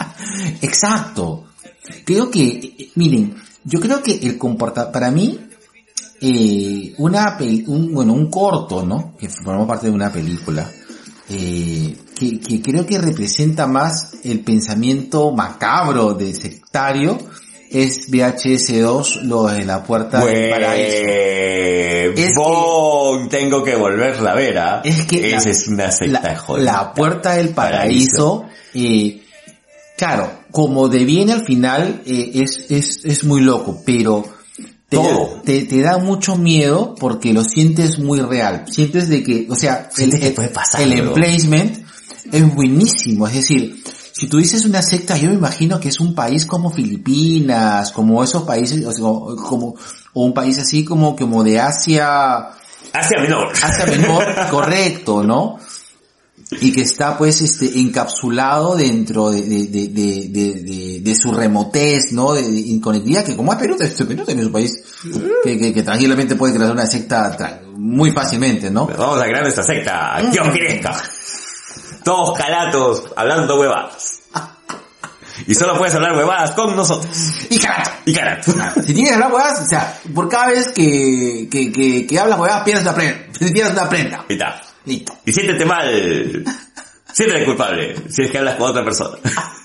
Speaker 2: Exacto. Creo que, eh, miren, yo creo que el comporta, para mí, eh, una, pe- un, bueno, un corto, ¿no? Que formó parte de una película, eh, que, que creo que representa más el pensamiento macabro de sectario, es V H S dos, lo de la puerta del paraíso. Es
Speaker 3: Huevón, tengo que volverla a ver, ¿ah?
Speaker 2: Es que
Speaker 3: Esa
Speaker 2: la-
Speaker 3: es una secta
Speaker 2: la,
Speaker 3: jodida.
Speaker 2: la puerta del paraíso, eh, claro, como deviene al final, eh, es, es, es muy loco, pero te,
Speaker 3: Todo.
Speaker 2: te, te da mucho miedo porque lo sientes muy real. Sientes de que, o sea, el,
Speaker 3: Sientes que
Speaker 2: el-
Speaker 3: puede pasar,
Speaker 2: el
Speaker 3: bro.
Speaker 2: emplacement es buenísimo, es decir, si tú dices una secta, yo me imagino que es un país como Filipinas, como esos países, o sea, como, como- o un país así como, como de Asia,
Speaker 3: Asia Menor.
Speaker 2: Asia Menor, correcto, ¿no? Y que está pues este encapsulado dentro de, de, de, de, de, de, de su remotez, ¿no? De, de inconectividad, que como es Perú, Perú también es un país que, que, que tranquilamente puede crear una secta tra- muy fácilmente, ¿no?
Speaker 3: Vamos a crear nuestra secta. Dios crezca. Todos calatos hablando huevadas. Y solo puedes hablar huevadas con nosotros.
Speaker 2: Y carajo,
Speaker 3: Y calato.
Speaker 2: si tienes que hablar huevadas, o sea, por cada vez que, que, que, que hablas huevadas pierdes una prenda, pierdes una prenda.
Speaker 3: Y está.
Speaker 2: Listo.
Speaker 3: Y siéntete mal. Siéntete culpable si es que hablas con otra persona.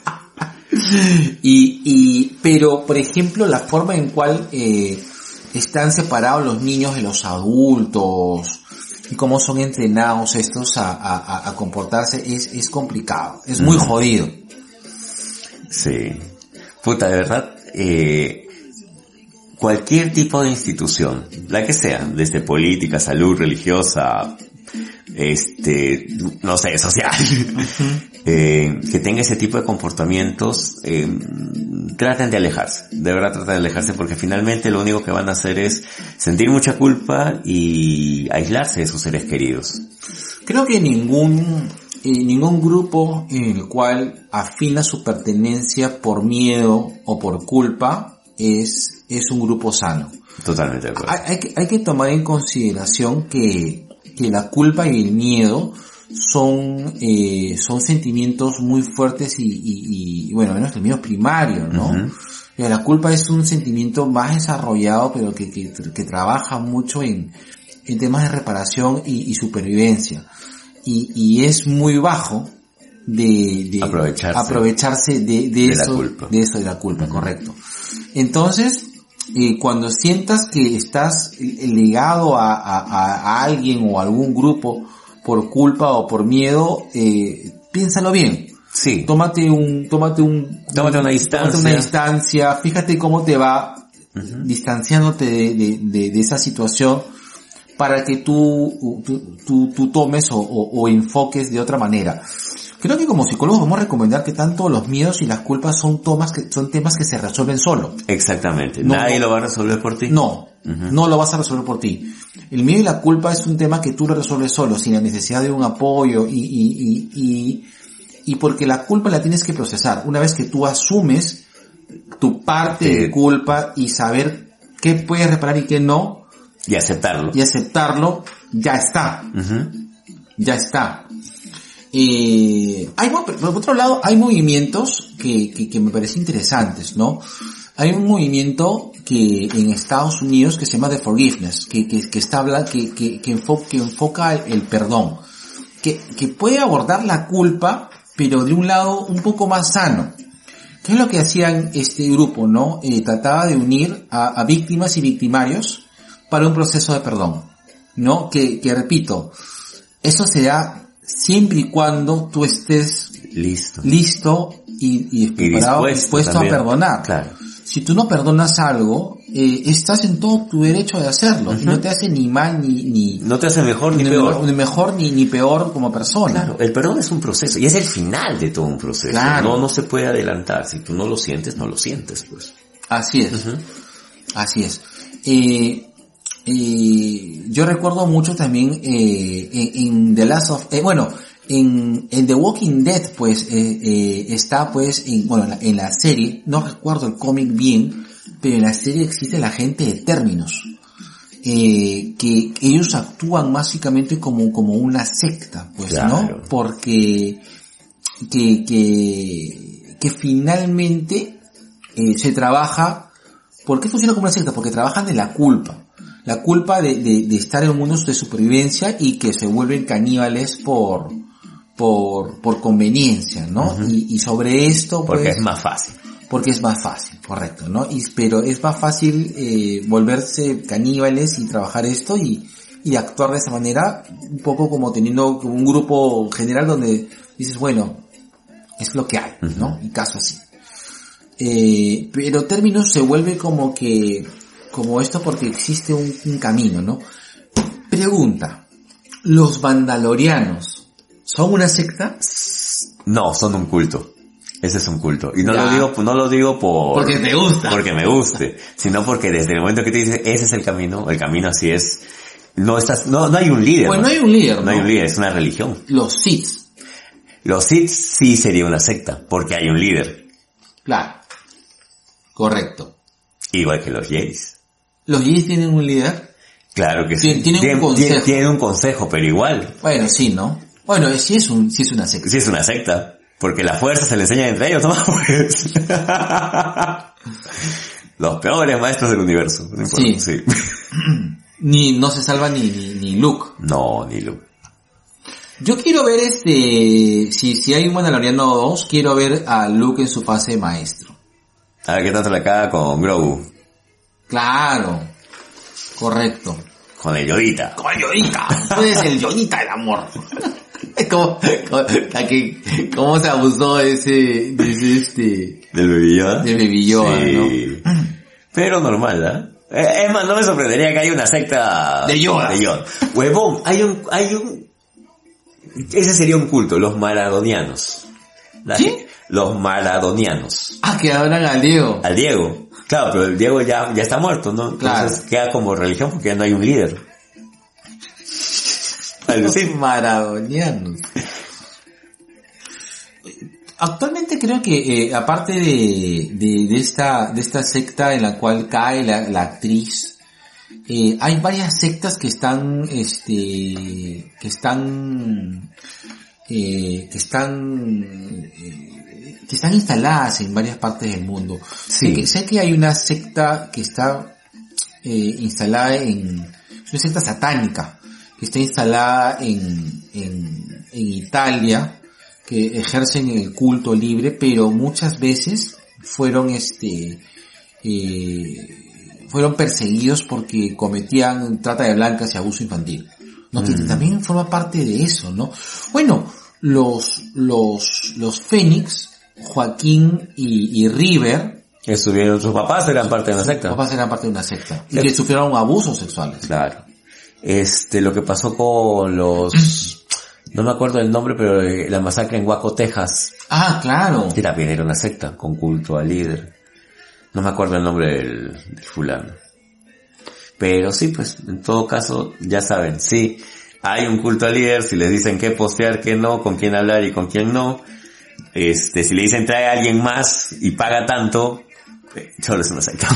Speaker 2: Y, y, pero, por ejemplo, la forma en cual eh, están separados los niños de los adultos y cómo son entrenados estos a, a, a comportarse es, es complicado, es muy jodido.
Speaker 3: Sí. Puta, de verdad, eh, cualquier tipo de institución, la que sea, desde política, salud, religiosa, este, no sé, social, eh, que tenga ese tipo de comportamientos, eh, traten de alejarse, de verdad traten de alejarse porque finalmente lo único que van a hacer es sentir mucha culpa y aislarse de sus seres queridos.
Speaker 2: Creo que ningún, eh, ningún grupo en el cual afina su pertenencia por miedo o por culpa es, es un grupo sano.
Speaker 3: Totalmente de acuerdo.
Speaker 2: Hay, hay, que, hay que tomar en consideración que, que la culpa y el miedo son, eh, son sentimientos muy fuertes y, y, y bueno, al menos el miedo es primario, ¿no? Uh-huh. La culpa es un sentimiento más desarrollado, pero que, que, que trabaja mucho en, en temas de reparación y, y supervivencia. Y, y es muy bajo de, de
Speaker 3: aprovecharse,
Speaker 2: aprovecharse de, de,
Speaker 3: de
Speaker 2: eso,
Speaker 3: la culpa.
Speaker 2: de eso de la culpa, uh-huh. Correcto. Entonces, eh, cuando sientas que estás ligado a, a, a alguien o a algún grupo por culpa o por miedo, eh, piénsalo bien.
Speaker 3: Sí.
Speaker 2: Tómate un, tómate un,
Speaker 3: tómate una distancia.
Speaker 2: Tómate una distancia, fíjate cómo te va uh-huh. distanciándote de, de, de, de esa situación para que tú, tú, tú, tú tomes o, o, o enfoques de otra manera. Creo que como psicólogos vamos a recomendar que tanto los miedos y las culpas son tomas que, son temas que se resuelven solo.
Speaker 3: Exactamente.
Speaker 2: No,
Speaker 3: Nadie
Speaker 2: no,
Speaker 3: lo va a resolver por ti.
Speaker 2: No,
Speaker 3: uh-huh.
Speaker 2: no lo vas a resolver por ti. El miedo y la culpa es un tema que tú lo resuelves solo, sin la necesidad de un apoyo y, y, y, y y porque la culpa la tienes que procesar. Una vez que tú asumes tu parte
Speaker 3: sí.
Speaker 2: de culpa y saber qué puedes reparar y qué no.
Speaker 3: Y aceptarlo.
Speaker 2: Y aceptarlo, ya está.
Speaker 3: Uh-huh.
Speaker 2: Ya está. Eh, hay, por otro lado, hay movimientos que, que, que me parecen interesantes, ¿no? Hay un movimiento que en Estados Unidos que se llama The Forgiveness, que, que, que está habla, que, que, que, enfoca, que enfoca el, el perdón. Que, que puede abordar la culpa, pero de un lado un poco más sano. ¿Qué es lo que hacían este grupo, no? Eh, trataba de unir a, a víctimas y victimarios para un proceso de perdón, ¿no? Que, que repito, eso se da siempre y cuando tú estés
Speaker 3: listo,
Speaker 2: listo y, y preparado,
Speaker 3: y dispuesto,
Speaker 2: dispuesto a perdonar.
Speaker 3: Claro.
Speaker 2: Si tú no perdonas algo, eh, estás en todo tu derecho de hacerlo. Uh-huh. Y no te hace ni mal ni, ni...
Speaker 3: No te hace mejor ni, ni peor.
Speaker 2: Ni mejor ni, ni peor como persona.
Speaker 3: Claro, el perdón es un proceso. Y es el final de todo un proceso.
Speaker 2: Claro.
Speaker 3: No, no se puede adelantar. Si tú no lo sientes, no lo sientes, pues.
Speaker 2: Así es.
Speaker 3: Uh-huh.
Speaker 2: Así es. Eh, eh, yo recuerdo mucho también, eh, en, en The Last of... Eh, bueno... En, en The Walking Dead, pues, eh, eh, está, pues, en, bueno, en la, en la serie, no recuerdo el cómic bien, pero en la serie existe la gente de términos, eh, que ellos actúan básicamente como, como una secta, pues, claro. ¿No? Porque, que, que, que finalmente, eh, se trabaja, ¿por qué funciona como una secta? Porque trabajan de la culpa. La culpa de, de, de estar en un mundo de supervivencia y que se vuelven caníbales por, por, por conveniencia, ¿no? Uh-huh. Y, y sobre esto, pues...
Speaker 3: Porque es más fácil.
Speaker 2: Porque es más fácil, correcto, ¿no? Y, pero es más fácil, eh, volverse caníbales y trabajar esto y, y actuar de esa manera, un poco como teniendo un grupo general donde dices, bueno, es lo que hay, ¿no? Uh-huh. Y caso así. Eh, pero términos se vuelve como que, como esto porque existe un, un camino, ¿no? Pregunta, ¿los Mandalorianos son una secta?
Speaker 3: No, son un culto. Ese es un culto. Y no
Speaker 2: ya.
Speaker 3: lo digo, no lo digo por...
Speaker 2: Porque te gusta.
Speaker 3: Porque me guste. Sino porque desde el momento que te dice, ese es el camino, el camino así es, no estás, no, no hay un líder.
Speaker 2: Pues
Speaker 3: ¿no?
Speaker 2: no hay un líder,
Speaker 3: No,
Speaker 2: ¿no?
Speaker 3: hay un líder, es una religión.
Speaker 2: Los Sith.
Speaker 3: Los Sith sí sería una secta, porque hay un líder.
Speaker 2: Claro. Correcto.
Speaker 3: Igual que los Jays.
Speaker 2: ¿Los Jays tienen un líder?
Speaker 3: Claro que sí.
Speaker 2: Tienen Tien, un consejo.
Speaker 3: Tienen un consejo, pero igual.
Speaker 2: Bueno, sí, ¿no? Bueno, sí es un, sí es una secta.
Speaker 3: Sí es una secta. Porque la fuerza se le enseña entre ellos, ¿no? Pues. Los peores maestros del universo. No
Speaker 2: sí.
Speaker 3: sí.
Speaker 2: Ni, no se salva ni, ni, ni Luke.
Speaker 3: No, ni Luke.
Speaker 2: Yo quiero ver este, si, si hay un Mandaloriano dos, quiero ver a Luke en su fase de maestro.
Speaker 3: A ver qué tanto le caga con Grogu.
Speaker 2: Claro. Correcto.
Speaker 3: Con el Yodita.
Speaker 2: Con el Yodita. Tú eres el Yodita del amor. ¿Cómo, cómo, cómo se abusó de ese, de ese este...
Speaker 3: Del Baby Yoda?
Speaker 2: Del Baby Yoda, sí. ¿No?
Speaker 3: Pero normal, ¿eh? Es más, no me sorprendería que haya una secta...
Speaker 2: De Yoda.
Speaker 3: De Yoda. Huevón, hay un, hay un... Ese sería un culto, los maradonianos.
Speaker 2: ¿Qué?
Speaker 3: Los maradonianos.
Speaker 2: Ah, que adoran al Diego.
Speaker 3: Al Diego. Claro, pero el Diego ya, ya está muerto, ¿no? Entonces claro. Queda como religión porque ya no hay un líder.
Speaker 2: Los maradonianos. Actualmente creo que, eh, aparte de, de, de esta, de esta secta en la cual cae la, la actriz, eh, hay varias sectas que están, este, que están, eh, que están, eh, que están instaladas en varias partes del mundo.
Speaker 3: Sí.
Speaker 2: Sé que, sé que hay una secta que está, eh, instalada en, es una secta satánica, que está instalada en, en, en Italia, que ejercen el culto libre, pero muchas veces fueron este eh, fueron perseguidos porque cometían trata de blancas y abuso infantil. ¿No? Que
Speaker 3: Mm.
Speaker 2: también forma parte de eso, ¿no? Bueno, los los los Fénix, Joaquín y, y River,
Speaker 3: Estuvieron, sus papás eran parte de una secta.
Speaker 2: sus papás eran parte de una secta y
Speaker 3: Es-
Speaker 2: que sufrieron abusos sexuales.
Speaker 3: Claro. Este, lo que pasó con los, no me acuerdo el nombre, pero eh, la masacre en Waco, Texas,
Speaker 2: Ah, claro.
Speaker 3: que también era una secta, con culto al líder. No me acuerdo el nombre del, del fulano. Pero sí, pues, en todo caso, ya saben, sí, hay un culto al líder, si les dicen qué postear, qué no, con quién hablar y con quién no. Este, si le dicen trae a alguien más y paga tanto, eh, solo es una secta.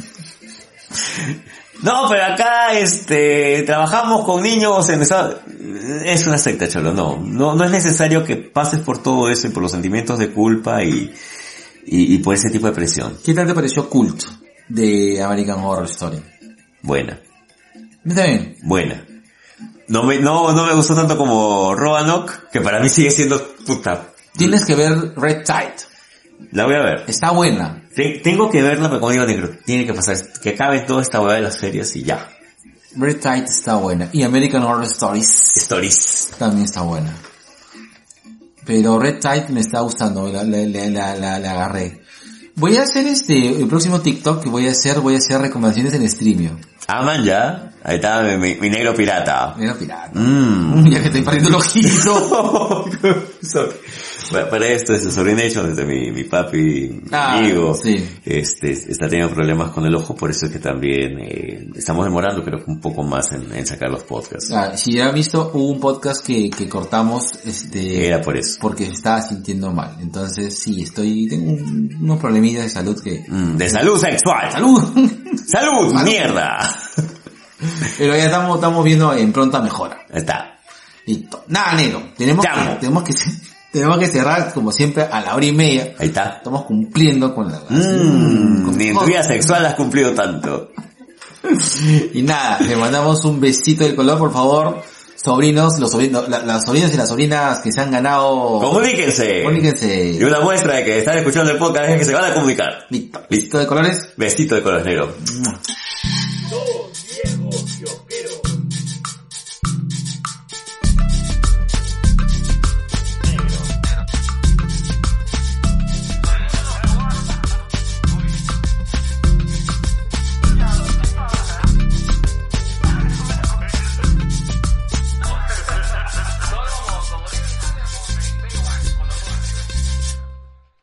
Speaker 3: No, pero acá, este, trabajamos con niños en esa... Es una secta, cholo, no. No, no es necesario que pases por todo eso y por los sentimientos de culpa y, y, y por ese tipo de presión.
Speaker 2: ¿Qué tal te pareció Cult de American Horror Story?
Speaker 3: Buena,
Speaker 2: Está bien.
Speaker 3: buena. No me, no, no me gustó tanto como Roanoke, que para mí sigue siendo puta.
Speaker 2: Tienes que ver Red Tide.
Speaker 3: La voy a ver.
Speaker 2: Está buena.
Speaker 3: Te- tengo que verla, pero como digo, negro, tiene que pasar, que acabe toda esta hueá de las ferias y ya.
Speaker 2: Red Tide está buena. Y American Horror Stories
Speaker 3: Stories.
Speaker 2: también está buena. Pero Red Tide me está gustando, la, la, la, la, la- la agarré. Voy a hacer este, el próximo TikTok que voy a hacer, voy a hacer recomendaciones en Streamio.
Speaker 3: Ah, man, ya. Ahí está mi, mi- mi negro pirata.
Speaker 2: Mira, pirata.
Speaker 3: Mmm.
Speaker 2: Ya que estoy perdiendo el ojito.
Speaker 3: Sorry. Bueno, para esto es Sobrination, desde mi, mi papi,
Speaker 2: Ah,
Speaker 3: amigo,
Speaker 2: sí.
Speaker 3: este, está teniendo problemas con el ojo, por eso es que también, eh, estamos demorando creo que un poco más en, en sacar los podcasts.
Speaker 2: Ah, si ya han visto, hubo un podcast que, que cortamos, este,
Speaker 3: Era por eso.
Speaker 2: porque se estaba sintiendo mal. Entonces, sí, estoy, tengo un- unos problemillas de salud que...
Speaker 3: Mm, de salud sexual.
Speaker 2: ¡Salud!
Speaker 3: ¡Salud,
Speaker 2: Salud.
Speaker 3: mierda!
Speaker 2: Pero ya estamos, estamos viendo en pronta mejora.
Speaker 3: Ahí está.
Speaker 2: Listo. Nada, negro. Tenemos
Speaker 3: Te
Speaker 2: que,
Speaker 3: amo.
Speaker 2: tenemos que, tenemos que cerrar, como siempre, a la hora y media.
Speaker 3: Ahí está.
Speaker 2: Estamos cumpliendo con la...
Speaker 3: Mmm,
Speaker 2: con
Speaker 3: ni en tu
Speaker 2: todo.
Speaker 3: vida sexual has cumplido tanto.
Speaker 2: Y nada, le mandamos un besito del color, por favor. Sobrinos, los sobrinos, la- las sobrinas y las sobrinas que se han ganado...
Speaker 3: Comuníquense.
Speaker 2: Comuníquense.
Speaker 3: Y una muestra de que están escuchando el podcast es que se van a comunicar.
Speaker 2: Listo. Besito de colores.
Speaker 3: Besito de color negro.
Speaker 2: Mua.